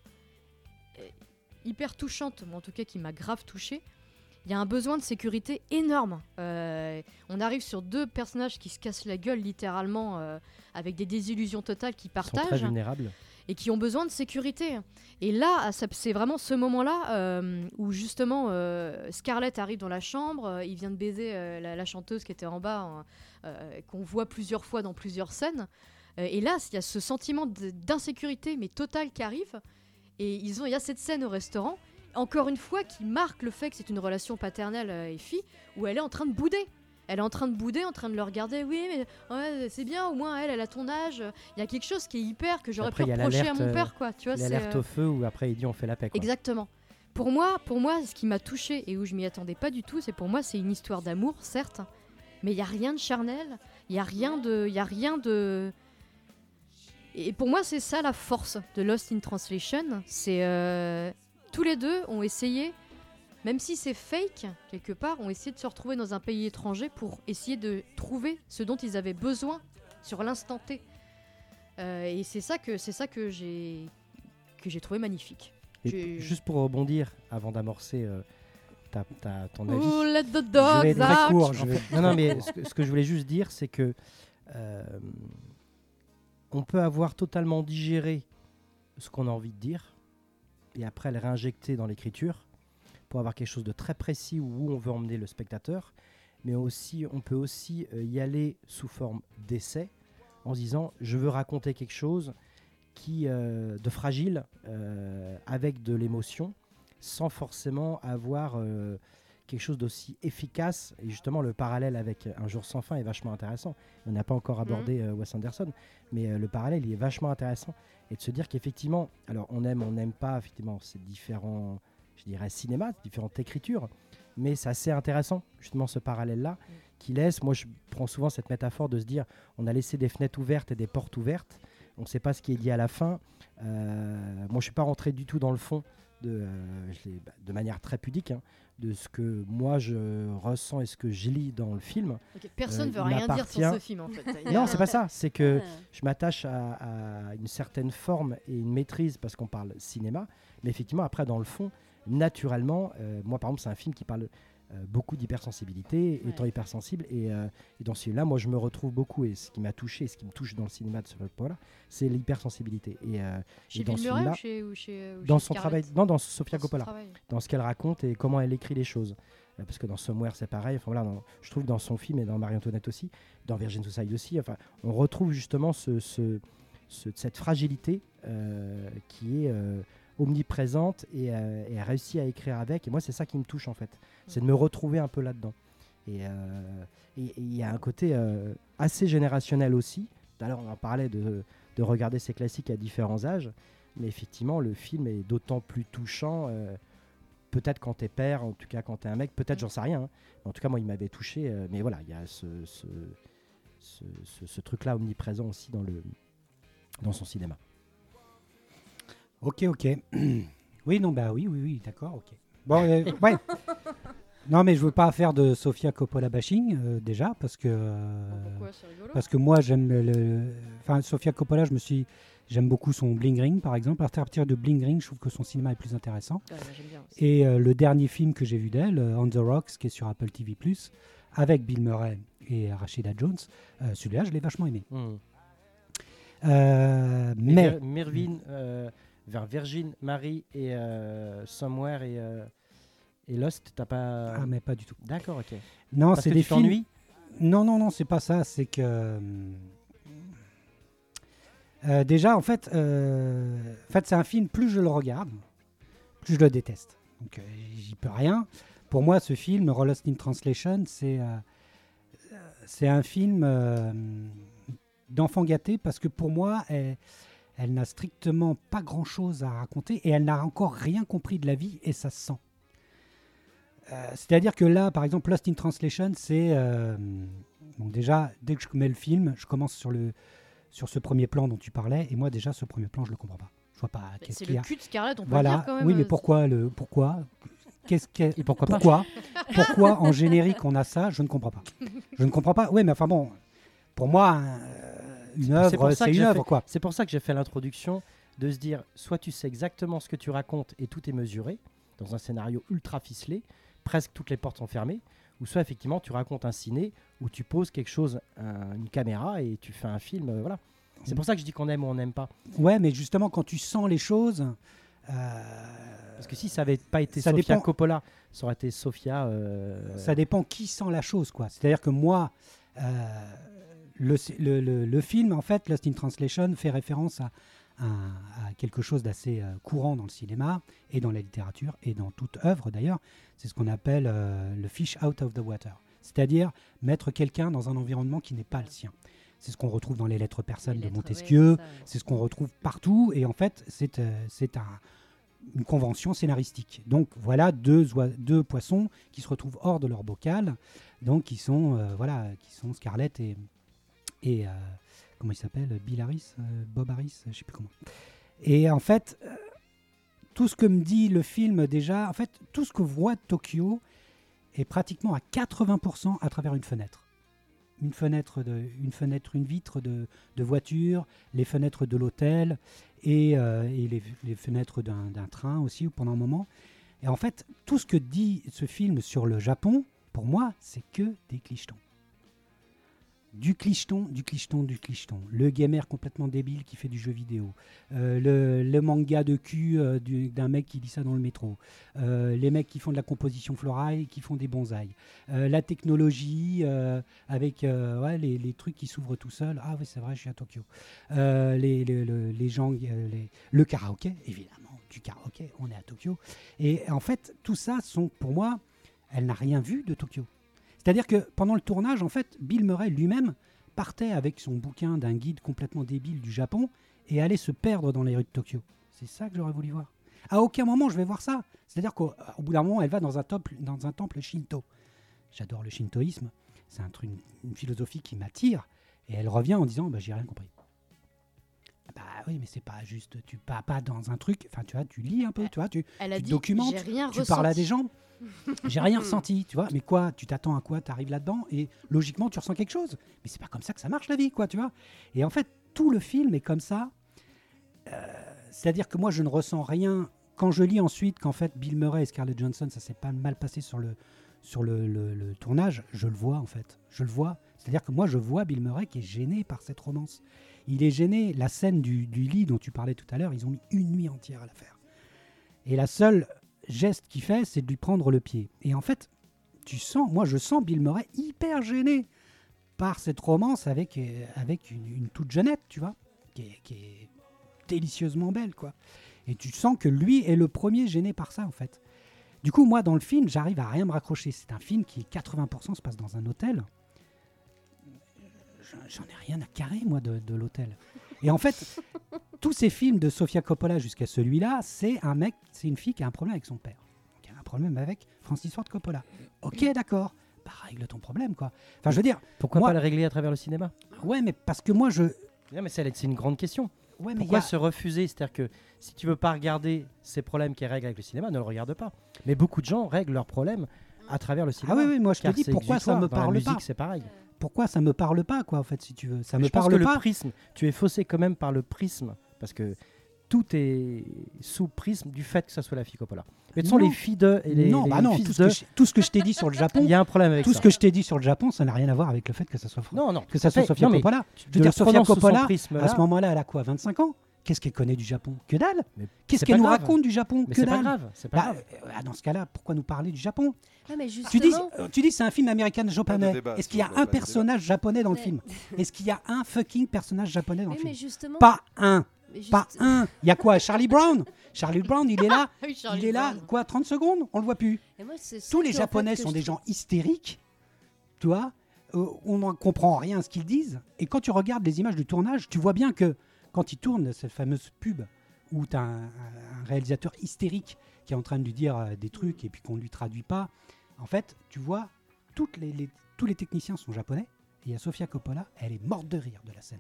hyper touchante, mais en tout cas qui m'a grave touchée. Il y a un besoin de sécurité énorme. On arrive sur deux personnages qui se cassent la gueule littéralement, avec des désillusions totales qui Ils sont très partagent vulnérables. et qui ont besoin de sécurité. Et là, c'est vraiment ce moment-là où justement Scarlett arrive dans la chambre, il vient de baiser la chanteuse qui était en bas, qu'on voit plusieurs fois dans plusieurs scènes. Et là, il y a ce sentiment d'insécurité mais total qui arrive. Et il y a cette scène au restaurant, encore une fois, qui marque le fait que c'est une relation paternelle et fille, où elle est en train de bouder. Elle est en train de bouder, en train de le regarder. Oui, mais ouais, c'est bien, au moins elle a ton âge. Il y a quelque chose qui est hyper, que j'aurais Après, pu il y a reprocher à l'alerte, mon père, quoi. Tu vois, L'alerte au feu où après il dit on fait la paix. Quoi. Exactement. Pour moi, ce qui m'a touchée et où je m'y attendais pas du tout, c'est une histoire d'amour, certes, mais il y a rien de charnel, il y a rien de... Et pour moi, c'est ça la force de Lost in Translation. C'est tous les deux ont essayé, même si c'est fake quelque part, ont essayé de se retrouver dans un pays étranger pour essayer de trouver ce dont ils avaient besoin sur l'instant T. Et c'est ça que j'ai trouvé magnifique. Et juste pour rebondir avant d'amorcer ton avis. Oh, let the Je dogs vais être très out. court. Non, mais ce que je voulais juste dire, c'est que on peut avoir totalement digéré ce qu'on a envie de dire et après le réinjecter dans l'écriture pour avoir quelque chose de très précis où on veut emmener le spectateur. Mais aussi, on peut aussi y aller sous forme d'essai en se disant je veux raconter quelque chose de fragile avec de l'émotion sans forcément avoir quelque chose d'aussi efficace. Et justement, le parallèle avec Un jour sans fin est vachement intéressant. On n'a pas encore abordé Wes Anderson, mais le parallèle, il est vachement intéressant. Et de se dire qu'effectivement, alors on n'aime pas, effectivement, c'est différents, je dirais, cinémas, différentes écritures, mais c'est assez intéressant, justement, ce parallèle-là, qui laisse, moi je prends souvent cette métaphore de se dire, on a laissé des fenêtres ouvertes et des portes ouvertes, on ne sait pas ce qui est dit à la fin. Moi je ne suis pas rentré du tout dans le fond, de manière très pudique, hein, de ce que moi je ressens et ce que je lis dans le film. Okay, personne ne veut rien dire sur ce film, en fait. Non, c'est pas ça, c'est que je m'attache à une certaine forme et une maîtrise, parce qu'on parle cinéma, mais effectivement, après, dans le fond, naturellement, moi, par exemple, c'est un film qui parle beaucoup d'hypersensibilité, étant hypersensible, et dans ce film-là, moi, je me retrouve beaucoup, et ce qui m'a touché, ce qui me touche dans le cinéma de ce point-là, c'est l'hypersensibilité. Chez dans Bill ce Murray film-là, ou chez dans son Scarlett travail, non, dans Sofia Coppola, dans ce qu'elle raconte et comment elle écrit les choses. Parce que dans Somewhere, c'est pareil. Enfin, voilà, je trouve dans son film et dans Marie-Antoinette aussi, dans Virgin Suicide aussi, enfin, on retrouve justement cette fragilité qui est omniprésente, et elle réussit à écrire avec. Et moi, c'est ça qui me touche, en fait. C'est de me retrouver un peu là-dedans. Et il y a un côté assez générationnel aussi. Tout à l'heure, on en parlait de regarder ces classiques à différents âges. Mais effectivement, le film est d'autant plus touchant. Peut-être quand t'es père, en tout cas quand t'es un mec, peut-être, j'en sais rien. Hein. En tout cas, moi, il m'avait touché. Mais voilà, il y a ce truc-là omniprésent aussi dans son cinéma. Ok. Oui, non, bah oui, d'accord, ok. Bon, ouais. Non, mais je veux pas faire de Sofia Coppola bashing, déjà, parce que... Pourquoi, c'est rigolo ? Parce que moi, j'aime Enfin, Sofia Coppola, j'aime beaucoup son Bling Ring, par exemple. À partir de Bling Ring, je trouve que son cinéma est plus intéressant. Ouais, j'aime bien aussi. Et le dernier film que j'ai vu d'elle, On the Rocks, qui est sur Apple TV+, avec Bill Murray et Rashida Jones, celui-là, je l'ai vachement aimé. Mais... Virgin, Marie et Somewhere et Lost, t'as pas... Ah, mais pas du tout. D'accord, ok. Non, Parce c'est que des tu t'ennuies ? Non, c'est pas ça. C'est que... déjà, en fait, c'est un film, plus je le regarde, plus je le déteste. Donc, j'y peux rien. Pour moi, ce film, Lost in Translation, c'est un film d'enfant gâté, parce que pour moi, elle n'a strictement pas grand-chose à raconter, et elle n'a encore rien compris de la vie, et ça se sent. C'est-à-dire que là, par exemple, Lost in Translation, c'est... donc déjà, dès que je mets le film, je commence sur ce premier plan dont tu parlais, et moi, déjà, ce premier plan, je le comprends pas. Je vois pas qu'est-ce qu'il y a. C'est le cul de Scarlett, on peut Voilà. le dire quand même. Oui, mais pourquoi Et pourquoi en générique on a ça? Je ne comprends pas. Oui, mais enfin bon, pour moi, une œuvre, c'est une œuvre, quoi. C'est pour ça que j'ai fait l'introduction, de se dire, soit tu sais exactement ce que tu racontes et tout est mesuré, dans un scénario ultra ficelé, presque toutes les portes sont fermées, ou soit effectivement tu racontes un ciné où tu poses quelque chose, une caméra, et tu fais un film, voilà. C'est pour ça que je dis qu'on aime ou on n'aime pas. Ouais, mais justement, quand tu sens les choses... Parce que si ça n'avait pas été Sofia Coppola, ça aurait été Sofia... Ça dépend qui sent la chose, quoi. C'est-à-dire que moi, le film, en fait, Lost in Translation, fait référence à quelque chose d'assez courant dans le cinéma et dans la littérature et dans toute œuvre, d'ailleurs. C'est ce qu'on appelle le fish out of the water. C'est-à-dire mettre quelqu'un dans un environnement qui n'est pas le sien. C'est ce qu'on retrouve dans les lettres persanes de Montesquieu, c'est ce qu'on retrouve partout, et en fait, c'est une convention scénaristique. Donc voilà deux poissons qui se retrouvent hors de leur bocal, donc qui sont Scarlett et comment il s'appelle, Bill Harris, Bob Harris, je sais plus comment. Et en fait, tout ce que me dit le film déjà, en fait, tout ce que voit Tokyo est pratiquement à 80% à travers une fenêtre. Une vitre de voiture, les fenêtres de l'hôtel et les fenêtres d'un train aussi pendant un moment. Et en fait, tout ce que dit ce film sur le Japon, pour moi, c'est que des clichetons. Du clicheton. Le gamer complètement débile qui fait du jeu vidéo. Le manga de cul d'un mec qui lit ça dans le métro. Les mecs qui font de la composition florale et qui font des bonsaïs. La technologie avec les trucs qui s'ouvrent tout seuls. Ah oui, c'est vrai, je suis à Tokyo. Les gens, le karaoké, évidemment. Du karaoké, on est à Tokyo. Et en fait, tout ça sont pour moi elle n'a rien vu de Tokyo. C'est-à-dire que pendant le tournage, en fait, Bill Murray lui-même partait avec son bouquin d'un guide complètement débile du Japon et allait se perdre dans les rues de Tokyo. C'est ça que j'aurais voulu voir. À aucun moment je vais voir ça. C'est-à-dire qu'au bout d'un moment, elle va dans un temple Shinto. J'adore le shintoïsme. C'est une philosophie qui m'attire. Et elle revient en disant, j'ai rien compris. Bah oui, mais c'est pas juste, tu pars pas dans un truc, enfin tu vois, tu lis un peu, tu vois, tu documentes, tu parles à des gens. J'ai rien ressenti, tu vois. Mais quoi, tu t'attends à quoi? Tu arrives là-dedans et logiquement tu ressens quelque chose. Mais c'est pas comme ça que ça marche la vie, quoi, tu vois. Et en fait, tout le film est comme ça. C'est-à-dire que moi, je ne ressens rien quand je lis ensuite qu'en fait Bill Murray et Scarlett Johansson, ça s'est pas mal passé sur le tournage. Je le vois en fait, je le vois. C'est-à-dire que moi, je vois Bill Murray qui est gêné par cette romance. Il est gêné. La scène du lit dont tu parlais tout à l'heure, ils ont mis une nuit entière à la faire. Et la seule geste qu'il fait, c'est de lui prendre le pied. Et en fait, je sens Bill Murray hyper gêné par cette romance avec une toute jeunette, tu vois, qui est délicieusement belle, quoi. Et tu sens que lui est le premier gêné par ça, en fait. Du coup, moi, dans le film, j'arrive à rien me raccrocher. C'est un film qui, 80% se passe dans un hôtel. J'en ai rien à carrer, moi, de l'hôtel. Et en fait, tous ces films de Sofia Coppola jusqu'à celui-là, c'est une fille qui a un problème avec son père. Qui a un problème avec Francis Ford Coppola. Ok, d'accord. Bah, règle ton problème, quoi. Enfin, je veux dire... Pourquoi pas le régler à travers le cinéma? Ouais, mais parce que moi, Non, mais c'est une grande question. Ouais, mais pourquoi se refuser? C'est-à-dire que si tu veux pas regarder ces problèmes qui règlent avec le cinéma, ne le regarde pas. Mais beaucoup de gens règlent leurs problèmes à travers le cinéma. Ah oui, moi je te dis pourquoi ça me parle pas. Dans la musique, c'est pareil. Pourquoi ça me parle pas, quoi, en fait, si tu veux. Ça me je pense parle que pas. Le prisme, tu es faussé quand même par le prisme, parce que tout est sous prisme du fait que ça soit la fille Coppola. Mais ce sont les filles de et les non, les fils de. Tout ce que je t'ai dit sur le Japon. Il y a un problème avec tout ça. Ce que je t'ai dit sur le Japon, ça n'a rien à voir avec le fait que ça soit que ça soit Sofia Coppola. Je veux dire, Sofia Coppola, à ce moment-là, elle a quoi, 25 ans? Qu'est-ce qu'elle connaît du Japon? Que dalle. Qu'est-ce qu'elle nous raconte du Japon? Mais que c'est dalle. pas grave. C'est pas grave. Dans ce cas-là, pourquoi nous parler du Japon? Ouais, mais tu dis c'est un film américain-japonais. Est-ce qu'il y a un personnage japonais dans le film? Est-ce qu'il y a un fucking personnage japonais dans le film? Pas un. Pas un. Il y a quoi? Charlie Brown? Charlie Brown, il est là. Il est là, quoi, 30 secondes? On le voit plus. Tous les Japonais sont des gens hystériques. Tu vois, on ne comprend rien à ce qu'ils disent. Et quand tu regardes les images du tournage, tu vois bien que quand ils tournent cette fameuse pub où tu as un réalisateur hystérique qui est en train de lui dire des trucs et puis qu'on ne lui traduit pas, en fait, tu vois, tous les techniciens sont japonais et il y a Sofia Coppola, elle est morte de rire de la scène.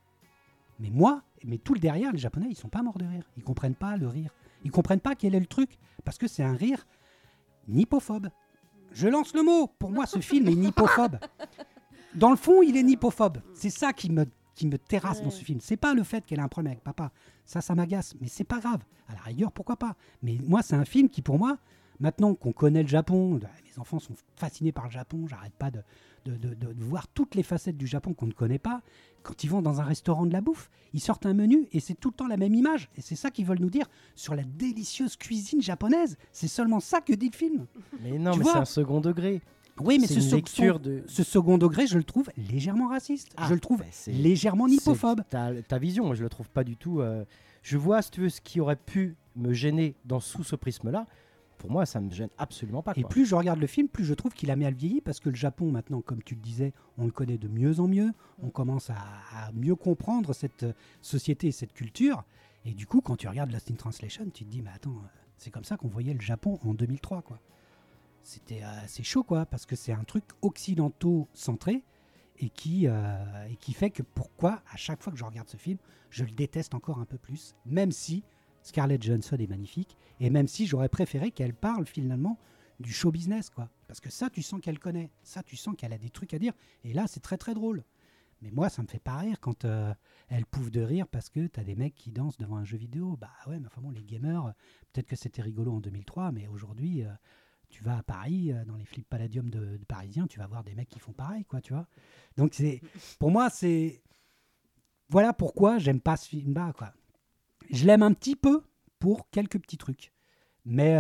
Mais tout le derrière, les Japonais, ils sont pas morts de rire. Ils comprennent pas le rire. Ils comprennent pas quel est le truc. Parce que c'est un rire nippophobe. Je lance le mot. Pour moi, ce film est nippophobe. Dans le fond, il est nippophobe. C'est ça qui me terrasse dans ce film. C'est pas le fait qu'elle a un problème avec papa. Ça m'agace. Mais c'est pas grave. À la rigueur, pourquoi pas. Mais moi, c'est un film qui, pour moi, maintenant qu'on connaît le Japon, mes enfants sont fascinés par le Japon. J'arrête pas de voir toutes les facettes du Japon qu'on ne connaît pas. Quand ils vont dans un restaurant de la bouffe, ils sortent un menu et c'est tout le temps la même image. Et c'est ça qu'ils veulent nous dire sur la délicieuse cuisine japonaise. C'est seulement ça que dit le film. Mais non, mais c'est un second degré. Oui, mais ce second degré, je le trouve légèrement raciste. Je le trouve légèrement nippophobe. Ta vision, moi je le trouve pas du tout. Je vois, si tu veux, ce qui aurait pu me gêner sous ce prisme-là. Pour moi, ça me gêne absolument pas. Et plus je regarde le film, plus je trouve qu'il a mal vieilli parce que le Japon, maintenant, comme tu le disais, on le connaît de mieux en mieux. On commence à mieux comprendre cette société et cette culture. Et du coup, quand tu regardes Lost in Translation, tu te dis, mais attends, c'est comme ça qu'on voyait le Japon en 2003, quoi. C'est chaud, quoi, parce que c'est un truc occidentaux-centré et qui fait que pourquoi, à chaque fois que je regarde ce film, je le déteste encore un peu plus, même si Scarlett Johansson est magnifique, et même si j'aurais préféré qu'elle parle finalement du show business, quoi. Parce que ça, tu sens qu'elle connaît, ça, tu sens qu'elle a des trucs à dire, et là, c'est très très drôle. Mais moi, ça me fait pas rire quand elle pouffe de rire parce que t'as des mecs qui dansent devant un jeu vidéo. Bah ouais, mais enfin bon, les gamers, peut-être que c'était rigolo en 2003, mais aujourd'hui, tu vas à Paris, dans les Flip Palladium de Parisiens, tu vas voir des mecs qui font pareil, quoi, tu vois. Donc, pour moi, c'est... Voilà pourquoi j'aime pas ce film-là, quoi. Je l'aime un petit peu pour quelques petits trucs. Mais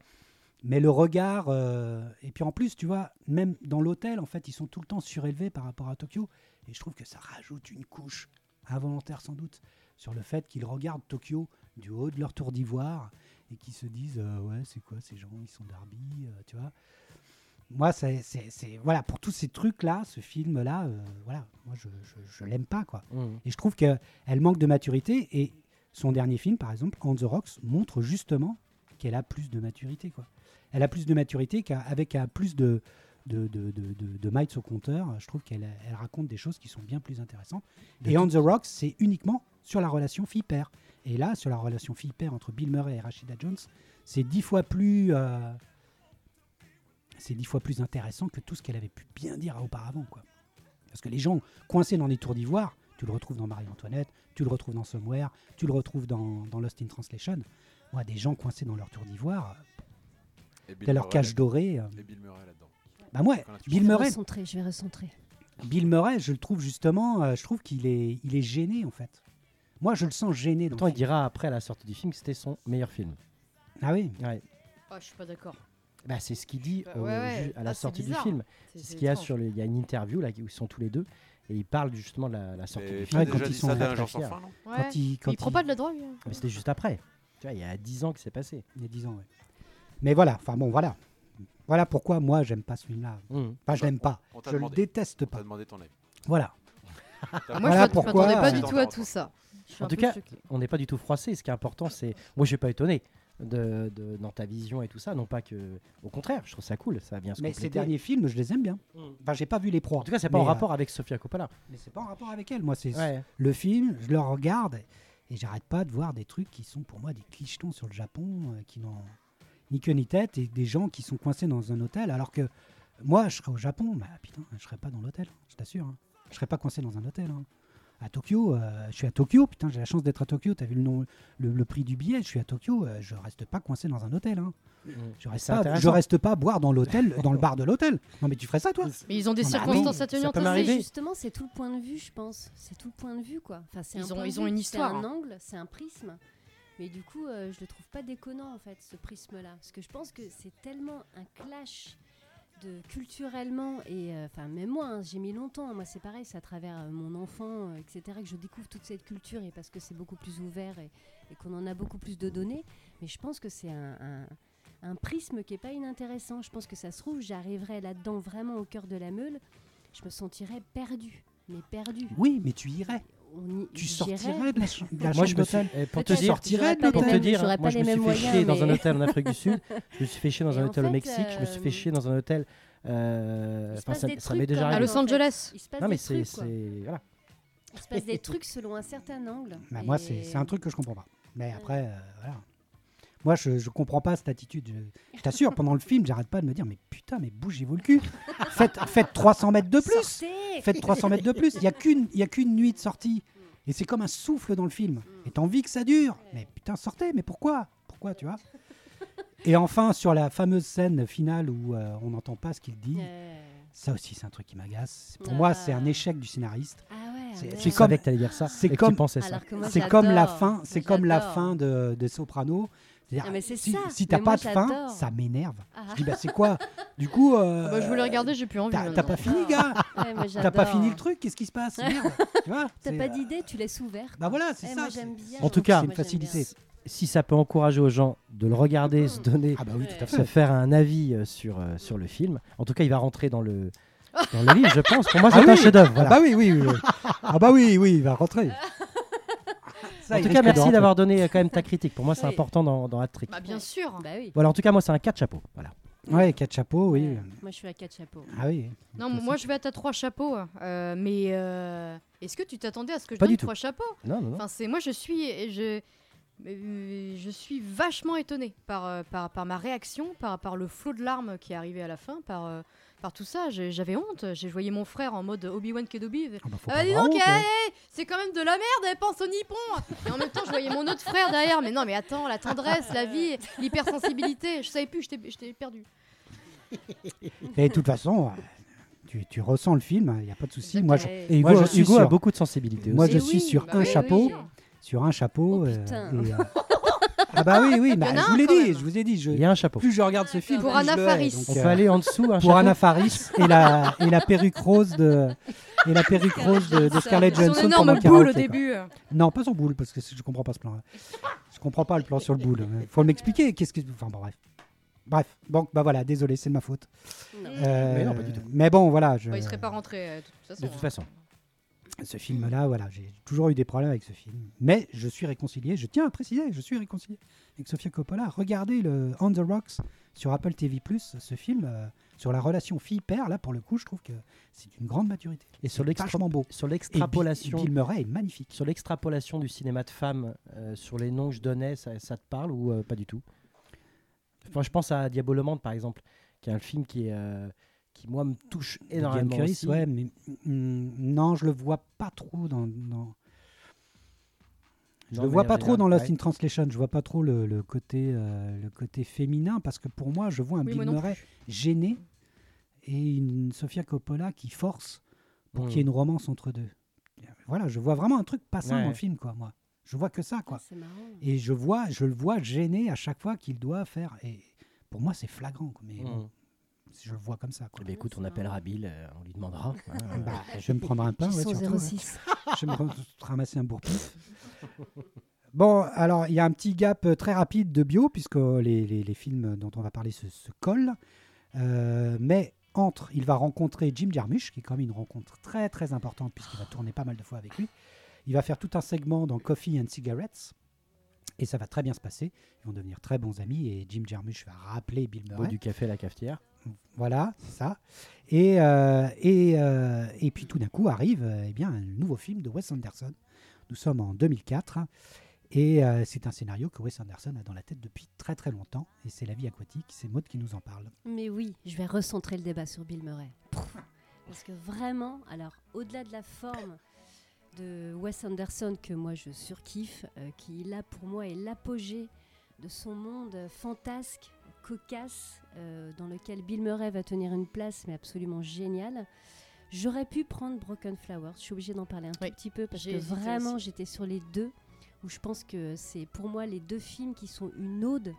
le regard... et puis en plus, tu vois, même dans l'hôtel, en fait, ils sont tout le temps surélevés par rapport à Tokyo. Et je trouve que ça rajoute une couche involontaire, sans doute, sur le fait qu'ils regardent Tokyo du haut de leur tour d'ivoire et qu'ils se disent ouais, c'est quoi ces gens, ils sont Derby, tu vois. moi, voilà, pour tous ces trucs-là, ce film-là, voilà, moi, je l'aime pas, quoi. Et je trouve qu'elle manque de maturité. Et son dernier film, par exemple, On the Rocks, montre justement qu'elle a plus de maturité, quoi. Elle a plus de maturité qu'avec plus de miles au compteur. Je trouve qu'elle raconte des choses qui sont bien plus intéressantes. Et On the Rocks, c'est uniquement sur la relation fille-père. Et là, sur la relation fille-père entre Bill Murray et Rashida Jones, c'est 10 fois plus intéressant que tout ce qu'elle avait pu bien dire auparavant, quoi. Parce que les gens coincés dans les tours d'ivoire, tu le retrouves dans Marie-Antoinette, tu le retrouves dans Somewhere, tu le retrouves dans Lost in Translation. Moi, des gens coincés dans leur tour d'ivoire, t'as leur cage dorée. Et Bill Murray là-dedans. Bah ouais, Bill Murray. Je vais recentrer. Bill Murray, je le trouve justement, je trouve qu'il est gêné, en fait. Moi, je le sens gêné. Pourtant, il dira après à la sortie du film que c'était son meilleur film. Ah oui. Ouais. Oh, je suis pas d'accord. Bah, c'est ce qu'il dit à la Ah, sortie c'est du bizarre. film. C'est Ce qu'il y a étrange. il y a une interview là où ils sont tous les deux et ils parlent justement de la sortie Et du tu film. as quand déjà ils dit sont ça très d'un genre sans fiers. fin, non Ouais. Quand il prend pas de la drogue. Hein. Mais c'était juste après. Tu vois, il y a 10 ans que c'est passé. Il y a 10 ans, ouais. Mais voilà, enfin bon, voilà. Voilà pourquoi moi, j'aime pas ce film-là. Enfin, je l'aime pas. On t'a Je le demandé. déteste On t'a pas. demandé ton avis. Voilà. Moi, Voilà je pourquoi, m'attendais pas du euh, tout à tout ça. Je suis En un tout peu cas, choquée. on n'est pas du tout froissé. Ce qui est important, c'est. Moi, je suis pas étonné dans ta vision et tout ça. Non pas que. Au contraire, je trouve ça cool. Ça va bien se Mais compléter. ces derniers films, je les aime bien. Enfin, j'ai pas vu les proies. En tout cas, c'est pas mais, en rapport avec Sofia Coppola. Mais c'est pas en rapport avec elle. Moi, c'est Ouais. le film, je le regarde et j'arrête pas de voir des trucs qui sont pour moi des clichetons sur le Japon, qui n'ont ni queue ni tête, et des gens qui sont coincés dans un hôtel, alors que moi, je serais au Japon, bah putain, je serais pas dans l'hôtel, je t'assure. Hein. Je serais pas coincé dans un hôtel. Hein. À Tokyo, je suis à Tokyo, putain, j'ai la chance d'être à Tokyo. T'as vu le prix du billet, je suis à Tokyo, je reste pas coincé dans un hôtel. Hein. Je reste pas boire dans l'hôtel, dans le bar de l'hôtel. Non mais tu ferais ça toi? Mais ils ont des Non, mais circonstances oui, atténuantes. ça peut aussi. m'arriver. Justement, c'est tout le point de vue, je pense. C'est tout le point de vue, quoi. Enfin, c'est Ils un ont- point de ils ont vue, une histoire, C'est un hein. angle, c'est un prisme. Mais du coup, je le trouve pas déconnant, en fait, ce prisme-là. Parce que je pense que c'est tellement un clash culturellement. Et enfin, même moi, hein, j'ai mis longtemps. Moi, c'est pareil, c'est à travers mon enfant, etc., que je découvre toute cette culture. Et parce que c'est beaucoup plus ouvert et qu'on en a beaucoup plus de données. Mais je pense que c'est un prisme qui est pas inintéressant. Je pense que ça se trouve, j'arriverais là-dedans vraiment au cœur de la meule. Je me sentirais perdue. Mais perdue. Oui, mais tu irais. Tu J'irais. sortirais de la Moi, chambre je me suis. d'hôtel. Pour te Peut-être, dire, sortirais de j'aurais pas pour les te mêmes- dire, j'aurais moi pas je les me suis mêmes fait chier moyens, dans un mais- hôtel en Afrique du Sud, je me suis fait chier dans Et un en hôtel au fait, Mexique, je me suis fait chier dans un hôtel. Il se Enfin, passe ça des m'est trucs déjà quand À même, arrivé. Los en fait. Angeles. Il se passe Non, mais des trucs, quoi. voilà. Il se passe des trucs selon un certain angle. Bah, Et- moi, c'est un truc que je comprends pas. Mais après, voilà. Moi, je comprends pas cette attitude. Je t'assure, pendant le film, j'arrête pas de me dire, mais putain, mais bougez-vous le cul. Faites 300 mètres de plus. Sortez. Faites 300 mètres de plus. Il y a qu'une nuit de sortie. Et c'est comme un souffle dans le film. Et t'as envie que ça dure. Mais putain, sortez. Mais pourquoi? Pourquoi, tu vois? Et enfin, sur la fameuse scène finale où on n'entend pas ce qu'il dit, ça aussi, c'est un truc qui m'agace. Pour moi, c'est un échec du scénariste. Ah ouais, C'est- ouais. Tu c'est savais que t'allais dire ça. c'est et que comme- tu pensais ça. Alors que moi, C'est comme la j'adore. fin. Moi, C'est comme la j'adore. fin de Soprano. C'est-à-dire, Ah, mais c'est si ça. si t'as Mais pas moi, de fin, j'adore. ça m'énerve. Ah. Je dis, bah c'est quoi? Du coup, Bah, je voulais regarder, j'ai plus envie. t'as maintenant. pas fini, gars. Ouais, moi, T'as pas j'adore. fini le truc. Qu'est-ce qui se passe? Merde. Tu vois? T'as c'est, pas d'idée, tu laisses ouvert. Bah voilà, c'est Eh, ça. moi, c'est- j'aime bien. En tout cas, c'est une Moi, j'aime facilité. bien. Si ça peut encourager aux gens de le regarder, se donner, Ah bah oui, tout à se fait. faire un avis sur le film. En tout cas, il va rentrer dans le livre, je pense. Pour moi, c'est Ah un oui. chef-d'œuvre. Ah Voilà. bah oui, oui, oui. Ah bah oui, oui, il va rentrer. Ça, En il tout risque cas, de merci rentrer. d'avoir donné quand même ta critique. Pour moi, c'est Oui. important dans Hat-Trick. Bah, bien sûr. Bah oui. Voilà, en tout cas, moi, c'est un 4 chapeaux. Voilà. Ouais, 4 chapeaux, oui. Ouais. Moi, je suis à 4 chapeaux. Ah oui. Non, moi je vais être à 3 chapeaux. Mais est-ce que tu t'attendais à ce que je Pas donne du tout. 3 chapeaux? Non, non, non. Enfin, moi je suis vachement étonnée par ma réaction, par le flot de larmes qui est arrivé à la fin, par tout ça. J'avais honte. J'ai voyé mon frère en mode Obi-Wan Kenobi. Ah bah, faut Ah pas dis avoir donc, honte, hein. c'est quand même de la merde, elle pense au nippon. Et en même temps, je voyais mon autre frère derrière. Mais non, mais attends, la tendresse, la vie, l'hypersensibilité. Je savais plus, j'étais perdu. Et de toute façon, tu ressens le film, il n'y a pas de souci. Moi, je, Ouais. Et moi, Hugo, je suis Hugo a sur- beaucoup de sensibilité moi, aussi. je Et suis oui, sur bah un oui, chapeau. oui. Sur un chapeau. Oh, putain. Ah bah oui, oui, bah, Il y en a je vous un, l'ai quand dit, même. je vous ai dit. Il y a un chapeau. Plus je regarde ce film, Pour plus je Anna le hais, Faris. donc, On peut aller en dessous. Un pour chapeau. Anna Faris et la perruque rose de Scarlett Son Johansson énorme pendant le boule au karaoké, quoi. début. Non, pas son boule, parce que je comprends pas ce plan. Je comprends pas le plan sur le boule. Il faut m'expliquer. Qu'est-ce que. Enfin, bon, bref. Bref, bon, bah voilà, désolé, c'est de ma faute. Non. Mais non, pas du tout. Mais bon, voilà. Il serait pas rentré de toute façon. De toute façon. Ce film-là, voilà, j'ai toujours eu des problèmes avec ce film. Mais je suis réconcilié, je tiens à préciser, je suis réconcilié avec Sofia Coppola. Regardez le On the Rocks sur Apple TV+, ce film sur la relation fille-père. Là, pour le coup, je trouve que c'est une grande maturité. Et sur C'est vachement beau. Sur Et l'extrapolation, Bill Murray est magnifique. sur l'extrapolation du cinéma de femmes, sur les noms que je donnais, ça te parle ou pas du tout? Enfin, je pense à Diabolomante, par exemple, qui est un film qui moi, me touche énormément Diane Keris, aussi. ouais, mais non, je le vois pas trop dans... Je Non, le mais vois pas en trop dans général, Lost in Translation. Je vois pas trop le côté féminin parce que pour moi, je vois un Oui, Bill moi non Murray gêné et une Sofia Coppola qui force pour qu'il y ait une romance entre deux. Voilà, je vois vraiment un truc pas sain Ouais. dans le film, quoi. Moi, je vois que ça, quoi. Ah, c'est marrant. Et je le vois gêné à chaque fois qu'il doit faire. Et pour moi, c'est flagrant, quoi. Mais bon, je le vois comme ça, quoi. Eh ben, écoute, c'est on appellera marrant. Bill, on lui demandera. Bah, je vais me prendre un pain, ouais, Qui sont surtout, ouais. 06. Je vais me ramasser un bourre-pif. Bon, alors, il y a un petit gap très rapide de bio, puisque les films dont on va parler se collent. Mais il va rencontrer Jim Jarmusch, qui est quand même une rencontre très, très importante, puisqu'il va tourner pas mal de fois avec lui. Il va faire tout un segment dans Coffee and Cigarettes. Et ça va très bien se passer. Ils vont devenir très bons amis. Et Jim Jarmusch va rappeler Bill Bois Murray. du café à la cafetière. Voilà, c'est ça. Et puis tout d'un coup arrive un nouveau film de Wes Anderson. Nous sommes en 2004 et c'est un scénario que Wes Anderson a dans la tête depuis très très longtemps et c'est La vie aquatique. C'est Maud qui nous en parle. Mais oui, je vais recentrer le débat sur Bill Murray. Parce que vraiment, alors au-delà de la forme de Wes Anderson que moi je surkiffe, qui là pour moi est l'apogée de son monde fantasque, cocasse, dans lequel Bill Murray va tenir une place mais absolument géniale. J'aurais pu prendre Broken Flowers, je suis obligée d'en parler un tout petit peu parce j'ai que hésité vraiment aussi. j'étais sur les deux, où je pense que c'est pour moi les deux films qui sont une ode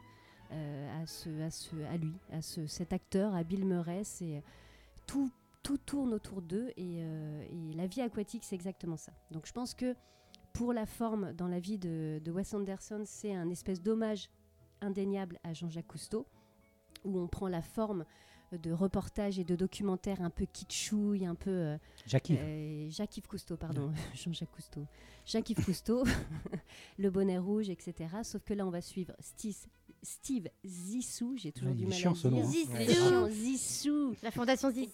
à cet acteur, à Bill Murray. C'est tout tourne autour d'eux et La vie aquatique c'est exactement ça. Donc je pense que pour la forme dans la vie de Wes Anderson, c'est un espèce d'hommage indéniable à Jean-Jacques Cousteau, où on prend la forme de reportage et de documentaire un peu kitschouille, un peu... Jacques-Yves Cousteau, pardon, Jean-Jacques Cousteau. Jacques-Yves Cousteau, Le bonnet rouge, etc. Sauf que là, on va suivre Steve Zissou, j'ai toujours Il du est mal chiant, à ce dire. nom, hein. Zissou, Zissou. La fondation Qui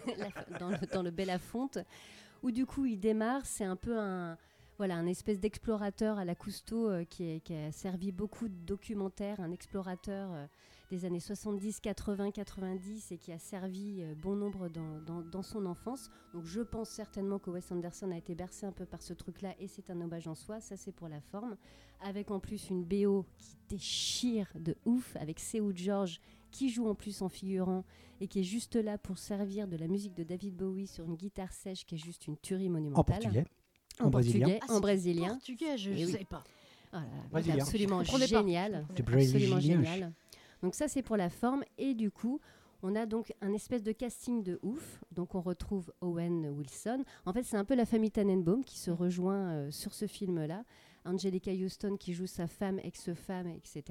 est dans le Belafonte, où du coup, il démarre, c'est un peu un espèce d'explorateur à la Cousteau qui a servi beaucoup de documentaires, un explorateur des années 70, 80, 90 et qui a servi bon nombre dans son enfance. Donc je pense certainement que Wes Anderson a été bercé un peu par ce truc-là et c'est un hommage en soi, ça c'est pour la forme. Avec en plus une BO qui déchire de ouf, avec Seu George qui joue en plus en figurant et qui est juste là pour servir de la musique de David Bowie sur une guitare sèche qui est juste une tuerie monumentale. En portugais. En brésilien. portugais, en brésilien. Portugais, je Eh oui. savais pas. Voilà, Brésilien. absolument Je comprenais pas. génial. C'est Absolument brésilien. génial. Donc ça c'est pour la forme et du coup on a donc un espèce de casting de ouf. Donc on retrouve Owen Wilson. En fait c'est un peu la famille Tannenbaum qui se rejoint sur ce film-là. Angelica Houston qui joue sa femme, ex-femme, etc.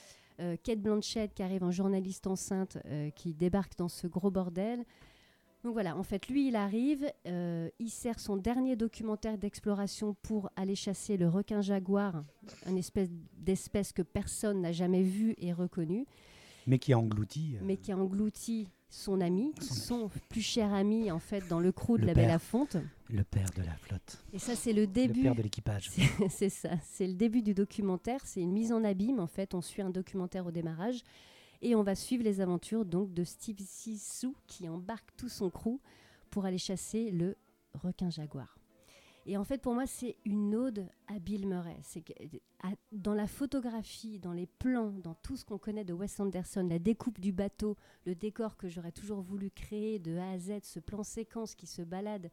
Cate Blanchett qui arrive en journaliste enceinte qui débarque dans ce gros bordel. Donc voilà, en fait, lui, il arrive, il sert son dernier documentaire d'exploration pour aller chasser le requin jaguar, une espèce d'espèce que personne n'a jamais vue et reconnue, Mais qui a englouti. mais qui a englouti son ami, son plus cher ami, en fait, dans le crew de Le la père. Belafonte. Le père de la flotte. Et ça, c'est le Le début. père de l'équipage. C'est ça, c'est le début du documentaire, c'est une mise en abîme, en fait, on suit un documentaire au démarrage. Et on va suivre les aventures donc de Steve Zissou qui embarque tout son crew pour aller chasser le requin jaguar. Et en fait, pour moi, c'est une ode à Bill Murray. C'est que, dans la photographie, dans les plans, dans tout ce qu'on connaît de Wes Anderson, la découpe du bateau, le décor que j'aurais toujours voulu créer de A à Z, ce plan séquence qui se balade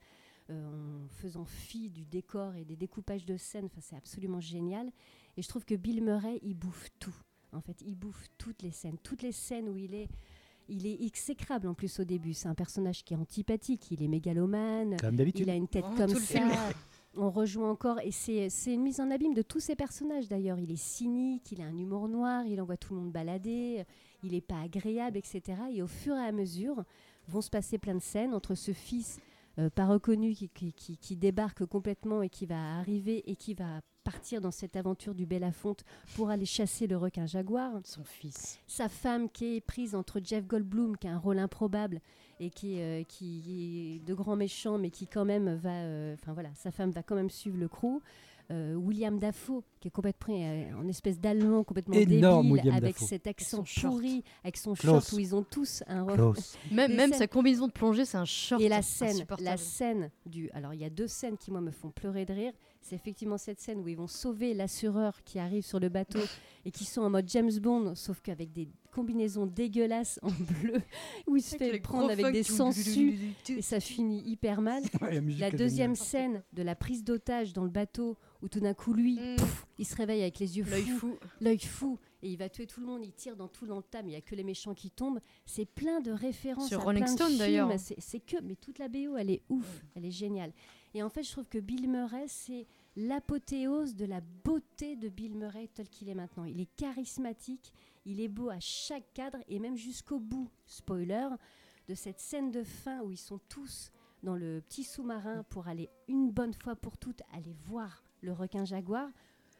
en faisant fi du décor et des découpages de scènes, enfin, c'est absolument génial. Et je trouve que Bill Murray, il bouffe tout. En fait, il bouffe toutes les scènes où il est exécrable en plus au début. C'est un personnage qui est antipathique, il est mégalomane, Comme d'habitude. il a une tête Oh, comme tout le ça. film. on rejoint encore, et c'est une mise en abîme de tous ces personnages d'ailleurs. Il est cynique, il a un humour noir, il envoie tout le monde balader, il n'est pas agréable, etc. Et au fur et à mesure, vont se passer plein de scènes entre ce fils pas reconnu qui débarque complètement et qui va arriver et qui va partir dans cette aventure du Belafonte pour aller chasser le requin jaguar. Son fils. Sa femme qui est prise entre Jeff Goldblum, qui a un rôle improbable et qui est de grand méchant, mais qui quand même va... sa femme va quand même suivre le crew. William Dafoe, qui est complètement en espèce d'allemand complètement Énorme, débile, William avec Dafoe. cet accent Avec son short. pourri, avec son Klaus. short où ils ont tous un rôle. Klaus. Même scènes- sa combinaison de plongée, c'est un short. Et la scène insupportable. Alors, il y a 2 scènes qui, moi, me font pleurer de rire. C'est effectivement cette scène où ils vont sauver l'assureur qui arrive sur le bateau et qui sont en mode James Bond, sauf qu'avec des combinaisons dégueulasses en bleu, où il se fait prendre avec des sangsues et ça finit hyper mal. Ouais, la musique La est deuxième géniale. scène de la prise d'otage dans le bateau, où tout d'un coup, lui, il se réveille avec les yeux fous, l'œil fou, et il va tuer tout le monde, il tire dans le tas, mais il n'y a que les méchants qui tombent. C'est plein de références Sur à Rolling plein de Stone, films. d'ailleurs. Mais toute la BO, elle est ouf, elle est géniale. Et en fait, je trouve que Bill Murray, c'est l'apothéose de la beauté de Bill Murray tel qu'il est maintenant. Il est charismatique, il est beau à chaque cadre, et même jusqu'au bout, spoiler, de cette scène de fin où ils sont tous dans le petit sous-marin pour aller une bonne fois pour toutes aller voir le requin jaguar.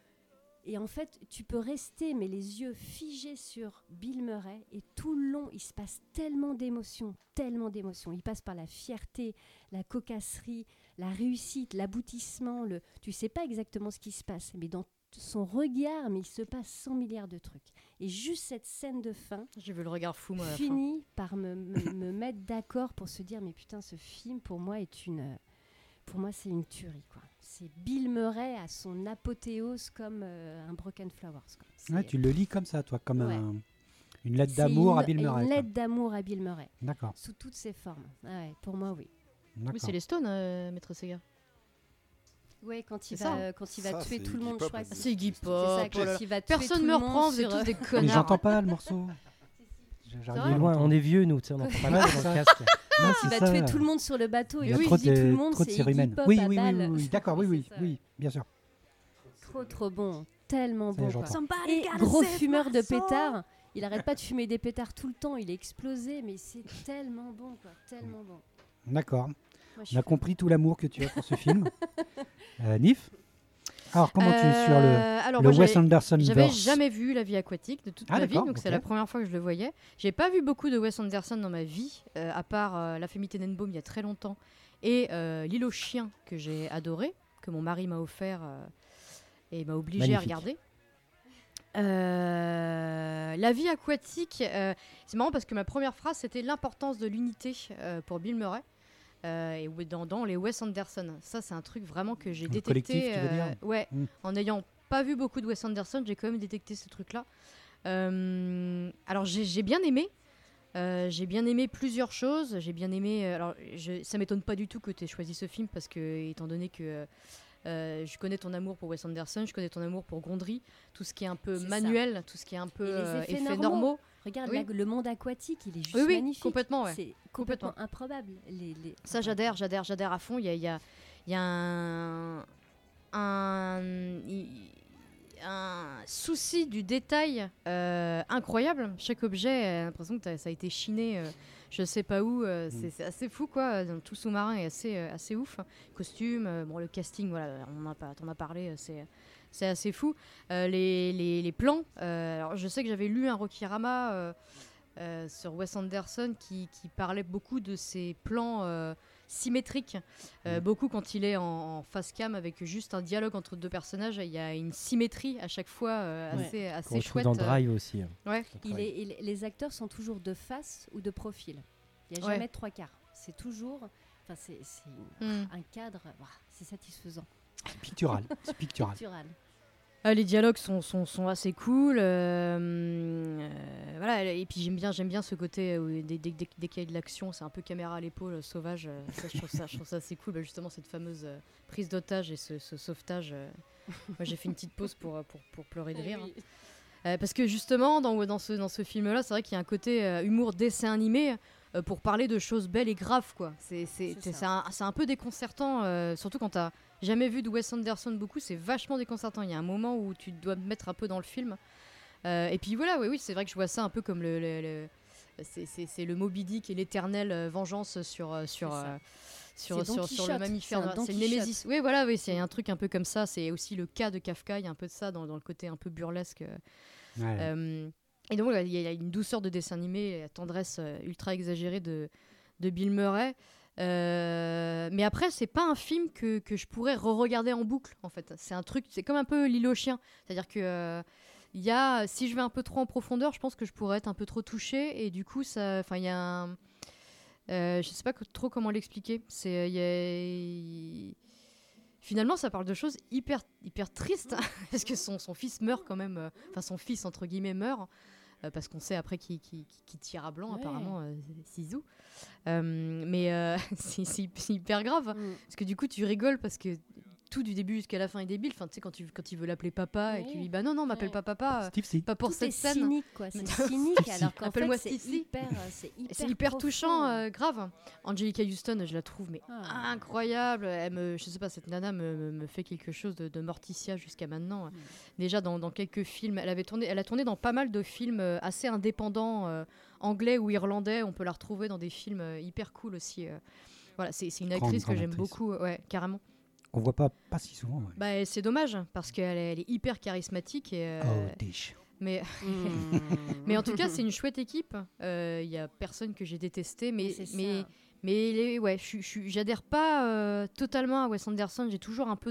Et en fait, tu peux rester, mais les yeux figés sur Bill Murray, et tout le long, il se passe tellement d'émotions, tellement d'émotions. Il passe par la fierté, la cocasserie, la réussite, l'aboutissement. Tu sais pas exactement ce qui se passe, mais dans son regard, mais il se passe 100 milliards de trucs. Et juste cette scène de fin J'ai vu le regard fou, moi, à la fin. finit par me mettre d'accord pour se dire, mais putain, ce film, pour moi, c'est une tuerie, quoi. C'est Bill Murray à son apothéose comme un Broken Flowers, quoi. Ouais, tu le lis comme ça, toi, comme Ouais. une lettre C'est d'amour à Bill Murray. Une quoi. lettre d'amour à Bill Murray, D'accord. sous toutes ses formes. Ah ouais, pour moi, oui. Oui, D'accord. c'est les Stones, Maître Sega. Ouais, quand il C'est ça, va, quand il va Ça, tuer c'est tout le Iggy monde, Pop, je crois. hein, que C'est Iggy c'est ça, Pop. quand oh là là. il va tuer Personne tout me le reprend, monde vous êtes sur, tous des Mais connards. j'entends pas le morceau. J'arrive vrai pas à Loin, l'entendre. on est vieux, nous, tu sais, on n'entend pas mal dans le casque. Ah, il c'est va ça. tuer tout le monde sur le bateau. Il Et y a oui, trop il dit tout le de monde, c'est séries Iggy humaines. Pop Oui, à oui, oui, balle. oui, d'accord, oui, C'est oui, ça. oui, bien sûr. Trop bon, tellement Ça y est, bon. quoi. j'entends. Et gros fumeur de pétards. Il arrête pas de fumer des pétards tout le temps. Il est explosé, mais c'est tellement bon, quoi. Tellement bon. D'accord. Moi, je On suis a compris tout l'amour que tu as pour ce film. Nif. Alors, comment tu es sur Alors, le moi, Wes Anderson J'avais verse jamais vu La vie aquatique de toute Ah, ma vie, d'accord, donc c'est ok. la première fois que je le voyais. J'ai pas vu beaucoup de Wes Anderson dans ma vie, à part La Famille Tenenbaum il y a très longtemps, et L'île aux chiens que j'ai adoré, que mon mari m'a offert et m'a obligé à Magnifique. regarder. La vie aquatique, c'est marrant parce que ma première phrase c'était l'importance de l'unité pour Bill Murray. Et dans les Wes Anderson, ça c'est un truc vraiment que j'ai Le détecté. collectif, tu veux dire Ouais, Mm. en n'ayant pas vu beaucoup de Wes Anderson, j'ai quand même détecté ce truc-là. Alors j'ai bien aimé. J'ai bien aimé plusieurs choses. J'ai bien aimé. Ça m'étonne pas du tout que tu aies choisi ce film parce que, étant donné que je connais ton amour pour Wes Anderson, je connais ton amour pour Gondry, tout ce qui est un peu C'est ça. manuel, tout ce qui est un peu Et les effets effets normaux. normaux. Regarde, Oui. le monde aquatique, il est juste Oui, magnifique. complètement, ouais. C'est complètement improbable. Ça, j'adhère à fond. Il y a un souci du détail incroyable. Chaque objet, l'impression que ça a été chiné, je sais pas où. C'est assez fou, quoi. Tout le sous-marin est assez ouf. Costume, bon, le casting, voilà, t'en as parlé, c'est assez fou. Les plans, alors je sais que j'avais lu un Rokirama sur Wes Anderson qui parlait beaucoup de ces plans symétrique. Beaucoup quand il est en face cam avec juste un dialogue entre deux personnages, il y a une symétrie à chaque fois Qu'on assez retrouve chouette. dans Drive aussi. Ouais. Les acteurs sont toujours de face ou de profil. Il n'y a Ouais. jamais de trois quarts. C'est toujours. Enfin, c'est un cadre. C'est satisfaisant. C'est pictural. C'est pictural. Pictural. Les dialogues sont assez cool. Voilà, et puis j'aime bien ce côté où dès qu'il y a de l'action, c'est un peu caméra à l'épaule, sauvage. Ça, je trouve ça assez cool. Justement, cette fameuse prise d'otage et ce sauvetage. Moi, j'ai fait une petite pause pour pleurer de rire. Parce que justement, dans ce film-là, c'est vrai qu'il y a un côté humour dessin animé pour parler de choses belles et graves, quoi. C'est ça. un peu déconcertant, surtout quand t'as jamais vu de Wes Anderson beaucoup, c'est vachement déconcertant. Il y a un moment où tu dois te mettre un peu dans le film. Et puis voilà, oui, c'est vrai que je vois ça un peu comme c'est le Moby Dick et l'éternelle vengeance sur le mammifère. C'est le Némésis. Oui, voilà, oui, c'est un truc un peu comme ça. C'est aussi le cas de Kafka. Il y a un peu de ça dans le côté un peu burlesque. Ouais. Et donc, il y a une douceur de dessin animé, la tendresse ultra exagérée de Bill Murray. Mais après, c'est pas un film que je pourrais re-regarder en boucle, en fait. C'est comme un peu L'île aux chiens. C'est-à-dire que si je vais un peu trop en profondeur, je pense que je pourrais être un peu trop touchée. Et du coup, il y a un... je sais pas trop comment l'expliquer. Finalement, ça parle de choses hyper, hyper tristes. Parce que son fils meurt quand même. Enfin, son fils, entre guillemets, meurt. Parce qu'on sait après qu'il tire à blanc, apparemment, Zizou. Mais c'est hyper grave. Parce que du coup, tu rigoles parce que tout du début jusqu'à la fin est débile. Enfin, tu sais, quand il veut l'appeler papa et qu'il lui dit bah non, m'appelle pas papa. Pas pour Tout cette est scène. cynique, quoi. C'est cynique, alors qu'en Appelle-moi fait, Stevie. C'est hyper profond. touchant, grave. Angelica Houston, je la trouve mais incroyable. Je sais pas, cette nana me fait quelque chose de Morticia jusqu'à maintenant. Déjà dans quelques films, elle a tourné dans pas mal de films assez indépendants, anglais ou irlandais. On peut la retrouver dans des films hyper cool aussi. Voilà, c'est une actrice que j'aime beaucoup, ouais, carrément. On voit pas si souvent. Ouais. Bah, c'est dommage parce qu'elle est hyper charismatique et. Mais en tout cas, c'est une chouette équipe. Il y a personne que j'ai détesté, mais j'adhère pas totalement à Wes Anderson. J'ai toujours un peu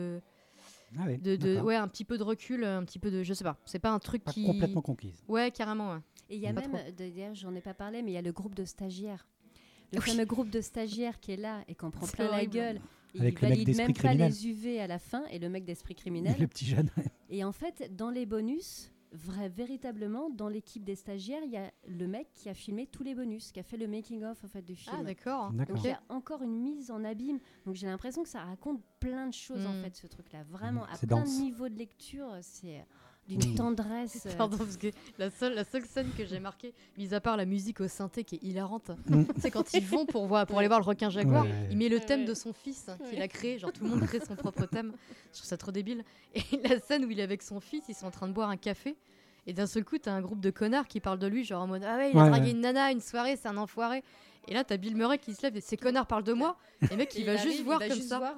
un petit peu de recul, un petit peu de, je sais pas. C'est pas un truc qui complètement conquise. Ouais, carrément. Ouais. Et il y a même, d'ailleurs, j'en ai pas parlé, mais il y a le groupe de stagiaires. Le fameux groupe de stagiaires qui est là et qu'on prend plein la gueule. Avec il le mec valide d'Esprit même criminel. pas les UV à la fin et le mec d'Esprit criminel. Le petit jeune. Et en fait, dans les bonus, véritablement, dans l'équipe des stagiaires, il y a le mec qui a filmé tous les bonus, qui a fait le making-of en fait, du film. Ah, d'accord. Donc il y a encore une mise en abîme. Donc j'ai l'impression que ça raconte plein de choses en fait, ce truc-là. Vraiment, à plein de niveaux de lecture, c'est d'une tendresse. Pardon, parce que la seule scène que j'ai marquée, mis à part la musique au synthé qui est hilarante, c'est quand ils vont pour aller voir le requin jaguar, il met le thème de son fils qu'il a créé, genre tout le monde crée son propre thème. Je trouve ça trop débile. Et la scène où il est avec son fils, ils sont en train de boire un café, et d'un seul coup, t'as un groupe de connards qui parlent de lui, genre en mode ah ouais, il a dragué une nana une soirée, c'est un enfoiré. Et là, t'as Bill Murray qui se lève et ces connards parlent de moi. Et le mec, il va juste voir comme ça.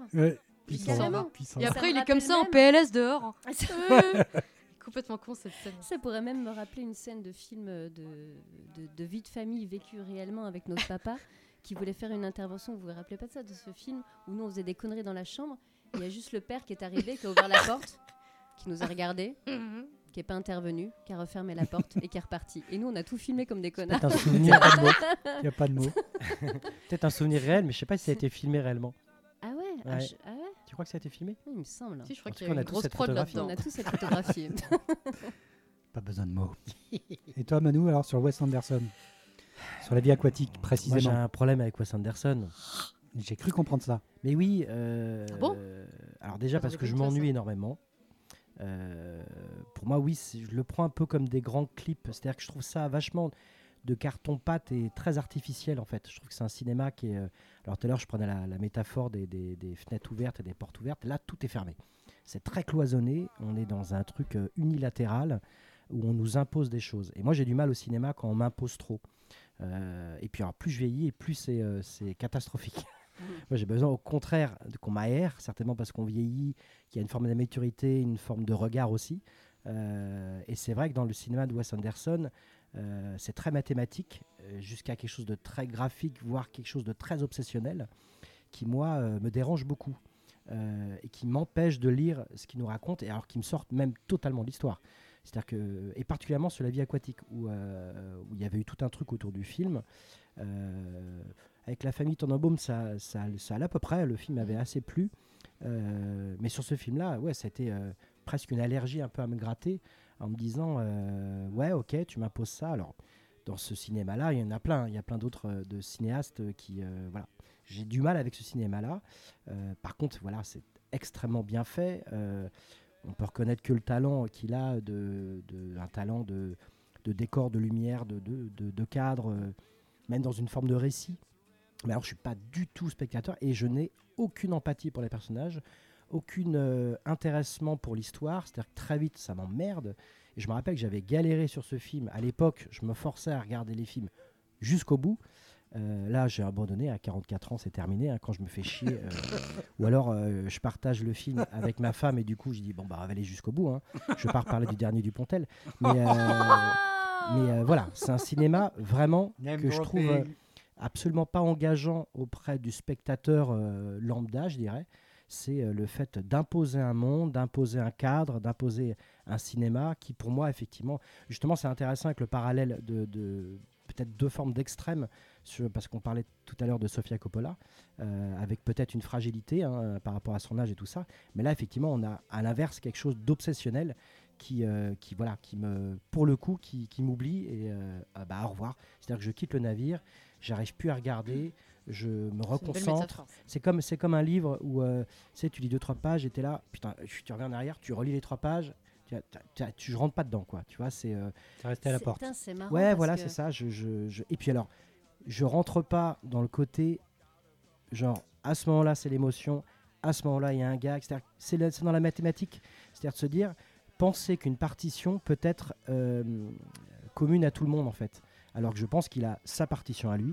Et après, il est comme ça en PLS dehors. Complètement con cette scène. Ça pourrait même me rappeler une scène de film de vie de famille vécue réellement avec notre papa qui voulait faire une intervention. Vous vous rappelez pas de ça, de ce film où nous on faisait des conneries dans la chambre. Il y a juste le père qui est arrivé, qui a ouvert la porte, qui nous a regardés, qui n'est pas intervenu, qui a refermé la porte et qui est reparti. Et nous on a tout filmé comme des connards. Peut-être un souvenir. Il n'y a pas de mots. Peut-être un souvenir réel, mais je sais pas si ça a été filmé réellement. Ah ouais, ouais. Ah ouais. Tu crois que ça a été filmé? Oui, il me semble. Si, je crois qu'il y a une grosse prod là-dedans. On a tous cette photographie. Pas besoin de mots. Et toi, Manu, alors sur Wes Anderson, sur la vie aquatique précisément? Moi, j'ai un problème avec Wes Anderson. J'ai cru comprendre ça. Mais oui. Bon alors déjà parce que je m'ennuie énormément. Pour moi, oui, je le prends un peu comme des grands clips. C'est-à-dire que je trouve ça vachement de carton-pâte et très artificiel en fait. Je trouve que c'est un cinéma qui est... Alors tout à l'heure, je prenais la métaphore des fenêtres ouvertes et des portes ouvertes. Là, tout est fermé. C'est très cloisonné. On est dans un truc unilatéral où on nous impose des choses. Et moi, j'ai du mal au cinéma quand on m'impose trop. Et puis, alors, plus je vieillis et plus c'est catastrophique. Moi, j'ai besoin au contraire qu'on m'aère, certainement parce qu'on vieillit, qu'il y a une forme de maturité, une forme de regard aussi. Et c'est vrai que dans le cinéma de Wes Anderson, c'est très mathématique, jusqu'à quelque chose de très graphique, voire quelque chose de très obsessionnel, qui, moi, me dérange beaucoup et qui m'empêche de lire ce qu'il nous raconte, et alors qui me sort même totalement de l'histoire. C'est-à-dire que, et particulièrement sur la vie aquatique, où il y avait eu tout un truc autour du film. Avec La famille Tannenbaum, ça allait à peu près, le film avait assez plu. Mais sur ce film-là, ouais, ça a été presque une allergie un peu à me gratter, en me disant ouais, ok, tu m'imposes ça. Alors, dans ce cinéma-là, il y en a plein. Il y a plein d'autres de cinéastes qui... voilà. J'ai du mal avec ce cinéma-là. Par contre, voilà, c'est extrêmement bien fait. On peut reconnaître que le talent qu'il a, un talent de décor, de lumière, de cadre, même dans une forme de récit. Mais alors, je suis pas du tout spectateur et je n'ai aucune empathie pour les personnages, aucun intéressement pour l'histoire. C'est-à-dire que très vite, ça m'emmerde. Et je me rappelle que j'avais galéré sur ce film. À l'époque, je me forçais à regarder les films jusqu'au bout. Là, j'ai abandonné à 44 ans, c'est terminé. Quand je me fais chier, ou alors je partage le film avec ma femme et du coup, je dis bon bah, on va aller jusqu'au bout. Je vais pas reparler du dernier Dupontel, mais voilà, c'est un cinéma vraiment que je trouve absolument pas engageant auprès du spectateur lambda, je dirais. C'est le fait d'imposer un monde, d'imposer un cadre, d'imposer un cinéma qui, pour moi, effectivement, justement, c'est intéressant avec le parallèle de peut-être deux formes d'extrêmes, parce qu'on parlait tout à l'heure de Sofia Coppola, avec peut-être une fragilité par rapport à son âge et tout ça. Mais là, effectivement, on a à l'inverse quelque chose d'obsessionnel qui me, pour le coup, qui m'oublie et au revoir. C'est-à-dire que je quitte le navire, j'arrive plus à regarder, je me reconcentre. C'est comme un livre où tu lis 2-3 pages et tu es là, putain, tu reviens en arrière, tu relis les 3 pages. Tu rentres pas dedans, quoi. Tu vois, c'est resté à la porte. Putain, c'est marrant. Ouais, voilà, c'est ça. Et puis alors, je rentre pas dans le côté genre à ce moment-là, c'est l'émotion. À ce moment-là, il y a un gag. C'est dans la mathématique. C'est-à-dire de se dire, penser qu'une partition peut être commune à tout le monde en fait. Alors que je pense qu'il a sa partition à lui.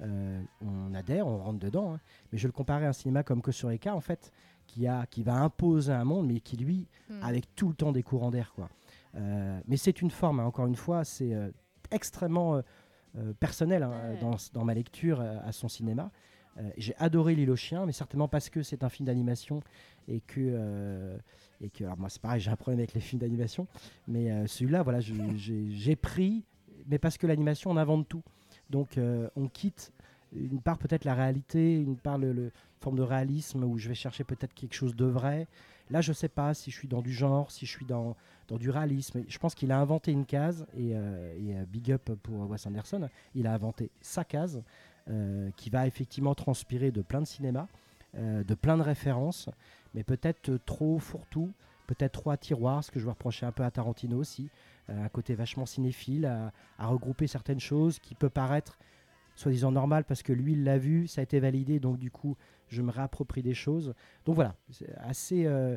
On adhère, on rentre dedans. Mais je le comparais à un cinéma comme Costa Rica en fait. Qui va imposer un monde, mais qui, lui, avec tout le temps des courants d'air. Mais c'est une forme, encore une fois, c'est extrêmement personnel dans ma lecture à son cinéma. J'ai adoré L'île aux chiens, mais certainement parce que c'est un film d'animation et que alors moi, c'est pareil, j'ai un problème avec les films d'animation, mais celui-là, voilà, j'ai pris, mais parce que l'animation, on invente tout. Donc, on quitte une part peut-être la réalité, une part le forme de réalisme où je vais chercher peut-être quelque chose de vrai. Là, je sais pas si je suis dans du genre, si je suis dans du réalisme. Je pense qu'il a inventé une case et big up pour Wes Anderson. Il a inventé sa case qui va effectivement transpirer de plein de cinéma, de plein de références, mais peut-être trop fourre-tout, peut-être trop à tiroir, ce que je veux reprocher un peu à Tarantino aussi, un côté vachement cinéphile, à regrouper certaines choses qui peut paraître soi-disant normal parce que lui il l'a vu, ça a été validé, donc du coup je me réapproprie des choses. Donc voilà, c'est assez alors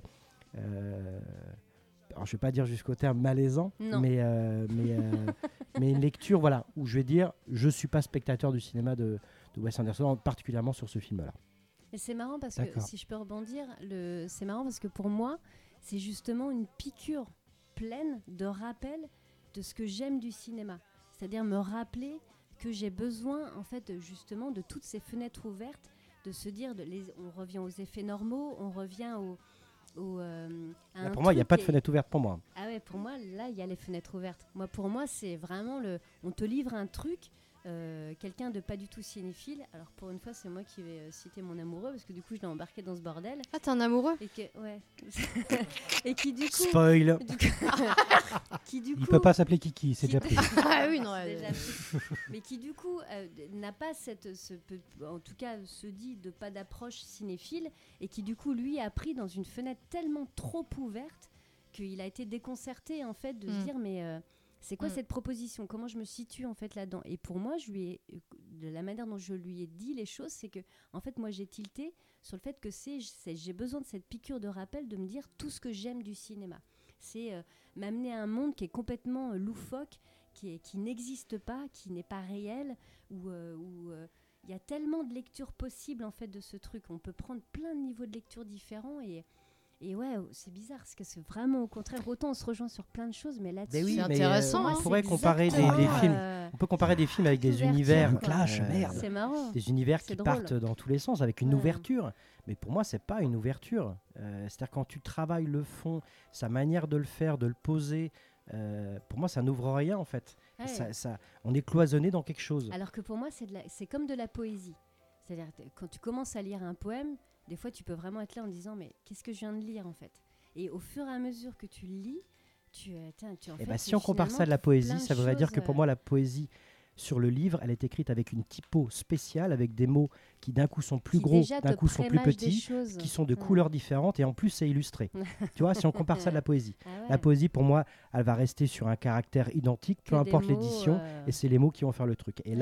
je vais pas dire jusqu'au terme malaisant, mais une lecture voilà où je vais dire je suis pas spectateur du cinéma de Wes Anderson, particulièrement sur ce film-là. Et c'est marrant parce que si je peux rebondir, c'est marrant parce que pour moi c'est justement une piqûre pleine de rappels de ce que j'aime du cinéma, c'est-à-dire me rappeler que j'ai besoin en fait justement de toutes ces fenêtres ouvertes, de se dire on revient aux effets normaux, on revient pour moi il n'y a pas de fenêtre ouverte pour moi. Ah ouais, pour moi là il y a les fenêtres ouvertes. Pour moi c'est vraiment on te livre un truc, quelqu'un de pas du tout cinéphile. Alors pour une fois c'est moi qui vais citer mon amoureux parce que du coup je l'ai embarqué dans ce bordel. Ah t'es un amoureux? Ouais. Et qui du coup spoil. Il peut pas s'appeler Kiki, c'est déjà pris. Ah oui non. Mais qui du coup n'a pas en tout cas se dit de pas d'approche cinéphile et qui du coup lui a pris dans une fenêtre tellement trop ouverte qu'il a été déconcerté en fait de se dire mais c'est quoi cette proposition? Comment je me situe en fait là-dedans? Et pour moi, de la manière dont je lui ai dit les choses, c'est que en fait moi j'ai tilté sur le fait que j'ai besoin de cette piqûre de rappel de me dire tout ce que j'aime du cinéma. C'est m'amener à un monde qui est complètement loufoque, qui n'existe pas, qui n'est pas réel, où il y a tellement de lectures possibles en fait de ce truc. On peut prendre plein de niveaux de lecture différents et ouais, c'est bizarre parce que c'est vraiment au contraire. Autant on se rejoint sur plein de choses, mais là-dessus, c'est intéressant. On pourrait comparer des films. On peut comparer des films avec des univers clash, merde. C'est marrant. Des univers qui partent dans tous les sens avec une ouverture. Mais pour moi, c'est pas une ouverture. C'est-à-dire quand tu travailles le fond, sa manière de le faire, de le poser. Pour moi, ça n'ouvre rien en fait. Ouais. On est cloisonné dans quelque chose. Alors que pour moi, c'est comme de la poésie. C'est-à-dire quand tu commences à lire un poème. Des fois, tu peux vraiment être là en disant mais qu'est-ce que je viens de lire en fait? Et au fur et à mesure que tu lis, si on compare ça à de la poésie, ça voudrait dire que pour moi, la poésie sur le livre, elle est écrite avec une typo spéciale, avec des mots qui d'un coup sont plus gros, d'un coup sont plus petits, qui sont de couleurs différentes et en plus c'est illustré. Tu vois, si on compare ça à de la poésie. La poésie, pour moi, elle va rester sur un caractère identique, peu importe l'édition, et c'est les mots qui vont faire le truc. Et là,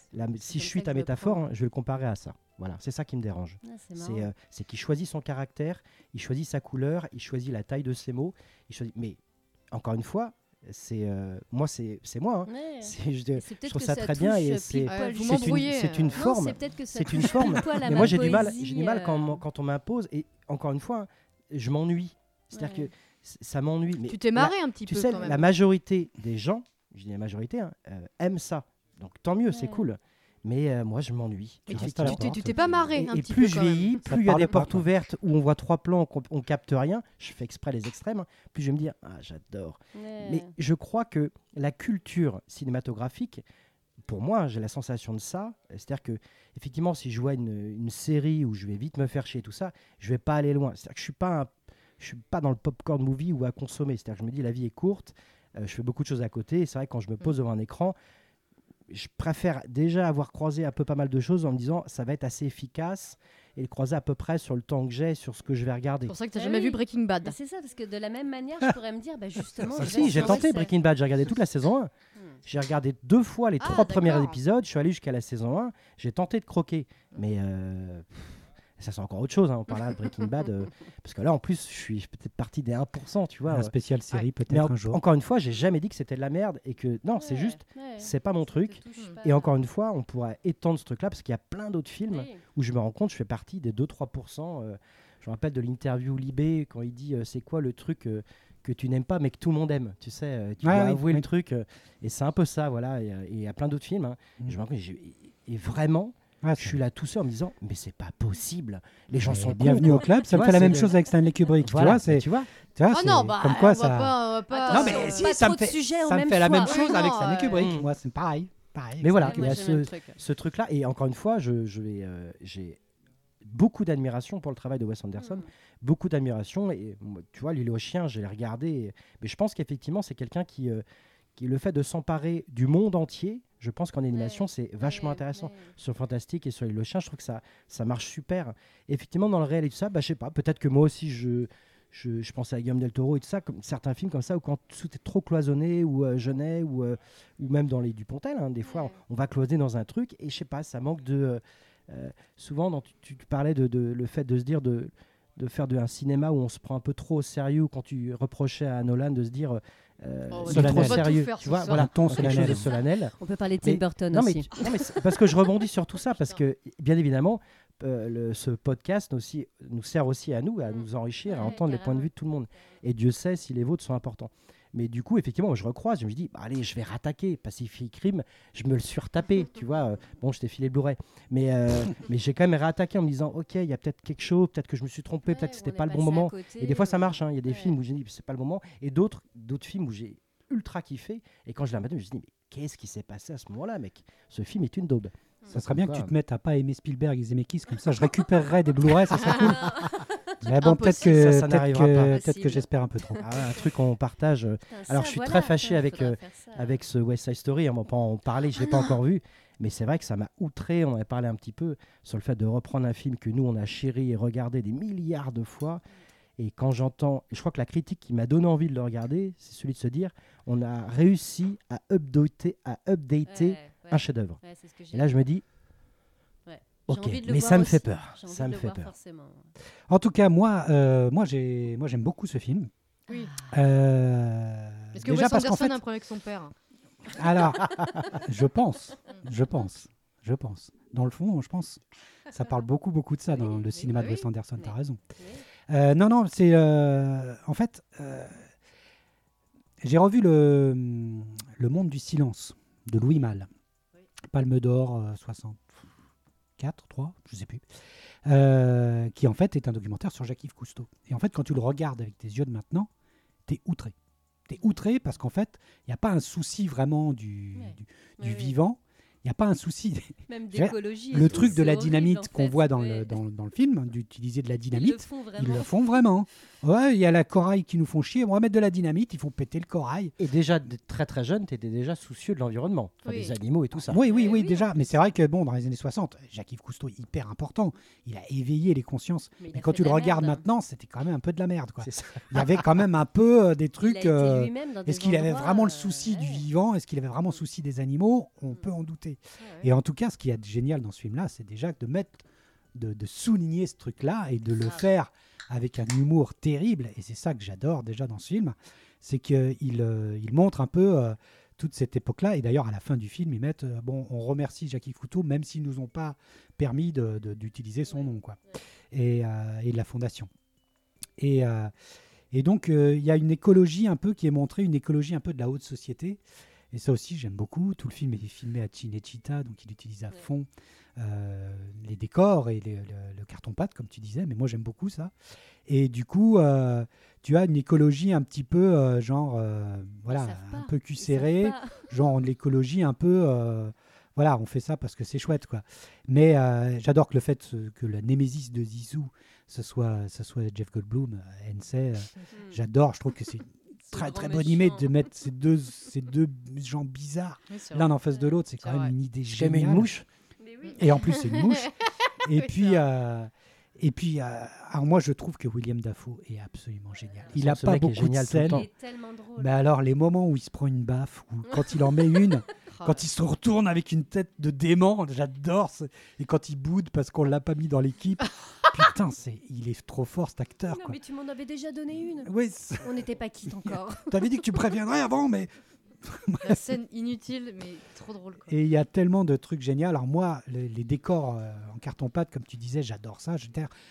Si je comme suis ça que ta je le métaphore, prends. je vais le comparer à ça. Voilà, c'est ça qui me dérange. Ah, c'est marrant. C'est qu'il choisit son caractère, il choisit sa couleur, il choisit la taille de ses mots. Mais encore une fois, c'est moi. Hein. Ouais. Je Et c'est peut-être trouve que ça très bien touche et pile c'est poil vous juste- m'embrouillez. c'est une Non, forme. c'est peut-être que ça C'est une touche forme. pile poil à Mais ma moi, j'ai du mal poésie, quand on m'impose. Et encore une fois, je m'ennuie. C'est-à-dire Ouais. que ça m'ennuie. Mais Tu t'es marré un petit tu peu sais, quand même. la majorité des gens, je dis la majorité, aiment ça. Donc tant mieux, c'est Ouais. cool. Mais moi, je m'ennuie. Mais restes à la tu t'es pas marré un Et petit plus peu je quand même. vieillis, Ça plus il y a parle des pas, portes toi. ouvertes où on voit 3 plans, on capte rien. Je fais exprès les extrêmes. Plus je vais me dire, ah, j'adore. Ouais. Mais je crois que la culture cinématographique, pour moi, j'ai la sensation de ça. C'est-à-dire que, effectivement, si je vois une série où je vais vite me faire chier et tout ça, je vais pas aller loin. C'est-à-dire que je suis pas dans le popcorn movie ou à consommer. C'est-à-dire que je me dis, la vie est courte, je fais beaucoup de choses à côté. Et c'est vrai que quand je me pose devant un écran, je préfère déjà avoir croisé un peu pas mal de choses en me disant, ça va être assez efficace et le croiser à peu près sur le temps que j'ai, sur ce que je vais regarder. C'est pour ça que t'as Ah jamais oui. vu Breaking Bad. Bah, c'est ça, parce que de la même manière, je pourrais me dire, bah, justement. je vais Si, j'ai sur tenté ça. Breaking Bad, j'ai regardé toute la saison 1. J'ai regardé 2 fois les 3 premiers d'accord. épisodes, je suis allé jusqu'à la saison 1, j'ai tenté de croquer. Mais ça c'est encore autre chose, hein. On parle là de Breaking Bad, parce que là en plus je suis peut-être parti des 1%, tu vois. Un spécial série Ouais. peut-être Mais un jour. encore une fois, j'ai jamais dit que c'était de la merde et que non, c'est Ouais, juste, ouais. c'est pas mon Ça te truc. touche pas. Et encore une fois, on pourrait étendre ce truc-là parce qu'il y a plein d'autres films Oui. où je me rends compte, je fais partie des 2-3%. Je me rappelle de l'interview Libé quand il dit c'est quoi le truc que tu n'aimes pas mais que tout le monde aime. Tu sais, tu Ouais, dois oui, avouer oui. le truc. Et c'est un peu ça, voilà. Et il y a plein d'autres films. Hein. Et je me rends compte, et vraiment, Ouais, je suis là tout seul en me disant mais c'est pas possible. Les gens sont bienvenue cons, au quoi. club. Ça Tu me vois, fait la c'est même de- chose avec Stanley Kubrick. Voilà, tu vois, Oh c'est non, bah, comme quoi on ça. va pas. Non Attends, mais pas si, trop ça me de fait, sujets en ça me même fait la fois. même chose Oui, avec non, Stanley Kubrick. Mm. Moi, c'est pareil. Mais voilà, Ouais, il y moi, a j'ai le même truc. ce truc-là. Et encore une fois, j'ai beaucoup d'admiration pour le travail de Wes Anderson, beaucoup d'admiration. Et moi, tu vois, L'île aux chiens, je l'ai regardé. Mais je pense qu'effectivement, c'est quelqu'un qui le fait de s'emparer du monde entier. Je pense qu'en animation, c'est vachement intéressant. Sur Fantastique et sur L'île aux chiens, je trouve que ça marche super. Et effectivement, dans le réel et tout ça, bah, je sais pas, peut-être que moi aussi, je pensais à Guillaume Del Toro et tout ça, comme certains films comme ça, où quand tout est trop cloisonné, ou Genet, ou même dans les Dupontel, hein, des fois, on va cloisonner dans un truc, et je sais pas, ça manque de... souvent, tu parlais de le fait de se dire de faire un cinéma où on se prend un peu trop au sérieux, ou quand tu reprochais à Nolan de se dire il est trop solennel. sérieux, On va tout faire tu vois, ce voilà, soir. Un ton quelque chose de solennel. solennel. On peut parler de Tim Mais- Burton Non, mais, aussi. non, mais c'est parce que je rebondis sur tout ça, parce que bien évidemment, ce podcast nous sert aussi à nous enrichir, à Ouais, entendre les points de carrément. vue de tout le monde. Et Dieu sait si les vôtres sont importants. Mais du coup, effectivement, je recroise, je me dis, bah, allez, je vais rattaquer Pacific Rim, je me le suis retapé, tu vois. Bon, je t'ai filé le Blu-ray. Mais j'ai quand même rattaqué en me disant, ok, il y a peut-être quelque chose, peut-être que je me suis trompé, peut-être que c'était pas le bon moment. Et des fois, ça marche, hein. Il y a des films où j'ai dit, c'est pas le moment. Et d'autres films où j'ai ultra kiffé. Et quand je l'ai remarqué, je me suis dit, mais qu'est-ce qui s'est passé à ce moment-là, mec? Ce film est une daube. Ça serait bien que Quoi. tu te mettes à pas aimer Spielberg et Zemeckis, comme ça je récupérerais des Blu-ray, ça serait cool. Mais bon, peut-être Impossible. que, Ça n'arrivera pas. peut-être que Possible. j'espère un peu trop. Ah ouais, un truc qu'on partage. Alors, je suis très fâché avec ce West Side Story. On va pas en parler, je l'ai pas encore vu. Mais c'est vrai que ça m'a outré. On avait parlé un petit peu sur le fait de reprendre un film que nous, on a chéri et regardé des milliards de fois. Et quand j'entends, je crois que la critique qui m'a donné envie de le regarder, c'est celui de se dire, on a réussi à updater un chef-d'œuvre. Et là, je me dis, ok, mais ça me fait peur. Ça me fait peur. En tout cas, moi j'aime beaucoup ce film. Oui. Est-ce que Déjà Wes parce qu'en Anderson fait, a un problème avec son père? alors, je pense. Dans le fond, je pense, ça parle beaucoup de ça dans le cinéma de Wes Anderson. T'as raison. Non, c'est en fait, j'ai revu le Monde du silence de Louis Malle, Palme d'Or 64, 3, je sais plus, qui en fait est un documentaire sur Jacques-Yves Cousteau. Et en fait, quand tu le regardes avec tes yeux de maintenant, t'es outré. T'es outré parce qu'en fait, il n'y a pas un souci vraiment du vivant. Il n'y a pas un souci. Même d'écologie. Le truc de la dynamite qu'on voit dans le film, d'utiliser de la dynamite, ils le font vraiment. Ouais, il y a la corail qui nous font chier. On va mettre de la dynamite, ils font péter le corail. Et déjà, très très jeune, tu étais déjà soucieux de l'environnement, enfin, Oui. des animaux et tout ça. Oui, déjà. Mais c'est vrai que bon, dans les années 60, Jacques-Yves Cousteau est hyper important. Il a éveillé les consciences. Mais quand tu le regardes maintenant, c'était quand même un peu de la merde, quoi. C'est ça. Il y avait quand même un peu des trucs. Il a été lui-même dans des Est-ce qu'il avait endroits, vraiment le souci du ouais. vivant? Est-ce qu'il avait vraiment le souci des animaux? On peut en douter. vérité. Et en tout cas, ce qui est génial dans ce film-là, c'est déjà de souligner ce truc-là et de le faire avec un humour terrible. Et c'est ça que j'adore déjà dans ce film, c'est qu'il montre un peu toute cette époque-là. Et d'ailleurs, à la fin du film, ils mettent on remercie Jackie Cousteau, même s'ils nous ont pas permis d'utiliser son nom, quoi, et de la fondation. Et donc, il y a une écologie un peu qui est montrée, une écologie un peu de la haute société. Et ça aussi, j'aime beaucoup. Tout le film est filmé à Cinecittà, donc il utilise à fond les décors et le carton-pâte, comme tu disais. Mais moi, j'aime beaucoup ça. Et du coup, tu as une écologie un petit peu, un peu cul serré, genre l'écologie un peu... on fait ça parce que c'est chouette, quoi. Mais j'adore que le fait que la némésis de Zizou, ce soit Jeff Goldblum, Hensey. J'adore, je trouve que c'est très très bonne idée de mettre ces deux gens bizarres l'un en face de l'autre. C'est quand même une idée géniale. Une mouche. Et en plus, c'est une mouche. Et puis, alors moi, je trouve que William Dafoe est absolument génial. Il n'a pas beaucoup de scènes. Il est tellement drôle. Mais alors, les moments où il se prend une baffe, ou quand il en met une, quand il se retourne avec une tête de dément, j'adore. Et quand il boude parce qu'on ne l'a pas mis dans l'équipe. Putain, il est trop fort, cet acteur. Non, quoi. mais tu m'en avais déjà donné une. Oui, on n'était pas quittes encore. Tu avais dit que tu préviendrais avant, mais... La scène inutile, mais trop drôle, quoi. Et il y a tellement de trucs géniaux. Alors moi, les décors en carton-pâte, comme tu disais, j'adore ça.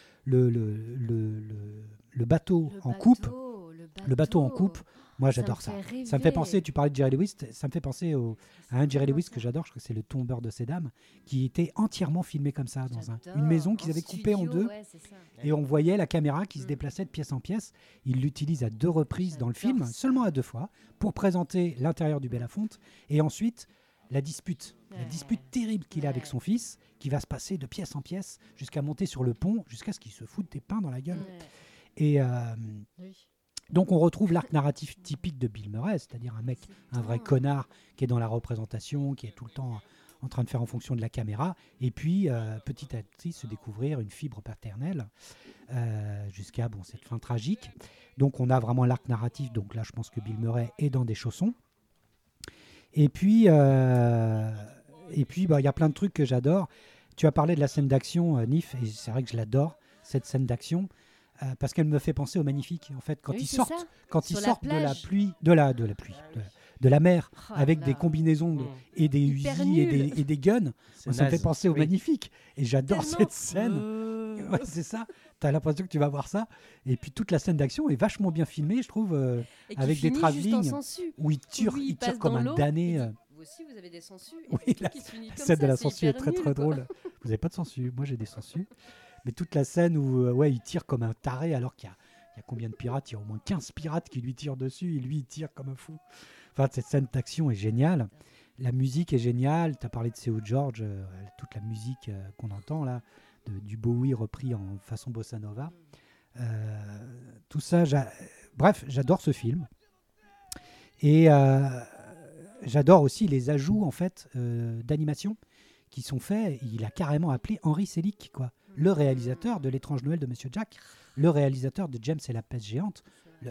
Le bateau en coupe. Le bateau en coupe, moi j'adore ça. Ça me fait penser, tu parlais de Jerry Lewis, ça me fait penser à un Jerry Lewis que j'adore, je crois que c'est Le Tombeur de ces dames, qui était entièrement filmé comme ça, dans une maison qu'ils avaient coupée en deux. Ouais, c'est ça. Et on voyait la caméra qui se déplaçait de pièce en pièce. Il l'utilise à 2 reprises dans le film, seulement à 2 fois, pour présenter l'intérieur du Belafonte. Et ensuite, la dispute terrible qu'il a avec son fils, qui va se passer de pièce en pièce jusqu'à monter sur le pont, jusqu'à ce qu'il se foute des pains dans la gueule. Et... donc on retrouve l'arc narratif typique de Bill Murray, c'est-à-dire un vrai connard qui est dans la représentation, qui est tout le temps en train de faire en fonction de la caméra, et puis petit à petit se découvrir une fibre paternelle jusqu'à cette fin tragique. Donc on a vraiment l'arc narratif, donc là je pense que Bill Murray est dans des chaussons. Et puis il y a plein de trucs que j'adore. Tu as parlé de la scène d'action, Nif, et c'est vrai que je l'adore, cette scène d'action. Parce qu'elle me fait penser au Magnifique. En fait, quand ils sortent de la mer avec des combinaisons et des Uzi et des guns, ça me fait penser au Magnifique. Et j'adore cette scène. Ouais, c'est ça. T'as l'impression que tu vas voir ça. Et puis toute la scène d'action est vachement bien filmée, je trouve, avec des travelling où il tire comme un damné. Vous aussi, vous avez des sangsues. Oui, la scène de la sangsue est très très drôle. Vous n'avez pas de sangsue. Moi, j'ai des sangsues. Mais toute la scène où il tire comme un taré alors qu'il y a combien de pirates ? Il y a au moins 15 pirates qui lui tirent dessus et lui il tire comme un fou. Enfin, cette scène d'action est géniale. La musique est géniale. Tu as parlé de Seu George, toute la musique qu'on entend là, du Bowie repris en façon bossa nova. Tout ça, bref, j'adore ce film. Et j'adore aussi les ajouts en fait d'animation qui sont faits. Il a carrément appelé Henry Selick, quoi. Le réalisateur de L'étrange Noël de Monsieur Jack, le réalisateur de James et la peste géante,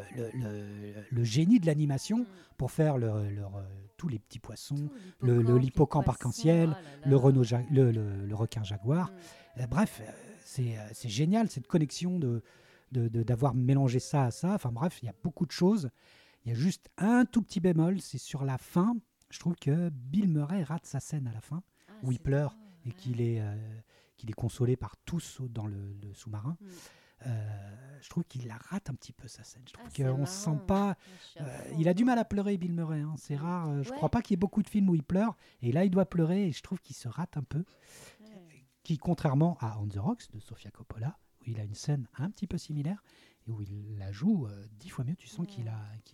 le génie de l'animation pour faire tous les petits poissons, l'hippocampe arc-en-ciel, le requin jaguar. Bref, c'est génial cette connexion d'avoir mélangé ça à ça. Enfin bref, il y a beaucoup de choses. Il y a juste un tout petit bémol, c'est sur la fin. Je trouve que Bill Murray rate sa scène à la fin, où il pleure et qu'il est consolé par tous dans le sous-marin. Je trouve qu'il la rate un petit peu, sa scène. Je trouve qu'on ne se sent pas... il a du mal à pleurer, Bill Murray. Hein. C'est rare. Je ne crois pas qu'il y ait beaucoup de films où il pleure. Et là, il doit pleurer et je trouve qu'il se rate un peu. Qui, contrairement à On the Rocks de Sofia Coppola, où il a une scène un petit peu similaire et où il la joue 10 fois mieux. Tu sens qu'il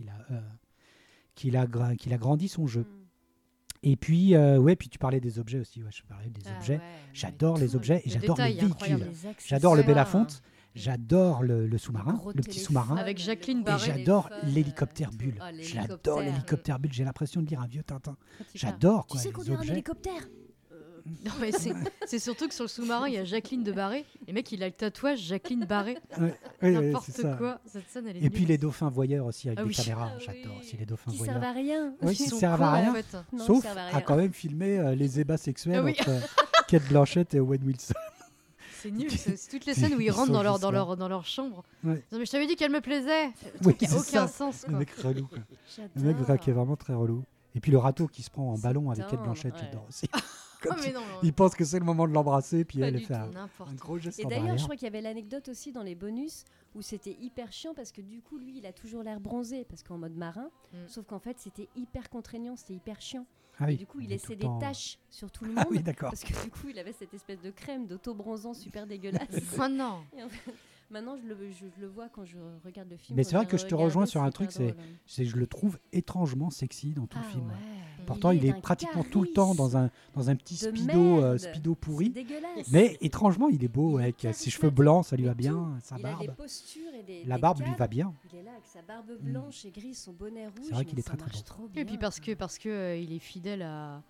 a grandi son jeu. Et puis, puis tu parlais des objets aussi. Ouais, je parlais des objets. J'adore les objets et j'adore les véhicules. J'adore le Belafonte. J'adore le sous-marin, le petit sous-marin. Avec Jacqueline Et Barret. j'adore l'hélicoptère bulle. J'adore l'hélicoptère bulle. J'ai l'impression de lire un vieux Tintin. J'adore Tu sais qu'on les dirait un objets. hélicoptère Non, mais c'est surtout que sur le sous-marin, il y a Jacqueline de Barré. Le mec, il a le tatouage Jacqueline Barré. Ouais, c'est N'importe ça. quoi. Cette scène, elle est Et puis nulle. les dauphins voyeurs aussi avec Ah des oui. caméras. Ah J'adore oui. aussi les dauphins Qui voyeurs. servent à rien. Oui, Ils qui sont servent à cons, rien. en fait. Non, ils Sauf servent à à rien. quand même filmer les ébats sexuels Ah oui. entre Kate Blanchett et Owen Wilson. C'est nul. C'est toutes les scènes où ils Ils rentrent sont dans juste là. leur chambre. Ouais. Non, mais je t'avais dit qu'elle me plaisait. Oui, Il n'y a c'est aucun ça. sens. Le Quoi. mec relou. Quoi. Le J'adore. mec qui est vraiment très relou. Et puis le râteau qui se prend en C'est ballon avec Kate tendre, Blanchett, ouais. j'adore aussi. Ah, Comme mais non, il pense que c'est le moment de l'embrasser, puis Pas elle du fait un n'importe gros geste Et en d'ailleurs, arrière. je crois qu'il y avait l'anecdote aussi dans les bonus où c'était hyper chiant parce que du coup, lui, il a toujours l'air bronzé parce qu'en mode marin. Mm. Sauf qu'en fait, c'était hyper contraignant, c'était hyper chiant. Ah Et oui, du coup, il est laissait tout des le temps- taches sur tout le Ah monde. oui, d'accord. Parce que du coup, il avait cette espèce de crème d'auto-bronzant super dégueulasse. Oh non. Et en fait, maintenant, je le vois quand je regarde le film. Mais quand c'est vrai je que je te regarde, rejoins sur un hyper truc, drôle. Je le trouve étrangement sexy dans tout le Ah film. ouais. Pourtant, il est d'un pratiquement tout le temps dans un petit de speedo, merde. speedo C'est pourri. dégueulasse. Mais étrangement, il est beau Il est avec ses charismatique, cheveux blancs, ça lui mais va bien, tout. sa Il a des barbe. postures et des La des barbe lui cadres. va bien. Il est là avec sa barbe blanche et grise, son bonnet rouge. vrai qu'il mais est ça très, très marche beau. trop bien. Et puis parce que il est fidèle à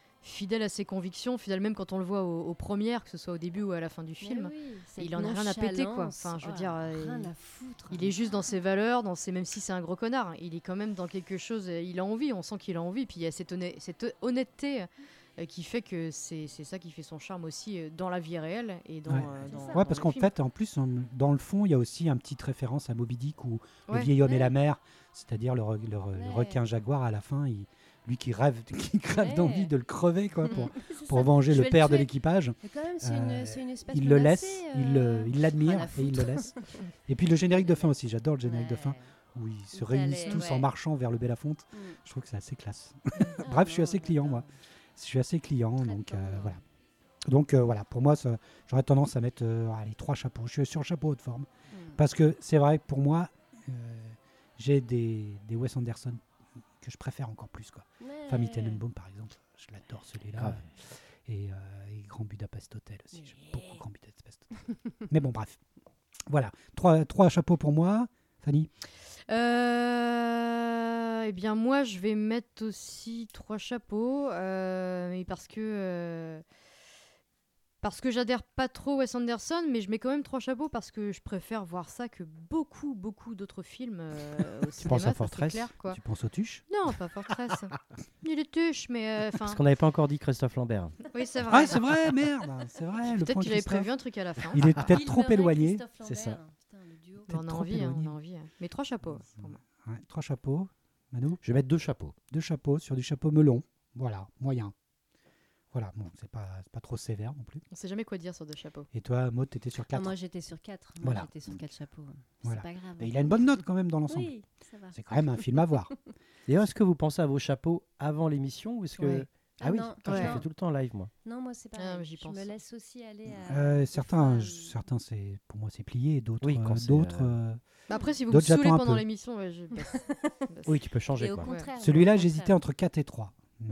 ses convictions, fidèle même quand on le voit aux premières, que ce soit au début ou à la fin du Mais film. oui, cette il en a rien à péter, quoi. nonchalance, Enfin, je veux oh, dire, rien à foutre. Il est juste dans ses valeurs, même si c'est un gros connard, il est quand même dans quelque chose, il a envie, on sent qu'il a envie, puis il y a cette honnêteté qui fait que c'est ça qui fait son charme aussi dans la vie réelle et dans, Ouais. C'est ça. Ouais, dans parce le qu'en film. fait, en plus, dans le fond, il y a aussi une petite référence à Moby Dick ou Le Ouais. vieil homme et Ouais. la mer, c'est-à-dire le requin jaguar à la fin, lui qui crève Ouais. d'envie de le crever quoi, C'est pour ça. venger Je le vais père de tuer. l'équipage. Mais quand même, c'est une espèce Il le menacée, laisse, il l'admire rien à et il le foutre. laisse. Et puis le générique de fin aussi, j'adore le générique de fin Ouais. où ils se Il réunissent fallait, tous ouais. en marchant vers le Bélafonte. Mm. Je trouve que c'est assez classe. Ah Bref, je suis non, assez client, j'adore. moi. Je suis assez client, Très donc tendre. voilà. Donc voilà, pour moi, j'aurais tendance à mettre allez, 3 chapeaux. Je suis sur le chapeau haute forme. Mm. Parce que c'est vrai que pour moi, j'ai des Wes Anderson que je préfère encore plus. Quoi. Famille Ouais. Tenenbaum, par exemple, je l'adore celui-là. Grave. Et Grand Budapest Hotel aussi, j'aime Yeah. beaucoup Grand Budapest Hotel. Mais bon, bref. Voilà, trois chapeaux pour moi. Fanny? Eh bien, moi, je vais mettre aussi 3 chapeaux, mais parce que j'adhère pas trop à Wes Anderson, mais je mets quand même 3 chapeaux parce que je préfère voir ça que beaucoup d'autres films au Tu cinéma, penses à ça, c'est Fortress? clair, quoi. Tu penses aux tuches? Non, pas Fortress. Il est tuche, mais enfin. Parce qu'on n'avait pas encore dit Christophe Lambert. Oui, c'est vrai. Ah, c'est vrai, merde! C'est vrai, le Peut-être point qu'il avait Christophe. prévu un truc à la fin. Il est peut-être Bill trop Murray, éloigné. Christophe C'est ça. Lambert. Putain, le duo. Mais on a peut-être trop envie, hein, éloigné. on a envie. Mais 3 chapeaux pour moi. Ouais, 3 chapeaux. Manu? Je vais mettre 2 chapeaux. 2 chapeaux sur du chapeau melon. Voilà, moyen. Voilà, bon, c'est pas trop sévère non plus. On sait jamais quoi dire sur 2 chapeaux. Et toi, Maud, t'étais sur Ah, 4. moi, j'étais sur 4. Voilà. J'étais sur 4 chapeaux. Voilà. C'est pas grave. Et il a une bonne note quand même dans l'ensemble. Oui, ça va. C'est quand même un film à voir. D'ailleurs, est-ce que vous pensez à vos chapeaux avant l'émission ou est-ce que... Ouais. Ah oui, non, je le ouais. fais tout le temps en live, moi. Non, moi, c'est pas. Ah, mais j'y pense. Je me laisse aussi aller à. Certains, des fois, certains c'est pour moi c'est plié, d'autres, Oui, quand c'est, d'autres. Bah après, si vous me D'autres, saoulez j'attends un pendant peu. l'émission, ouais, je baisse. Oui, tu peux changer, Et au quoi. contraire. Celui-là, au j'hésitais contraire. entre 4 et 3.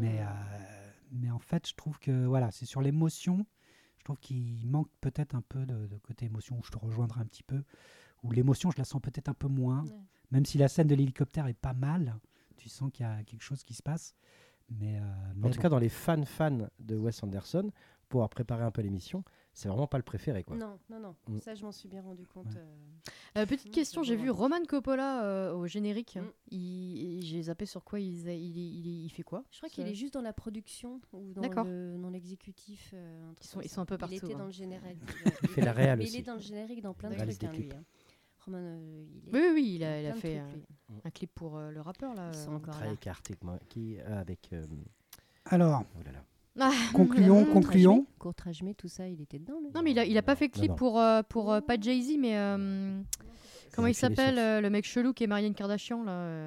Mais en fait, je trouve que voilà, c'est sur l'émotion. Je trouve qu'il manque peut-être un peu de côté émotion, où je te rejoindrai un petit peu. Où l'émotion, je la sens peut-être un peu moins. Ouais. Même si la scène de l'hélicoptère est pas mal, tu sens qu'il y a quelque chose qui se passe. Mais En tout cas, dans les fans de Wes Anderson, pour avoir préparé un peu l'émission, c'est vraiment pas le préféré, quoi. Non. Mm. Ça, je m'en suis bien rendu compte. Ouais. Petite Mm, question, c'est j'ai bon. vu Roman Coppola au générique. Mm. J'ai zappé sur quoi il fait quoi. Je crois qu'il est juste dans la production ou D'accord. dans l'exécutif. Un truc Ils comme sont ça. un peu Il partout, était hein. dans le générique. Il fait la réal Mais aussi. il est dans le générique dans plein de Réalise trucs, des hein, lui. clips. Hein. Roman, il est Oui, il a dans plein de fait trucs, lui. un clip pour le rappeur là. Ils sont encore là. Travaille avec Arctic Monkey, avec... alors, oh là là. Ah. concluons. Courtrajmé, tout ça, il était dedans. Lui. Non, mais il a pas fait clip Non. pour pas Jay-Z, mais comment il a fait des s'appelle sources. le mec chelou qui est marié à une Kardashian là.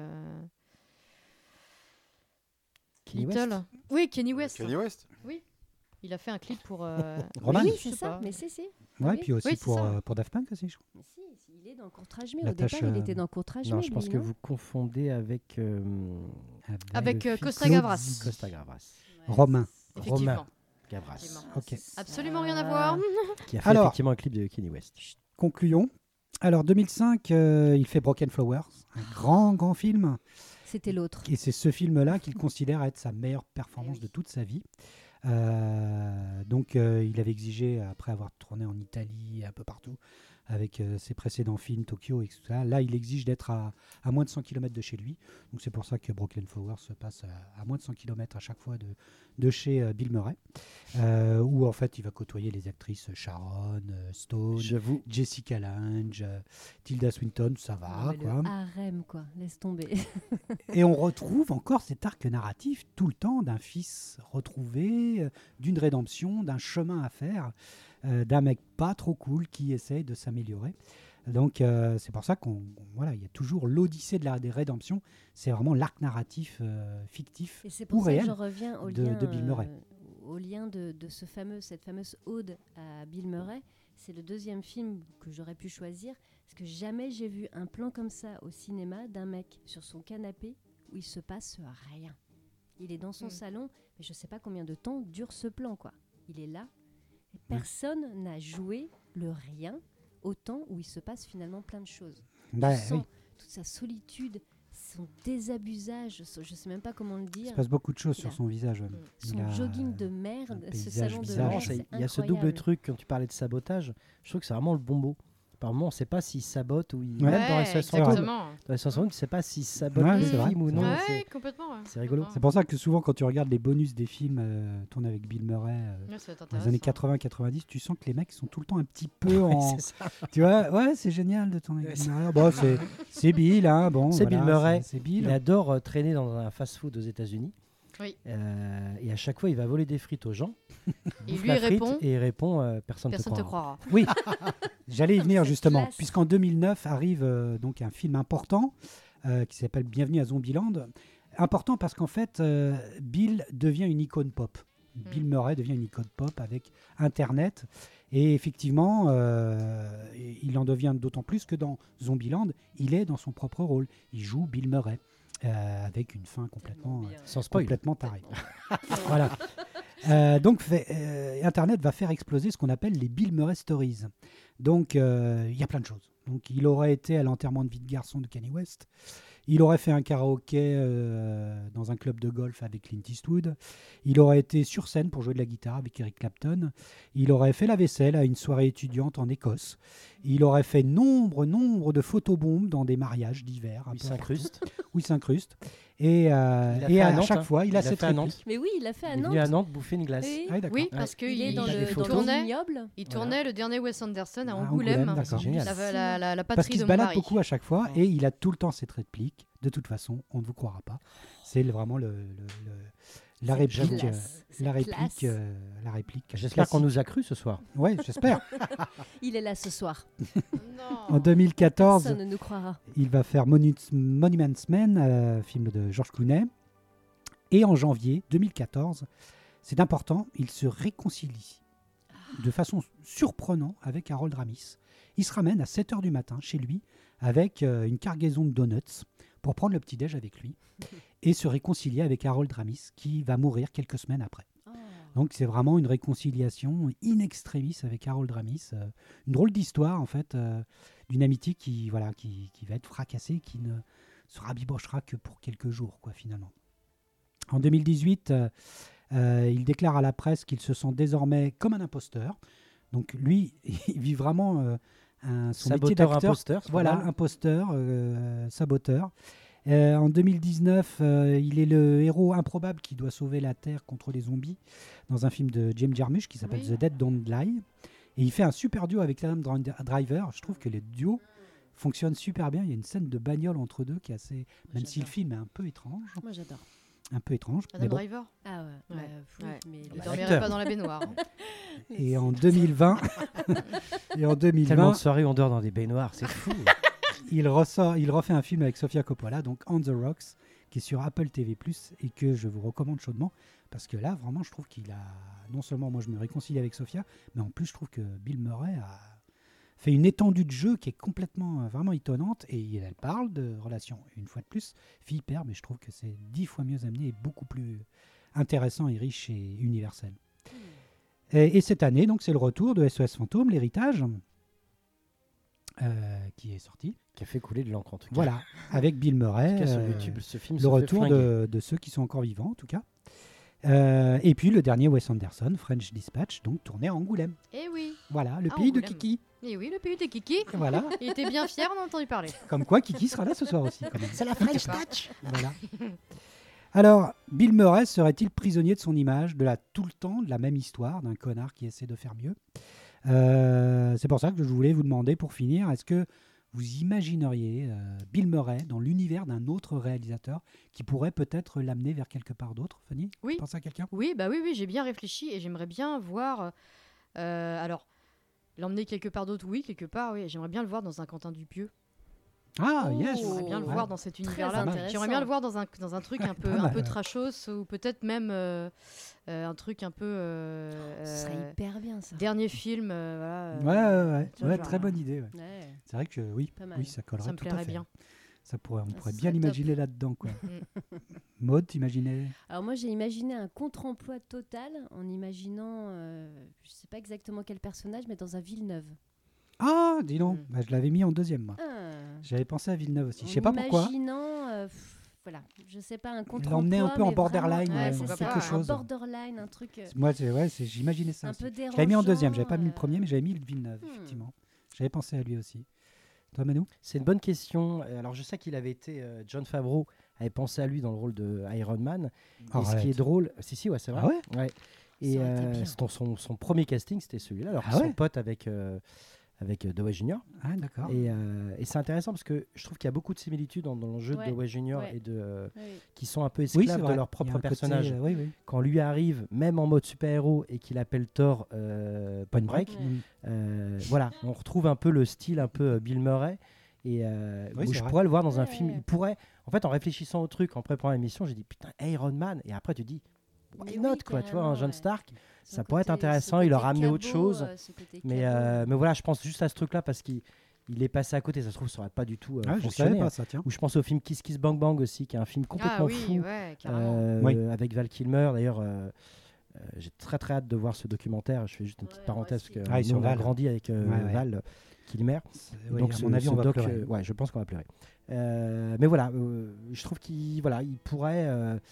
Kenny Little. West. Oui, Kenny West. Kanye West. Il a fait un clip pour. Roman. Oui, je c'est sais ça. pas. Mais c'est. Ouais, Oui. puis aussi Oui, c'est ça. pour Daft Punk aussi, je crois. Mais si, il est dans Courtrajmé. La Au départ, tâche, il était dans Courtrajmé. Non, je pense lui, que non vous confondez avec... Avec le fils Costa Claude Gavras. Zidi. Costa Gavras. Ouais, Romain. Effectivement. Romain Gavras. Effectivement. Ok. Absolument rien à voir. Qui a fait Alors. effectivement un clip de Kenny West. Concluons. Alors, 2005, il fait Broken Flowers, un grand film. C'était l'autre. Et c'est ce film-là qu'il considère être sa meilleure performance Eh oui. de toute sa vie. Donc il avait exigé, après avoir tourné en Italie, un peu partout, avec ses précédents films, Tokyo, etc. Là, il exige d'être à moins de 100 km de chez lui. Donc c'est pour ça que Brooklyn Flowers se passe à moins de 100 km à chaque fois de chez Bill Murray, où en fait il va côtoyer les actrices Sharon Stone, J'avoue. Jessica Lange, Tilda Swinton, ça va. Mais Quoi. le harem, quoi. Laisse tomber. Et on retrouve encore cet arc narratif tout le temps d'un fils retrouvé, d'une rédemption, d'un chemin à faire, d'un mec pas trop cool qui essaye de s'améliorer. Donc c'est pour ça voilà, il y a toujours l'odyssée des rédemptions. C'est vraiment l'arc narratif fictif Et c'est ou pour ça que réel je reviens au de lien, Bill Murray. Au lien de cette fameuse ode à Bill Murray. C'est le deuxième film que j'aurais pu choisir, parce que jamais j'ai vu un plan comme ça au cinéma d'un mec sur son canapé où il se passe rien. Il est dans son salon, mais je sais pas combien de temps dure ce plan, quoi. Il est là, et personne n'a joué le rien autant où il se passe finalement plein de choses. Bah, Tu sens oui. toute sa solitude, son désabusage, je sais même pas comment le Il dire. se passe beaucoup de choses Il sur a- son visage. Son Il a jogging de merde, un ce paysage salon de bizarre. merde, C'est- c'est il y a ce double incroyable. truc, quand tu parlais de sabotage, je trouve que c'est vraiment le bon mot. Par moment, on ne sait pas s'il sabote ou il. Ouais. Même dans les exactement. tu ne sais pas s'il sabote Ouais, le c'est vrai, film ou c'est non. vrai. c'est- Ouais, complètement. ouais. c'est rigolo. C'est pour ça que souvent, quand tu regardes les bonus des films tournés avec Bill Murray Ouais, ça va être dans les années intéressant. 80-90, tu sens que les mecs sont tout le temps un petit peu en. C'est ça. Tu vois, ouais, c'est génial de tourner avec Ouais, Bill Murray. Bon, c'est Bill, hein, bon. C'est voilà, Bill Murray. C'est Bill. Il adore traîner dans un fast-food aux États-Unis. Oui. Et à chaque fois, il va voler des frites aux gens. Et bouffe lui la il frite répond, Et il répond personne personne te te croira. croira. Oui, j'allais y venir Cette justement, classe. puisqu'en 2009 arrive donc un film important qui s'appelle Bienvenue à Zombieland. Important parce qu'en fait, Bill devient une icône pop. Bill Murray devient une icône pop avec Internet. Et effectivement, il en devient d'autant plus que dans Zombieland, il est dans son propre rôle. Il joue Bill Murray avec une fin complètement, Sans spoil. complètement tarée. Voilà. Donc, Internet va faire exploser ce qu'on appelle les Bill Murray Stories. Donc, il y a plein de choses. Donc, il aurait été à l'enterrement de vie de garçon de Kanye West. Il aurait fait un karaoké dans un club de golf avec Clint Eastwood. Il aurait été sur scène pour jouer de la guitare avec Eric Clapton. Il aurait fait la vaisselle à une soirée étudiante en Écosse. Il aurait fait nombre de photobombes dans des mariages divers. un Il peu s'incruste. partout, où il s'incruste. Et fait à à Nantes, chaque hein. fois, il a Il a cette fait à Nantes. réplique. Mais oui, il l'a fait Il à est Nantes. venu à Nantes bouffer une glace. Oui. Ah oui, d'accord. Oui, parce qu'il Il est dans il a des le photos. tournait ignoble. il tournait le dernier Wes Anderson à À Angoulême, Angoulême, d'accord. C'est génial. la Parce patrie qu'il de se mon balade mari. beaucoup à chaque fois et il a tout le temps cette réplique. De toute façon, on ne vous croira pas. C'est vraiment la C'est réplique. classe, c'est La classe. réplique. La réplique. J'espère qu'on classique. nous a cru ce soir. Ouais, j'espère. Il est là ce soir. En 2014, Personne ne nous croira. il va faire Monuments Men, film de George Clooney. Et en janvier 2014, c'est important, il se réconcilie de façon surprenante avec Harold Ramis. Il se ramène à 7h du matin chez lui avec une cargaison de donuts pour prendre le petit-déj avec lui et se réconcilier avec Harold Ramis qui va mourir quelques semaines après. Oh. Donc c'est vraiment une réconciliation in extremis avec Harold Ramis. Une drôle d'histoire en fait d'une amitié qui va être fracassée, qui ne se rabibochera que pour quelques jours quoi finalement. En 2018, il déclare à la presse qu'il se sent désormais comme un imposteur. Donc lui, il vit vraiment son métier Saboteur, d'acteur. imposteur. c'est Voilà, pas mal. imposteur, saboteur. En 2019, il est le héros improbable qui doit sauver la Terre contre les zombies dans un film de James Jarmusch qui s'appelle Oui. The Dead Don't Lie. Et il fait un super duo avec Adam Driver. Je trouve que les duos fonctionnent super bien. Il y a une scène de bagnole entre deux qui est assez... Même si le J'adore. film est un peu étrange. Moi j'adore. Un peu étrange. Adam mais bon. Driver. Ah ouais. Ouais. bah, oui, Ouais. mais Il le- dormirait l'acteur. pas dans la baignoire. hein. Et en 2020, et en Tellement 2020 de soirées on dort dans des baignoires, c'est fou. il refait un film avec Sofia Coppola, donc On the Rocks, qui est sur Apple TV+, et que je vous recommande chaudement, parce que là, vraiment, je trouve qu'il a... Non seulement moi, je me réconcilie avec Sofia, mais en plus, je trouve que Bill Murray a fait une étendue de jeu qui est complètement, vraiment étonnante, et elle parle de relations, une fois de plus, fille-père, mais je trouve que c'est 10 fois mieux amené et beaucoup plus intéressant et riche et universel. Et cette année, donc, c'est le retour de SOS Fantôme, l'héritage, qui est sorti. Qui a fait couler de l'encre en tout cas. Voilà, avec Bill En Murray. tout cas, sur YouTube, ce film le se fait retour flinguer. de ceux qui sont encore vivants, en tout cas. Et puis le dernier Wes Anderson, French Dispatch, donc tourné à Angoulême. Eh oui. Voilà, le Ah, pays de Angoulême. Kiki. Et oui, le pays de Kiki. Voilà, Il était bien fier, on a entendu parler. comme quoi Kiki sera là ce soir aussi. Quand même. C'est la French Touch. Voilà. Alors, Bill Murray serait-il prisonnier de son image, tout le temps, de la même histoire, d'un connard qui essaie de faire mieux C'est pour ça que je voulais vous demander, pour finir, est-ce que vous imagineriez Bill Murray dans l'univers d'un autre réalisateur qui pourrait peut-être l'amener vers quelque part d'autre, Fanny? Oui. Tu penses à quelqu'un? Oui, j'ai bien réfléchi et j'aimerais bien voir. Alors, l'emmener quelque part d'autre, oui, quelque part, oui. J'aimerais bien le voir dans un Quentin Dupieux. Ah, Oh. yes. J'aimerais bien le Ouais. voir dans cet Très univers-là. intéressant. J'aimerais bien le voir dans un truc un peu, Pas mal, ouais. trashos ou peut-être même un truc un peu. Ce serait hyper bien ça. Dernier film, voilà. Ouais, tu vois, genre, très bonne idée. Ouais. Ouais. C'est vrai que oui, Pas mal. oui, ça collerait Ça me tout à plairait fait. bien. Ça pourrait, on Ça pourrait serait bien top. l'imaginer là-dedans, quoi. Mm. Maud, t'imaginais? Alors moi j'ai imaginé un contre-emploi total en imaginant, je sais pas exactement quel personnage, mais dans un Villeneuve. Ah, dis donc, Mm. bah, je l'avais mis en deuxième, moi. Ah. J'avais pensé à Villeneuve aussi. Je En sais pas pourquoi. imaginant, voilà, je sais pas, un contre-emploi. L'emmener un peu en mais borderline, vraiment, ouais, c'est pourquoi ça, pas, quelque chose. Un borderline, un truc Moi, j'imaginais ça un aussi. peu Je dérangeant. l'avais mis en deuxième, j'avais pas mis le premier, mais euh, j'avais mis le Villeneuve, effectivement. J'avais pensé à lui aussi. Toi, Manu? C'est une bonne question. Alors, je sais qu'il avait été. John Favreau avait pensé à lui dans le rôle de Iron Man. Et ce qui Arrête. est drôle. Si, ouais, c'est vrai. Ah ouais? Ouais. Et Ça aurait été bien. son premier casting, c'était celui-là. Alors, Ah qu'ils ouais sont potes avec Dewey Junior. Ah, d'accord. Et c'est intéressant parce que je trouve qu'il y a beaucoup de similitudes dans le jeu Ouais, de Dewey Junior ouais. et de oui. qui sont un peu Oui, esclaves c'est de vrai. leur Il y a propre un côté, personnage. oui, oui. Quand lui arrive, même en mode super-héros, et qu'il appelle Thor Point Break, Ouais. voilà, on retrouve un peu le style un peu Bill Murray. Et Oui, où c'est je vrai. pourrais le voir dans un Ouais. film. Il pourrait, en fait, en réfléchissant au truc, en préparant l'émission, j'ai dit putain, Iron Man. Et après, tu dis, Mais why oui, not, quoi, tu vois, un carrément, John ouais. Stark. Son Ça pourrait être côté- intéressant, ce il leur côté a amené autre cabot, chose. ce côté Mais cabot. voilà, je pense juste à ce truc-là parce qu'il est passé à côté. Ça se trouve, ça aurait pas du tout Ah, je fonctionné. savais pas ça, tiens. Ou je pense au film Kiss Kiss Bang Bang aussi, qui est un film complètement Ah oui, fou. ouais, carrément. Oui. Avec Val Kilmer. D'ailleurs, j'ai très très hâte de voir ce documentaire. Je fais juste une petite Ouais, parenthèse moi parce aussi. que Ah, et nous, sur on a Val. grandi avec Ouais. Val Kilmer. Oui, Donc à mon avis, on va doc, pleurer. ouais, je pense qu'on va pleurer. Mais voilà, je trouve qu'il pourrait,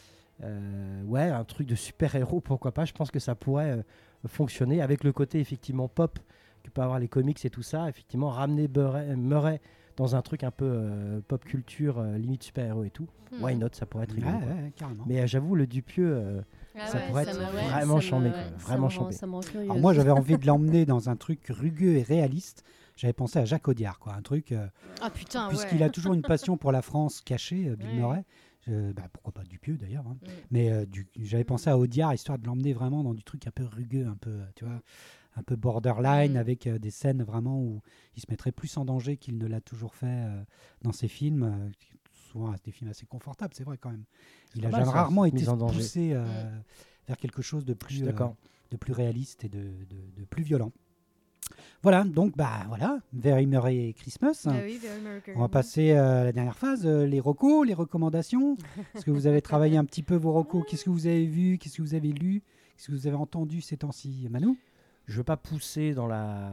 ouais, un truc de super-héros, pourquoi pas. Je pense que ça pourrait fonctionner avec le côté effectivement pop que peut avoir les comics et tout ça. Effectivement, ramener Murray dans un truc un peu pop culture, limite super-héros et tout. Why Mhm. not, ça pourrait être Ouais, rigolo. quoi. ouais, carrément. Mais j'avoue, le Dupieux, Ah ça ouais, pourrait être me- ouais, vraiment ça me- chambé, quoi, ouais, vraiment ça me rend- chambé. Ça me rend curieuse. Alors moi, j'avais envie de l'emmener dans un truc rugueux et réaliste. J'avais pensé à Jacques Audiard, quoi. Un truc, Ah putain, ouais. puisqu'il a toujours une passion pour la France cachée, Bill Ouais. Murray. Pourquoi pas Dupieux d'ailleurs. Hein. Mm. Mais j'avais pensé à Audiard, histoire de l'emmener vraiment dans du truc un peu rugueux, un peu, tu vois, un peu borderline, Mm. avec des scènes vraiment où il se mettrait plus en danger qu'il ne l'a toujours fait dans ses films. Souvent des films assez confortables, c'est vrai quand même. Il a pas mal, ça, rarement mise été en danger. poussé Mm. vers quelque chose de Je suis plus, d'accord. de plus réaliste et de plus violent. Voilà, donc voilà, Very Merry Christmas. Ah oui, Very Merry On va Christmas. passer à la dernière phase, les recos, les recommandations. Est-ce que vous avez travaillé un petit peu vos recos? Qu'est-ce que vous avez vu? Qu'est-ce que vous avez lu? Qu'est-ce que vous avez entendu ces temps-ci? Manu? Je veux pas pousser dans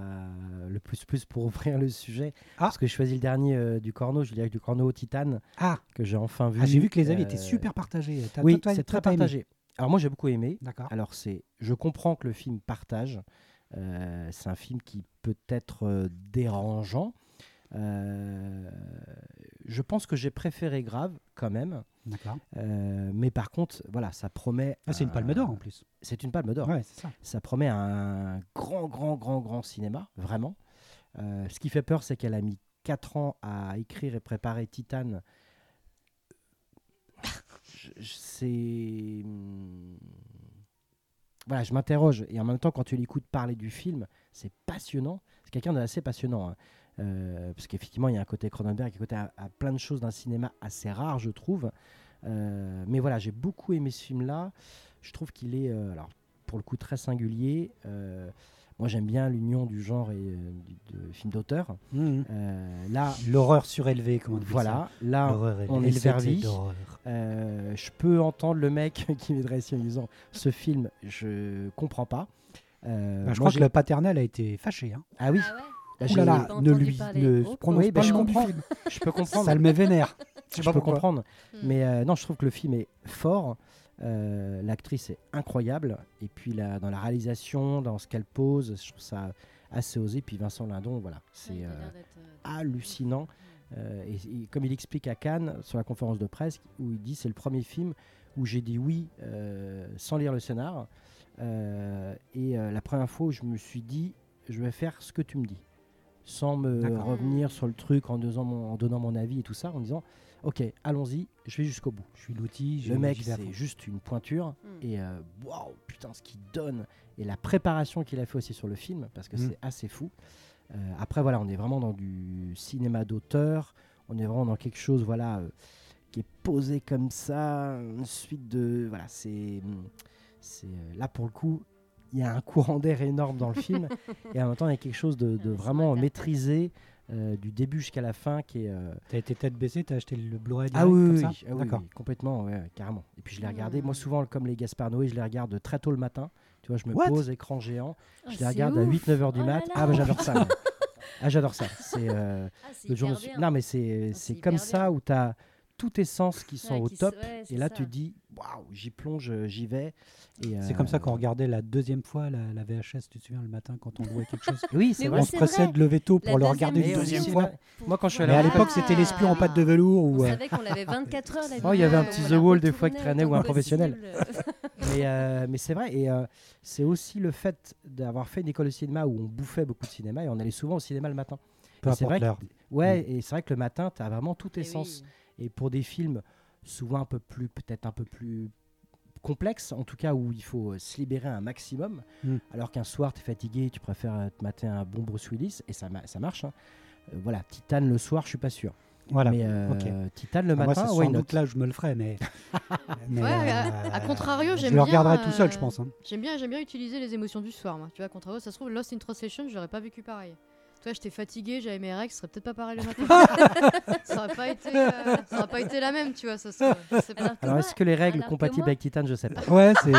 le plus pour ouvrir le sujet, Ah. parce que je choisis le dernier du Corneau, je dirais du Corneau Titane, Ah, que j'ai enfin vu. j'ai vu que les avis Euh, étaient super partagés. Oui, Toi, c'est très t'as aimé? partagé. Alors moi j'ai beaucoup aimé. D'accord. Alors je comprends que le film partage. C'est un film qui peut être dérangeant. Je pense que j'ai préféré Grave quand même. D'accord. Mais par contre, voilà, ça promet. Ah, c'est une palme d'or en plus. C'est une palme d'or. Ouais, c'est ça. Ça promet un grand cinéma, vraiment. Ce qui fait peur, c'est qu'elle a mis 4 ans à écrire et préparer Titane. Voilà, je m'interroge. Et en même temps, quand tu l'écoutes parler du film, c'est passionnant. C'est quelqu'un d'assez passionnant. Hein. Parce qu'effectivement, il y a un côté Cronenberg, un côté à plein de choses d'un cinéma assez rare, je trouve. Mais voilà, j'ai beaucoup aimé ce film-là. Je trouve qu'il est, alors, pour le coup, très singulier. Moi, j'aime bien l'union du genre et de film d'auteur. Mhm. Là, L'horreur surélevée, comment on dit voilà, là, L'horreur on est le excès Vervi. d'horreur. Je peux entendre le mec qui m'est dressé en disant ce film, je comprends pas. Je moi, crois que j'ai- le paternel a été fâché. Hein. Ah oui, Ah ouais. bah, Ouh j'ai- là là, J'ai pas ne entendu lui parler. ne Oh, prononce oui, pas bah, le je nom du comprends. film. je peux comprendre. Ça le met vénère. Je sais Je pas peux pourquoi. comprendre. Mm. Mais non, je trouve que le film est fort. L'actrice est incroyable. Et puis dans la réalisation, dans ce qu'elle pose, je trouve ça assez osé. Puis Vincent Lindon, voilà, c'est hallucinant. Et comme il explique à Cannes, sur la conférence de presse, où il dit c'est le premier film où j'ai dit oui sans lire le scénar. La première fois où je me suis dit je vais faire ce que tu me dis, sans me revenir sur le truc en donnant mon avis et tout ça, en disant ok, allons-y, je vais jusqu'au bout. Je suis l'outil. Le mec, c'est juste une pointure. Et waouh, putain, ce qu'il donne et la préparation qu'il a fait aussi sur le film, parce que c'est assez fou. Après, voilà, on est vraiment dans du cinéma d'auteur. On est vraiment dans quelque chose, voilà, qui est posé comme ça, une suite de, voilà, c'est là pour le coup. Il y a un courant d'air énorme dans le film et en même temps il y a quelque chose de vraiment maîtrisé du début jusqu'à la fin qui est. T'as été tête baissée, t'as acheté le Blu-ray direct, Ah oui, comme oui, ça oui, complètement, ouais, carrément. Et puis je l'ai regardé, moi souvent comme les Gaspard Noé, je les regarde très tôt le matin. Tu vois, je me pose écran géant, je les regarde à 8-9 heures du mat. Ah bah j'adore ça. Ouais. Ah j'adore ça. C'est le jour. Non mais c'est comme ça où t'as tous tes sens qui sont au top et là tu te dis waouh, j'y plonge, j'y vais. C'est comme ça qu'on regardait la deuxième fois la VHS, tu te souviens, le matin quand on louait quelque chose. Oui, c'est vrai. On se pressait de lever tôt pour le regarder une deuxième fois. Moi quand je suis Mais à l'époque c'était l'espion en pâte de velours. On savait qu'on l'avait 24 heures. Il y avait un petit The Wall des fois qui traînait ou un professionnel. Mais c'est vrai, et c'est aussi le fait d'avoir fait une école de cinéma où on bouffait beaucoup de cinéma et on allait souvent au cinéma le matin. C'est vrai l'heure. Et c'est vrai que le matin, tu as vraiment tous tes sens. Et pour des films souvent peut-être un peu plus complexes, en tout cas où il faut se libérer un maximum, alors qu'un soir tu es fatigué, tu préfères te mater un bon Bruce Willis, et ça marche. Hein. Voilà, Titane le soir, je suis pas sûr. Voilà. Mais Titane le matin, moi, c'est sans doute là je me le ferai, mais à contrario, je le regarderai tout seul, je pense. Hein. J'aime bien utiliser les émotions du soir. Moi. Tu vois, à contrario, ça se trouve Lost in Translation, je l'aurais pas vécu pareil. Toi, j'étais fatiguée, j'avais mes règles, ce serait peut-être pas pareil le matin. ça aurait pas été la même, tu vois. Alors, est-ce que les règles compatibles avec Titane, je sais pas. Ouais, c'est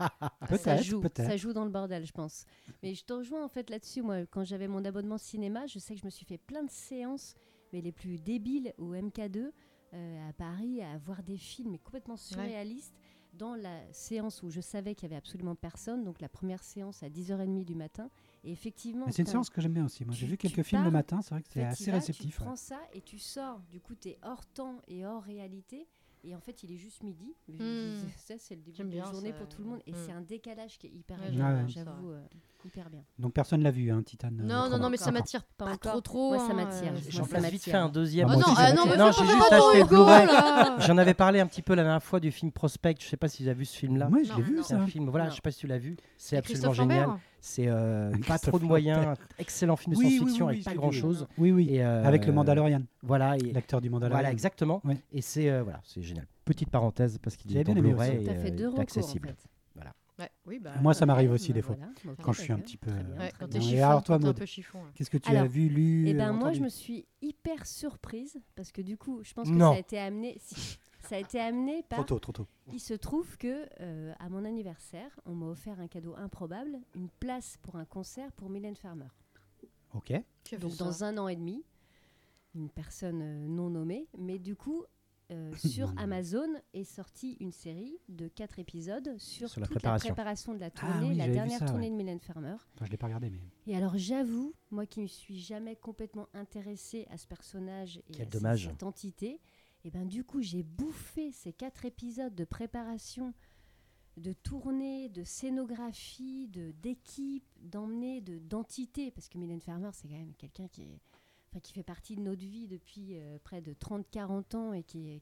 ça joue dans le bordel, je pense. Mais je te rejoins en fait là-dessus. Moi, quand j'avais mon abonnement cinéma, je sais que je me suis fait plein de séances, mais les plus débiles au MK2 à Paris, à voir des films complètement surréalistes. Dans la séance où je savais qu'il n'y avait absolument personne, donc la première séance à 10h30 du matin, et effectivement... Mais c'est une séance que j'aime bien aussi. Moi, j'ai vu quelques films le matin, c'est vrai que c'est assez réceptif. Tu prends ça et tu sors, du coup, tu es hors temps et hors réalité, et en fait, il est juste midi. Ça, c'est le début de la journée pour tout le monde, et c'est un décalage qui est hyper agréable, j'avoue, hyper bien. Donc personne l'a vu, hein, Titane. Non, mais ça m'attire pas trop. Moi, ça m'attire. J'en place vite fait un deuxième. Non, j'ai juste acheté le Blu-ray. J'en avais parlé un petit peu la dernière fois du film Prospect. Je sais pas si vous avez vu ce film-là. Oui, je l'ai vu. C'est un film, voilà, je sais pas si tu l'as vu. C'est absolument Christophe génial. Lambert. C'est pas trop de moyens, excellent film de science-fiction avec pas grand-chose. Oui. Et avec le Mandalorian. Voilà, l'acteur du Mandalorian. Voilà, exactement. Ouais. Et c'est génial. Petite parenthèse parce qu'il est en bien aimé Blu-ray Tu as fait 2 recours, accessible. en fait. Voilà. Moi, ça m'arrive aussi des fois. Quand je suis un petit peu. Quand t'es Et chiffon, alors toi, quand t'es un Maud, peu chiffon. qu'est-ce que tu as vu, lu, moi, entendu je me suis hyper surprise parce que du coup, je pense que Non. ça a été amené. Ça a été amené par. Trop tôt. Il se trouve que à mon anniversaire, on m'a offert un cadeau improbable, une place pour un concert pour Mylène Farmer. Ok. Donc dans 1 an et demi, une personne non nommée, mais du coup. Sur Amazon est sortie une série de 4 épisodes sur la toute la préparation de la tournée, la dernière tournée de Mylène Farmer. Enfin, je l'ai pas regardé, mais. Et alors j'avoue, moi qui ne me suis jamais complètement intéressée à ce personnage et à cette entité, et ben du coup j'ai bouffé ces 4 épisodes de préparation, de tournée, de scénographie, d'équipe, d'entité, parce que Mylène Farmer c'est quand même quelqu'un qui fait partie de notre vie depuis près de 30-40 ans et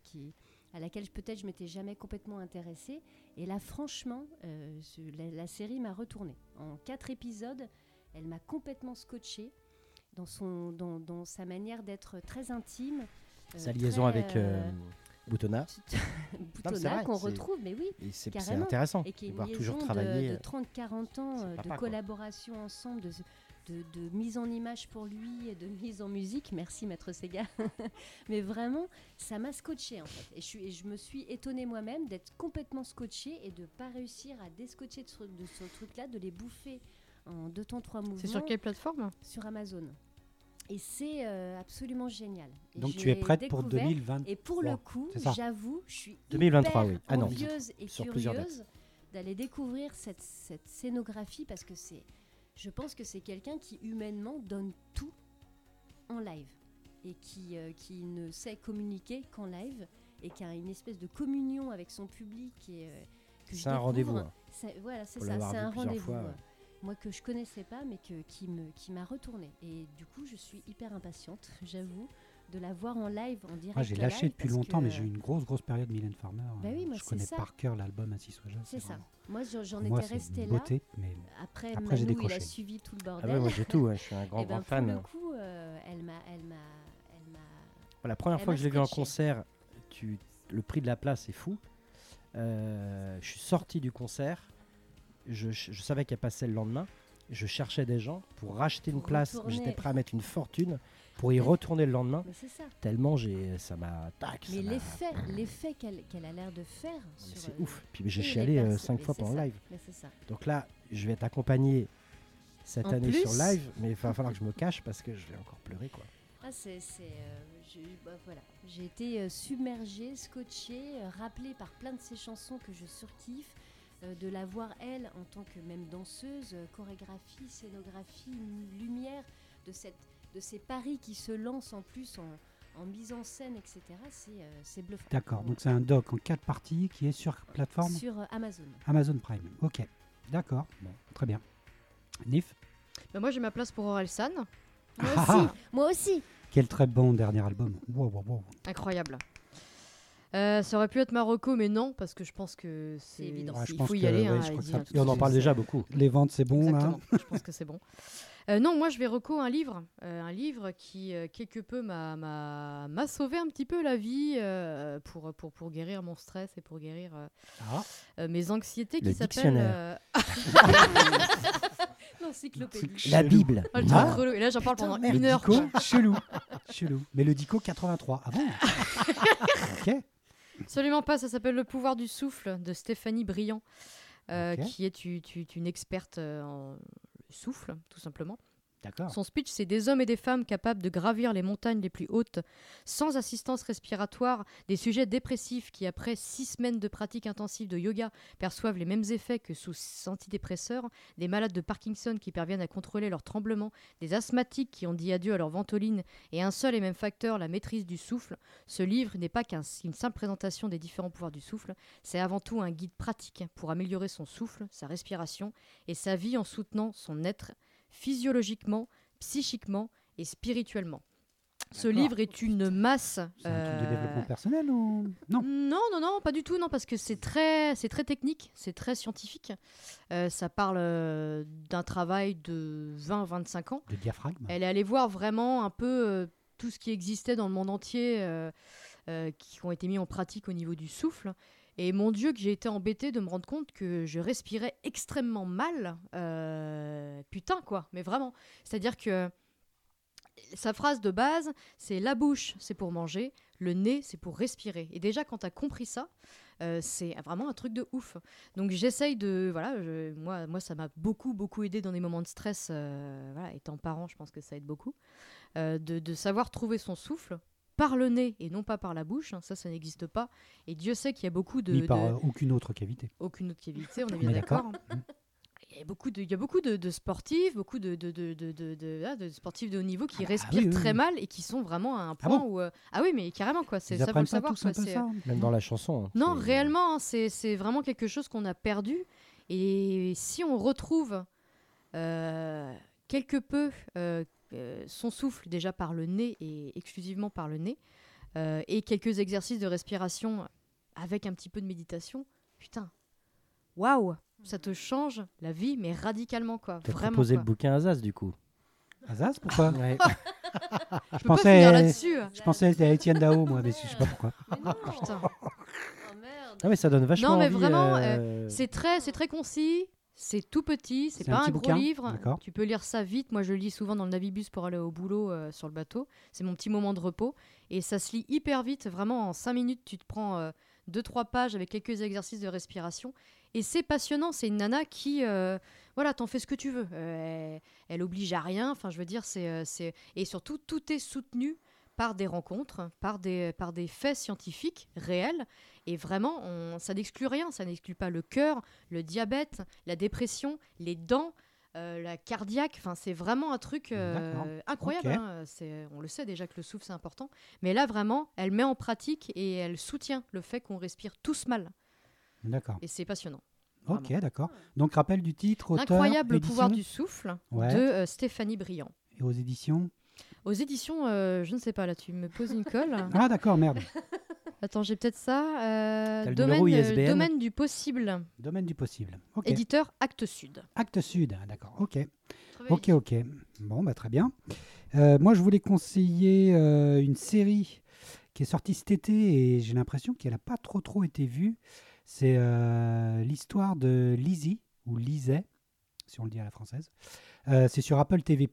à laquelle peut-être je m'étais jamais complètement intéressée. Et là, franchement, la série m'a retournée. En 4 épisodes, elle m'a complètement scotchée dans sa manière d'être très intime. Sa liaison avec Boutonna. Boutonna qu'on retrouve, mais oui, et c'est carrément. Intéressant et qui est de voir une toujours liaison travailler de 30-40 ans de collaboration ensemble, de mise en image pour lui et de mise en musique. Merci Maître Sega. Mais vraiment, ça m'a scotché en fait. Et je me suis étonnée moi-même d'être complètement scotchée et de ne pas réussir à déscotcher de ce truc-là, de les bouffer en 2 temps 3 mouvements. C'est sur quelle plateforme ? Sur Amazon. Et c'est absolument génial. Et Donc je tu es l'ai prête pour découvert. 2020. Et pour le coup, c'est ça. j'avoue, je suis 2023, hyper oui. Ah non, envieuse et sur plusieurs curieuse d'aller découvrir cette scénographie parce que je pense que c'est quelqu'un qui humainement donne tout en live et qui ne sait communiquer qu'en live et qui a une espèce de communion avec son public que je C'est un découvre. rendez-vous. Hein. Voilà, c'est Faut ça, l'avoir c'est vu un plusieurs rendez-vous. fois, ouais. Moi que je connaissais pas, mais qui m'a retourné. Et du coup, je suis hyper impatiente, j'avoue, de la voir en live, en direct. Moi, j'ai live, lâché depuis parce longtemps, que, mais j'ai eu une grosse période Mylène Farmer. Bah oui, moi, je c'est connais ça. par cœur l'album Ainsi soit jeune. C'est ça. vraiment- Moi, j'en pour moi, étais c'est une restée là. beauté, mais Après, Après, j'ai Manou, il a décroché. suivi tout le Ah bordel. ouais, moi j'ai tout, ouais, je suis un grand, Et ben, grand fan. Pour le coup, elle m'a. La première elle fois m'a que je l'ai vu en scotché. concert, le prix de la place est fou. Je suis sorti du concert, je savais qu'elle passait le lendemain. Je cherchais des gens pour racheter une Pour place. retourner. J'étais prêt à mettre une fortune pour y retourner le lendemain. Mais c'est ça. Tellement ça m'a. Mais l'effet qu'elle a l'air de faire. Mais sur, c'est ouf. Puis j'ai et chialé les 5 mais fois c'est pendant le ça. live. Mais c'est ça. Donc là, je vais être accompagné cette En année plus- sur live, mais il va falloir que je me cache parce que je vais encore pleurer, quoi. Ah, voilà. J'ai été submergée, scotchée, rappelée par plein de ces chansons que je surkiffe, de la voir elle en tant que même danseuse, chorégraphie, scénographie, lumière, de ces paris qui se lancent en plus en mise en scène, etc. C'est bluffant. d'accord. Donc c'est un doc en 4 parties qui est sur plateforme Sur Amazon. Amazon Prime. Ok, d'accord. Bon, très bien. Nif, Bah, moi, j'ai ma place pour Orelsan. Moi Ah, aussi, ah. moi aussi. quel très bon dernier album. Wow, wow, wow. Incroyable. Ça aurait pu être Marocco, mais non, parce que je pense que C'est évident. Ouais, je il pense faut y que, aller. ouais, hein, je crois que allez-y, ça- hein, Et on en c'est- parle déjà beaucoup. Les ventes, c'est bon Exactement, là. je pense que c'est bon. Non, moi je vais reco un livre qui quelque peu m'a sauvé un petit peu la vie pour guérir mon stress et pour guérir mes anxiétés Le qui s'appelle dictionnaire. L'encyclopédie. La Bible. le truc Ah. relou. Et là j'en parle pendant Le une heure. Dico, quoi. chelou. Chelou. Mais le Dico 83. Ah bon Ok. Absolument pas, ça s'appelle Le pouvoir du souffle de Stéphanie Briand, Ok. qui est une experte en souffle, tout simplement. D'accord. Son speech, c'est des hommes et des femmes capables de gravir les montagnes les plus hautes sans assistance respiratoire, des sujets dépressifs qui, après 6 semaines de pratique intensive de yoga, perçoivent les mêmes effets que sous antidépresseurs, des malades de Parkinson qui parviennent à contrôler leurs tremblements, des asthmatiques qui ont dit adieu à leur ventoline, et un seul et même facteur, la maîtrise du souffle. Ce livre n'est pas qu'une simple présentation des différents pouvoirs du souffle, c'est avant tout un guide pratique pour améliorer son souffle, sa respiration et sa vie en soutenant son être physiologiquement, psychiquement et spirituellement. Ce D'accord. livre est une masse. C'est un truc de développement personnel ou non? Non, pas du tout, non, parce que c'est très technique, c'est très scientifique. Ça parle d'un travail de 20-25 ans. De diaphragme. Elle est allée voir vraiment un peu tout ce qui existait dans le monde entier, qui ont été mis en pratique au niveau du souffle. Et mon Dieu, que j'ai été embêtée de me rendre compte que je respirais extrêmement mal. Putain, quoi, mais vraiment. C'est-à-dire que sa phrase de base, c'est la bouche, c'est pour manger, le nez, c'est pour respirer. Et déjà, quand tu as compris ça, c'est vraiment un truc de ouf. Donc j'essaye de... Voilà, moi, ça m'a beaucoup aidé dans des moments de stress. Voilà, étant parent, je pense que ça aide beaucoup. De savoir trouver son souffle par le nez et non pas par la bouche. Ça n'existe pas. Et Dieu sait qu'il y a beaucoup de... Ni par aucune autre cavité. Aucune autre cavité, on est On bien est d'accord. d'accord. Il y a beaucoup de sportifs, beaucoup de sportifs de haut niveau qui Ah bah respirent oui, oui, très oui. mal et qui sont vraiment à un Ah point bon où... ah oui, mais carrément, quoi. Ils Ça, faut le apprennent pas savoir. tous Quoi. un peu ça. Même dans la chanson. hein, Non, c'est- réellement, hein, c'est vraiment quelque chose qu'on a perdu. Et si on retrouve quelque peu son souffle déjà par le nez et exclusivement par le nez, et quelques exercices de respiration avec un petit peu de méditation, putain, waouh, ça te change la vie, mais radicalement, quoi. T'as Vraiment, proposé quoi. le bouquin à Zaz, du coup. Azaz, pourquoi? Ouais. Je peux pensais- pas finir là-dessus. Je pensais que c'était à Étienne Dao, moi, mais je sais pas pourquoi. Mais non. Putain. Oh merde. Ah mais ça donne vachement Non, mais envie, vraiment, C'est très concis, C'est tout petit, c'est C'est pas un un petit gros bouquin, livre. d'accord. Tu peux lire ça vite. Moi, je le lis souvent dans le navibus pour aller au boulot sur le bateau. C'est mon petit moment de repos. Et ça se lit hyper vite. Vraiment, en 5 minutes, tu te prends 2-3 pages avec quelques exercices de respiration. Et c'est passionnant. C'est une nana qui, voilà, t'en fais ce que tu veux. Elle oblige à rien. Enfin, je veux dire, et surtout, tout est soutenu par des rencontres, par des faits scientifiques réels. Et vraiment, ça n'exclut rien. Ça n'exclut pas le cœur, le diabète, la dépression, les dents, la cardiaque. Enfin, c'est vraiment un truc incroyable. Ok. Hein. On le sait déjà que le souffle, c'est important. Mais là, vraiment, elle met en pratique et elle soutient le fait qu'on respire tous mal. D'accord. Et c'est passionnant. Ok, Vraiment. d'accord. Donc, rappel du titre, auteur, L'incroyable édition, pouvoir du souffle Ouais. de Stéphanie Briand. et aux éditions. Aux éditions, je ne sais pas, là, tu me poses une colle. Ah, d'accord, merde. Attends, j'ai peut-être ça. T'as le numéro ISBN. Domaine du possible. Domaine du possible. Ok. Éditeur Actes Sud. Actes Sud, ah, d'accord. Ok. Très Ok, ok. Bon, bah, très bien. Moi, je voulais conseiller une série qui est sortie cet été et j'ai l'impression qu'elle n'a pas trop été vue. C'est l'histoire de Lizzie, ou Lisey, si on le dit à la française. C'est sur Apple TV+.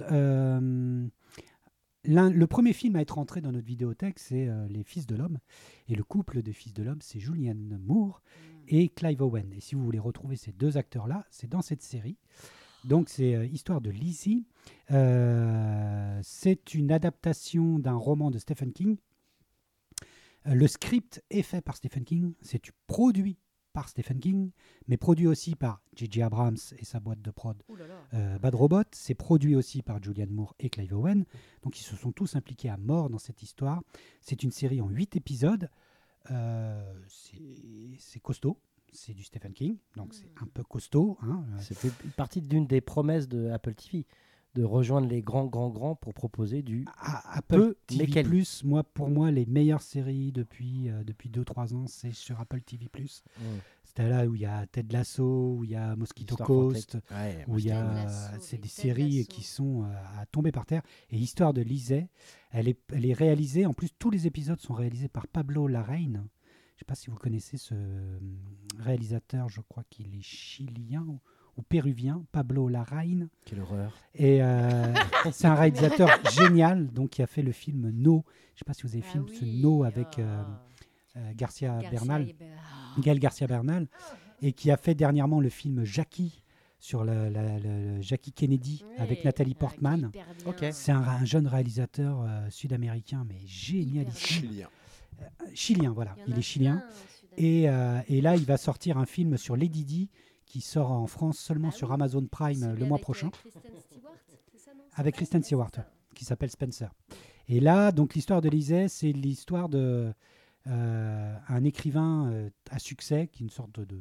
Le premier film à être rentré dans notre vidéothèque, c'est Les Fils de l'Homme. Et le couple des Fils de l'Homme, c'est Julianne Moore et Clive Owen. Et si vous voulez retrouver ces deux acteurs-là, c'est dans cette série. Donc, c'est histoire de Lizzie. C'est une adaptation d'un roman de Stephen King. Le script est fait par Stephen King. C'est produit par Stephen King, mais produit aussi par J.J. Abrams et sa boîte de prod Ouh là là. Bad Robot. C'est produit aussi par Julianne Moore et Clive Owen. Donc, ils se sont tous impliqués à mort dans cette histoire. C'est une série en 8 épisodes. C'est costaud. C'est du Stephen King, donc c'est un peu costaud. Hein. C'était partie d'une des promesses de Apple TV, de rejoindre les grands Ah, pour proposer du Apple peu, mais TV+, quali. pour moi, les meilleures séries depuis 2-3 ans, c'est sur Apple TV+. C'était là où il y a Ted Lasso, où il y a Mosquito Histoire Coast, Fantastique. Ouais, où il y Ted a, Lasso, c'est oui, des Ted séries Lasso. qui sont à tomber par terre. Et Histoire de Lisey, elle est réalisée, en plus tous les épisodes sont réalisés par Pablo Larraín. Je ne sais pas si vous connaissez ce réalisateur, je crois qu'il est chilien ou péruvien, Pablo Larraín. Quelle horreur. Et c'est un réalisateur génial, donc qui a fait le film No. Je ne sais pas si vous avez vu ce No avec Gael Garcia Bernal, et qui a fait dernièrement le film Jackie sur le Jackie Kennedy avec Nathalie Portman. Ok. C'est un jeune réalisateur sud-américain, mais génialissime. Chilien. Chilien, voilà, il est chilien. Et là, il va sortir un film sur Lady Di qui sort en France seulement sur Amazon Prime le mois prochain. Avec Kristen Stewart, qui s'appelle Spencer. Et là, donc l'histoire de Lisey, c'est l'histoire de un écrivain à succès, qui est une sorte de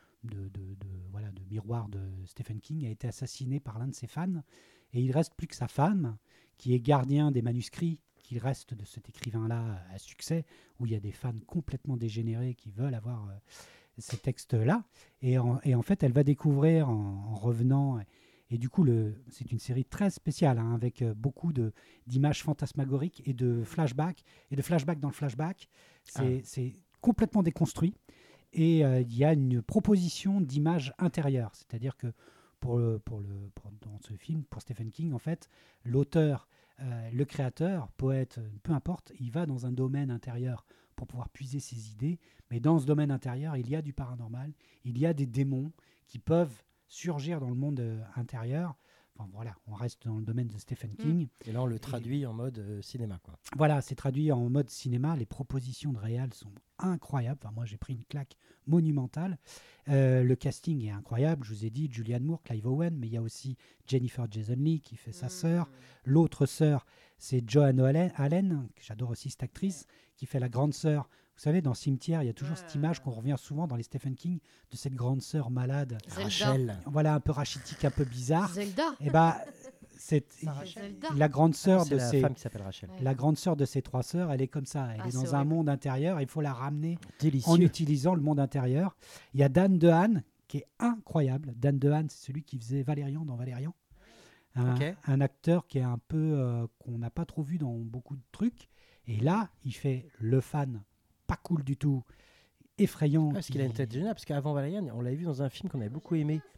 miroir de Stephen King, a été assassiné par l'un de ses fans. Et il reste plus que sa femme, qui est gardien des manuscrits qu'il reste de cet écrivain-là à succès, où il y a des fans complètement dégénérés qui veulent avoir ces textes-là. Et en fait, elle va découvrir en revenant... Et du coup, c'est une série très spéciale, hein, avec beaucoup d'images fantasmagoriques et de flashbacks dans le flashback. C'est complètement déconstruit. Et il y a une proposition d'image intérieure. C'est-à-dire que dans ce film, pour Stephen King, en fait, l'auteur, le créateur, poète, peu importe, il va dans un domaine intérieur pour pouvoir puiser ses idées. Mais dans ce domaine intérieur, il y a du paranormal, il y a des démons qui peuvent surgir dans le monde intérieur. Enfin, voilà, on reste dans le domaine de Stephen King. Et là, on le traduit en mode cinéma, quoi. Voilà, c'est traduit en mode cinéma. Les propositions de réal sont incroyables. Enfin, moi, j'ai pris une claque monumentale. Le casting est incroyable. Je vous ai dit, Julianne Moore, Clive Owen, mais il y a aussi Jennifer Jason Leigh qui fait sa sœur. L'autre sœur, c'est Joan Allen, que j'adore aussi, cette actrice, qui fait la grande sœur. Vous savez, dans Cimetière, il y a toujours cette image qu'on revient souvent dans les Stephen King de cette grande sœur malade. Zelda. Rachel. Voilà, un peu rachitique, un peu bizarre. Zelda. Et bah, c'est Zelda. la grande sœur C'est de la ces... femme qui s'appelle Rachel. Ouais. La grande sœur de ces trois sœurs, elle est comme ça. Elle est c'est dans un horrible. monde intérieur. Il faut la ramener en Délicieux. utilisant le monde intérieur. Il y a Dan DeHaan qui est incroyable. Dan DeHaan, c'est celui qui faisait Valérian dans Valérian. Ok. Un acteur qui est un peu qu'on n'a pas trop vu dans beaucoup de trucs. Et là, il fait le fan pas cool du tout, effrayant. Parce qu'il a une tête géniale, parce qu'avant Valérian, on l'avait vu dans un film qu'on avait beaucoup aimé,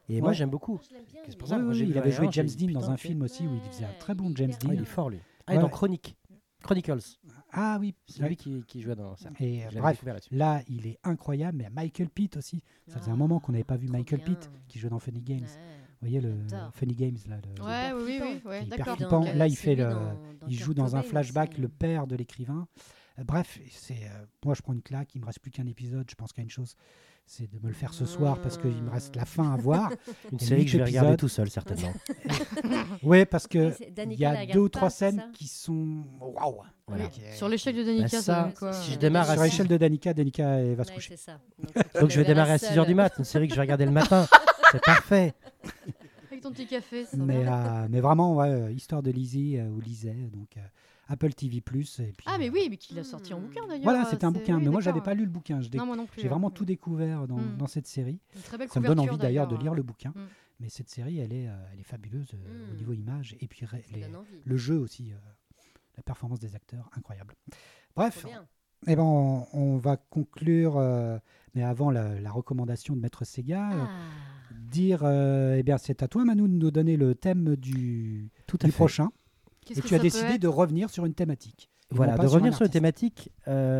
Et moi, Ouais. j'aime beaucoup. Je l'aime bien, C'est lui. pour ça Oui, que moi, oui, j'ai il vu avait joué Valérian, James j'ai dit, Dean dans putain, un film aussi où il faisait un très bon James Ah, il est Dean. fort, lui. Ah, et Ouais, dans ouais. Chronicles. Ah oui, C'est lui qui jouait dans ça. Et Je l'avais bref, découvert là-dessus. là, il est incroyable, mais Michael Pitt aussi. Ça faisait un moment qu'on n'avait pas vu trop Michael bien. Pitt qui jouait dans Funny Games. Ouais. Vous voyez le J'adore. Funny Games là. Ouais, oui, flippant. oui, ouais, Hyper d'accord. flippant. Dans, Là, il c'est fait lui le, dans il Kurt joue dans un Cobain flashback aussi. le père de l'écrivain. Bref, c'est moi je prends une claque. Il me reste plus qu'un épisode. Je pense qu'à une chose, c'est de me le faire ce soir parce qu'il me reste la fin à voir. Une Et série que je vais huit regarder épisodes. tout seul, certainement. Ouais, parce que Mais c'est- il Danica y la a regarde 2 ou pas, 3 c'est scènes ça qui sont waouh. Voilà. Ok. Sur l'échelle de Danica, Bah, ça ça, donne quoi si je Ouais. démarre à Sur six- l'échelle de Danica, elle va se Ouais, coucher. c'est ça. Donc je vais démarrer à 6h du mat, une série que je vais regarder le matin. C'est parfait. Avec ton petit café, ça Mais, va. mais vraiment, ouais, histoire de Lizzie ou Lisée, donc Apple TV+. Et puis, Ah, mais oui, mais qu'il a sorti en bouquin d'ailleurs. Voilà, c'était un c'est- bouquin. oui, Mais moi, j'avais d'accord. pas lu le bouquin. Non, moi non plus. J'ai vraiment tout découvert Mm. dans cette série. Une très belle Ça me donne couverture, envie d'ailleurs de d'ailleurs. lire le bouquin. Mm. Mais cette série, elle est fabuleuse au niveau image. Et puis Ça donne envie. le jeu aussi, la performance des acteurs, incroyable. Bref, Trop bien. eh ben, on va conclure, mais avant la recommandation de Maître Sega, Ah. dire, eh bien, c'est à toi, Manu, de nous donner le thème du prochain. Qu'est-ce Et que tu as ça peut décidé être de revenir sur une thématique. Et Voilà, non pas de sur revenir un sur une artiste. thématique.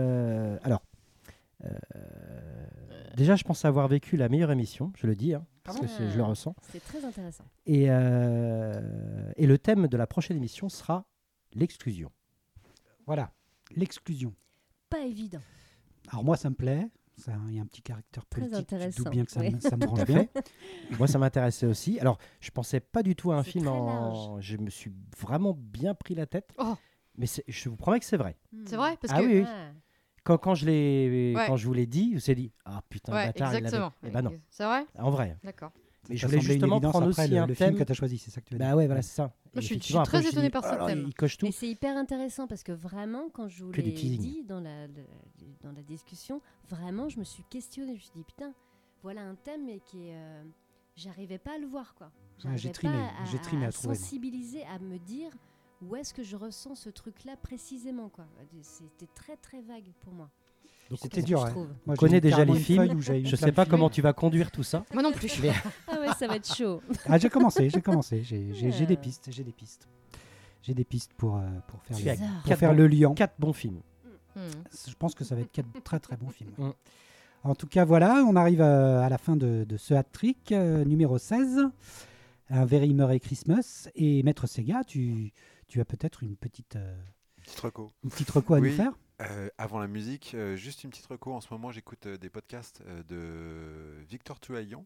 Déjà, je pense avoir vécu la meilleure émission, je le dis, hein, parce que je le ressens. C'est très intéressant. Et le thème de la prochaine émission sera l'exclusion. Voilà, l'exclusion. Pas évident. Alors moi, ça me plaît. Il y a un petit caractère Très politique. Tu te intéressant, doutes bien que ça, oui. ça me branche Tout à bien. Moi, ça m'intéressait aussi. Alors, je pensais pas du tout à un C'est film très en. Je me suis vraiment bien pris la tête. Oh. Mais je vous promets que c'est vrai. C'est vrai parce Ah que oui, oui. Ah. Quand je Ouais. vous l'ai dit, vous vous êtes dit ah putain, ouais, bâtard, il l'avait. exactement. Eh ben non, C'est vrai. en vrai. D'accord. Mais je Ça voulais semblait une justement évidence prendre après aussi un le thème. film que tu as choisi, c'est ça que tu as dit. Bah ouais, voilà, c'est ça. je suis Effectivement, très après, je me suis étonnée dit, par ce alors, thème. Il coche tout. Et c'est hyper intéressant parce que vraiment, quand je vous Que du l'ai teasing. dit dans la discussion, vraiment, je me suis questionnée. Je me suis dit, putain, voilà un thème mais qui est. J'arrivais pas à le voir, quoi. J'arrivais j'ai pas trimé, j'ai trimé à trouver, moi. sensibiliser, à me dire où est-ce que je ressens ce truc-là précisément, quoi. C'était très, très vague pour moi. Donc, C'était on dur. je hein. trouve. Moi, connaît j'ai déjà carrément les une films. feuille où j'avais mis Je plein sais de pas films. comment tu vas conduire tout ça. Moi non plus. Mais Ah ouais, ça va être chaud. Ah, j'ai commencé. J'ai Ouais. des pistes. J'ai des pistes pour faire, Tu as Bizarre. pour quatre faire bons- le lien. 4 bons films. Je pense que ça va être 4 très très bons films. Mm. En tout cas, voilà, on arrive à la fin de ce hat-trick numéro 16, un Very Murray Christmas. Et Maître Sega, tu as peut-être une petite reco à Oui. nous faire. Avant la musique, juste une petite reco. En ce moment, j'écoute des podcasts de Victor Touaillon,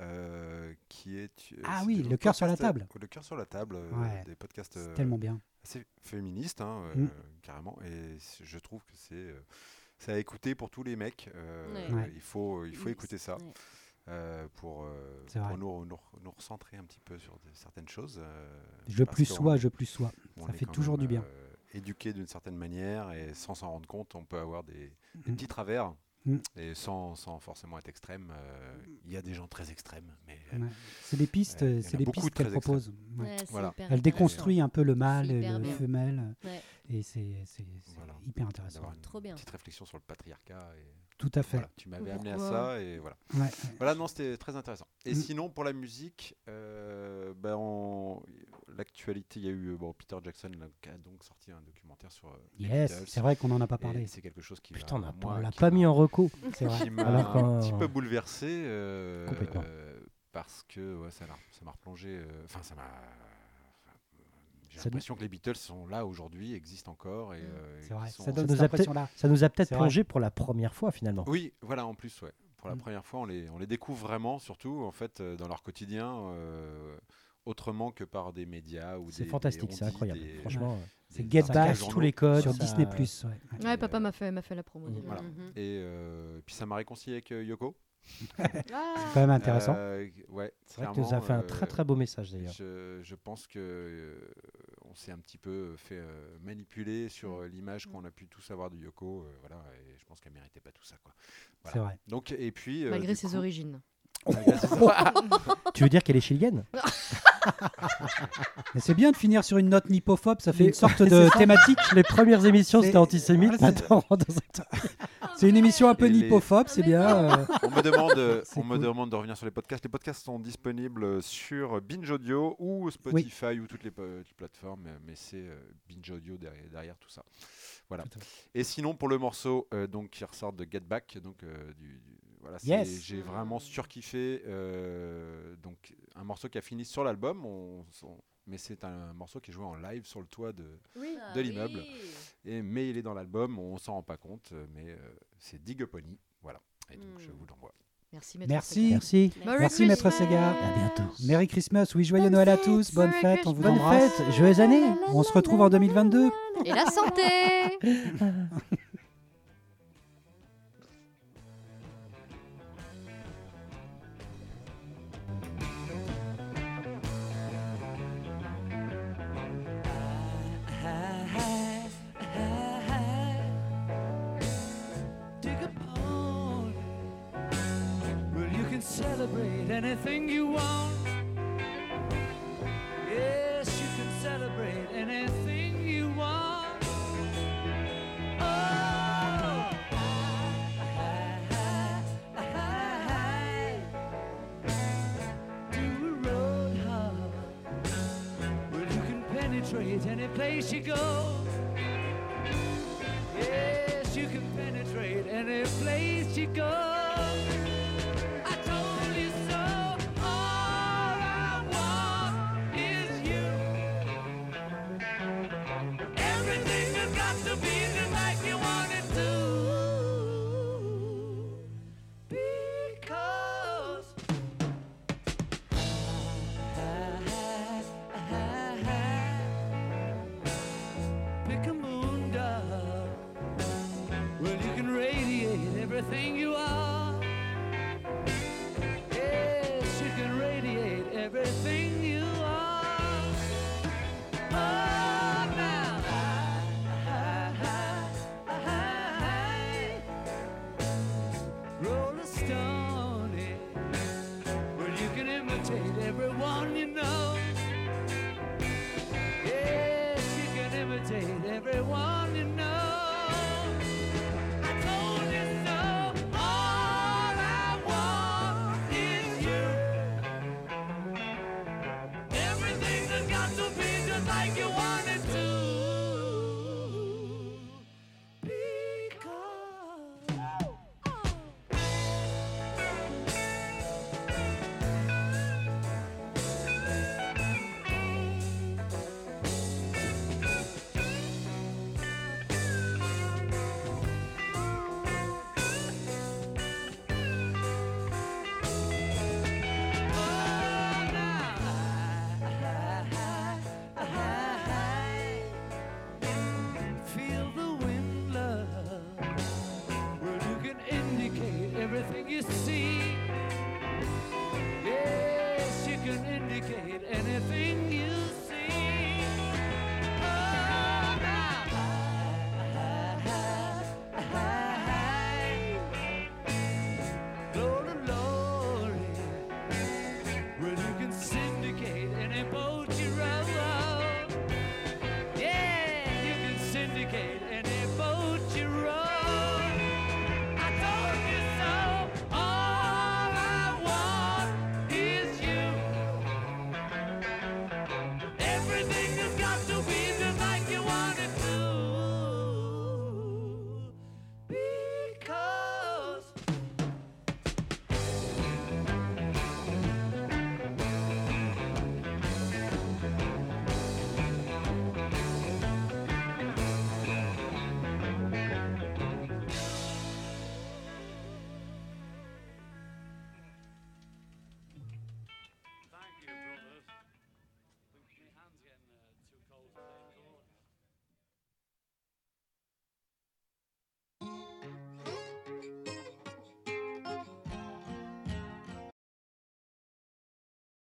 qui est. Ah c'est oui, des Le cœur sur la podcasts, table. Le cœur sur la table, Ouais. des podcasts C'est tellement bien. assez féministes, hein, Mm. carrément. Et je trouve que c'est à écouter pour tous les mecs. Ouais. Ouais. Il faut écouter ça. Ouais. Pour C'est vrai. nous recentrer un petit peu sur certaines choses. Je parce plus qu'on- sois, je plus sois. on Ça est fait quand toujours même, du bien. Éduqué d'une certaine manière et sans s'en rendre compte, on peut avoir des Mm. petits travers Mm. et sans forcément être extrême. Il y a des gens très extrêmes, mais Ouais. C'est des pistes, il y en a c'est des beaucoup pistes très qu'elle propose. Ouais. Ouais, c'est Voilà. hyper Elle intéressant. déconstruit un peu le mâle C'est et hyper le bien. femelle. Ouais. Et c'est Voilà. hyper intéressant. d'avoir une Trop bien. petite réflexion sur le patriarcat. Et Tout à fait. voilà, tu m'avais amené à Pourquoi ça et voilà. Ouais. Voilà, non, c'était très intéressant. Et Mm. sinon, pour la musique, l'actualité, il y a eu Peter Jackson là, qui a donc sorti un documentaire sur les Yes, Beatles. c'est vrai qu'on n'en a pas Et parlé. c'est quelque chose qui Putain, m'a- on moi, l'a qui pas m'a- mis en reco. C'est vrai. qui m'a Alors un qu'en- petit peu bouleversé Complètement. parce que ça m'a replongé enfin j'ai Ça l'impression que les Beatles sont là aujourd'hui, existent encore et C'est vrai. ils sont- Ça donne nous cette a impression-là. Ça nous a peut-être C'est vrai. plongé pour la première fois finalement. oui, voilà, en plus, ouais. Pour la Mm. première fois, on les découvre vraiment, surtout en fait dans leur quotidien, autrement que par des médias ou C'est des fantastique, des c'est on-dit, incroyable. des- Franchement, C'est des Get ça Back cache journaux. tous les codes. sur ça- Disney+. Ouais. Ouais, papa m'a fait la promo. déjà. Voilà. Mhm. Et puis ça m'a réconcilié avec Yoko. Ah. C'est quand même intéressant. Ouais, C'est vrai que tu nous as fait un très très beau message d'ailleurs. Je pense que on s'est un petit peu fait manipuler sur l'image qu'on a pu tous avoir de Yoko, voilà, et je pense qu'elle méritait pas tout ça, quoi. Voilà. C'est vrai. Donc et puis Malgré du ses coup- origines. malgré ses- Tu veux dire qu'elle est chilienne? Mais c'est bien de finir sur une note nipophobe, ça fait Mais- une sorte c'est de ça. thématique. Les premières émissions C'est- c'était antisémite, voilà, c'est- maintenant on rentre dans un truc. C'est une émission un peu Et les- nippophobe, c'est bien. On me demande, C'est on me cool. demande de revenir sur les podcasts. Les podcasts sont disponibles sur Binge Audio ou Spotify ou toutes les plateformes, mais c'est Binge Audio derrière tout ça. Voilà. Tout à fait. Et sinon, pour le morceau donc qui ressort de Get Back, donc voilà, Yes. j'ai vraiment surkiffé. Donc un morceau qui a fini sur l'album, mais c'est un morceau qui est joué en live sur le toit de l'immeuble. Mais il est dans l'album, on s'en rend pas compte, mais c'est Dig a Pony, voilà. Et donc je vous l'envoie. Merci, Maître Merci. Sega. Merci. Merry Merci, Maître Christmas. Sega. À bientôt. Merry Christmas, oui, joyeux Noël à tous, bonne Merry fête, on vous Christmas. Bonne embrasse. fête, joyeuses années. On se retrouve en 2022. Et la santé. Dig a pond. Well, you can celebrate anything you want. Yes, you can celebrate anything you want. Oh, do a road hop. Well, you can penetrate any place you go. Yes, you can penetrate any place you go. I told you so. All I want is you. Everything has got to be just like you want it to. Because pick a moon dove. Well, you can radiate everything you are. Yes, you can radiate everything you are. Oh, now. Roll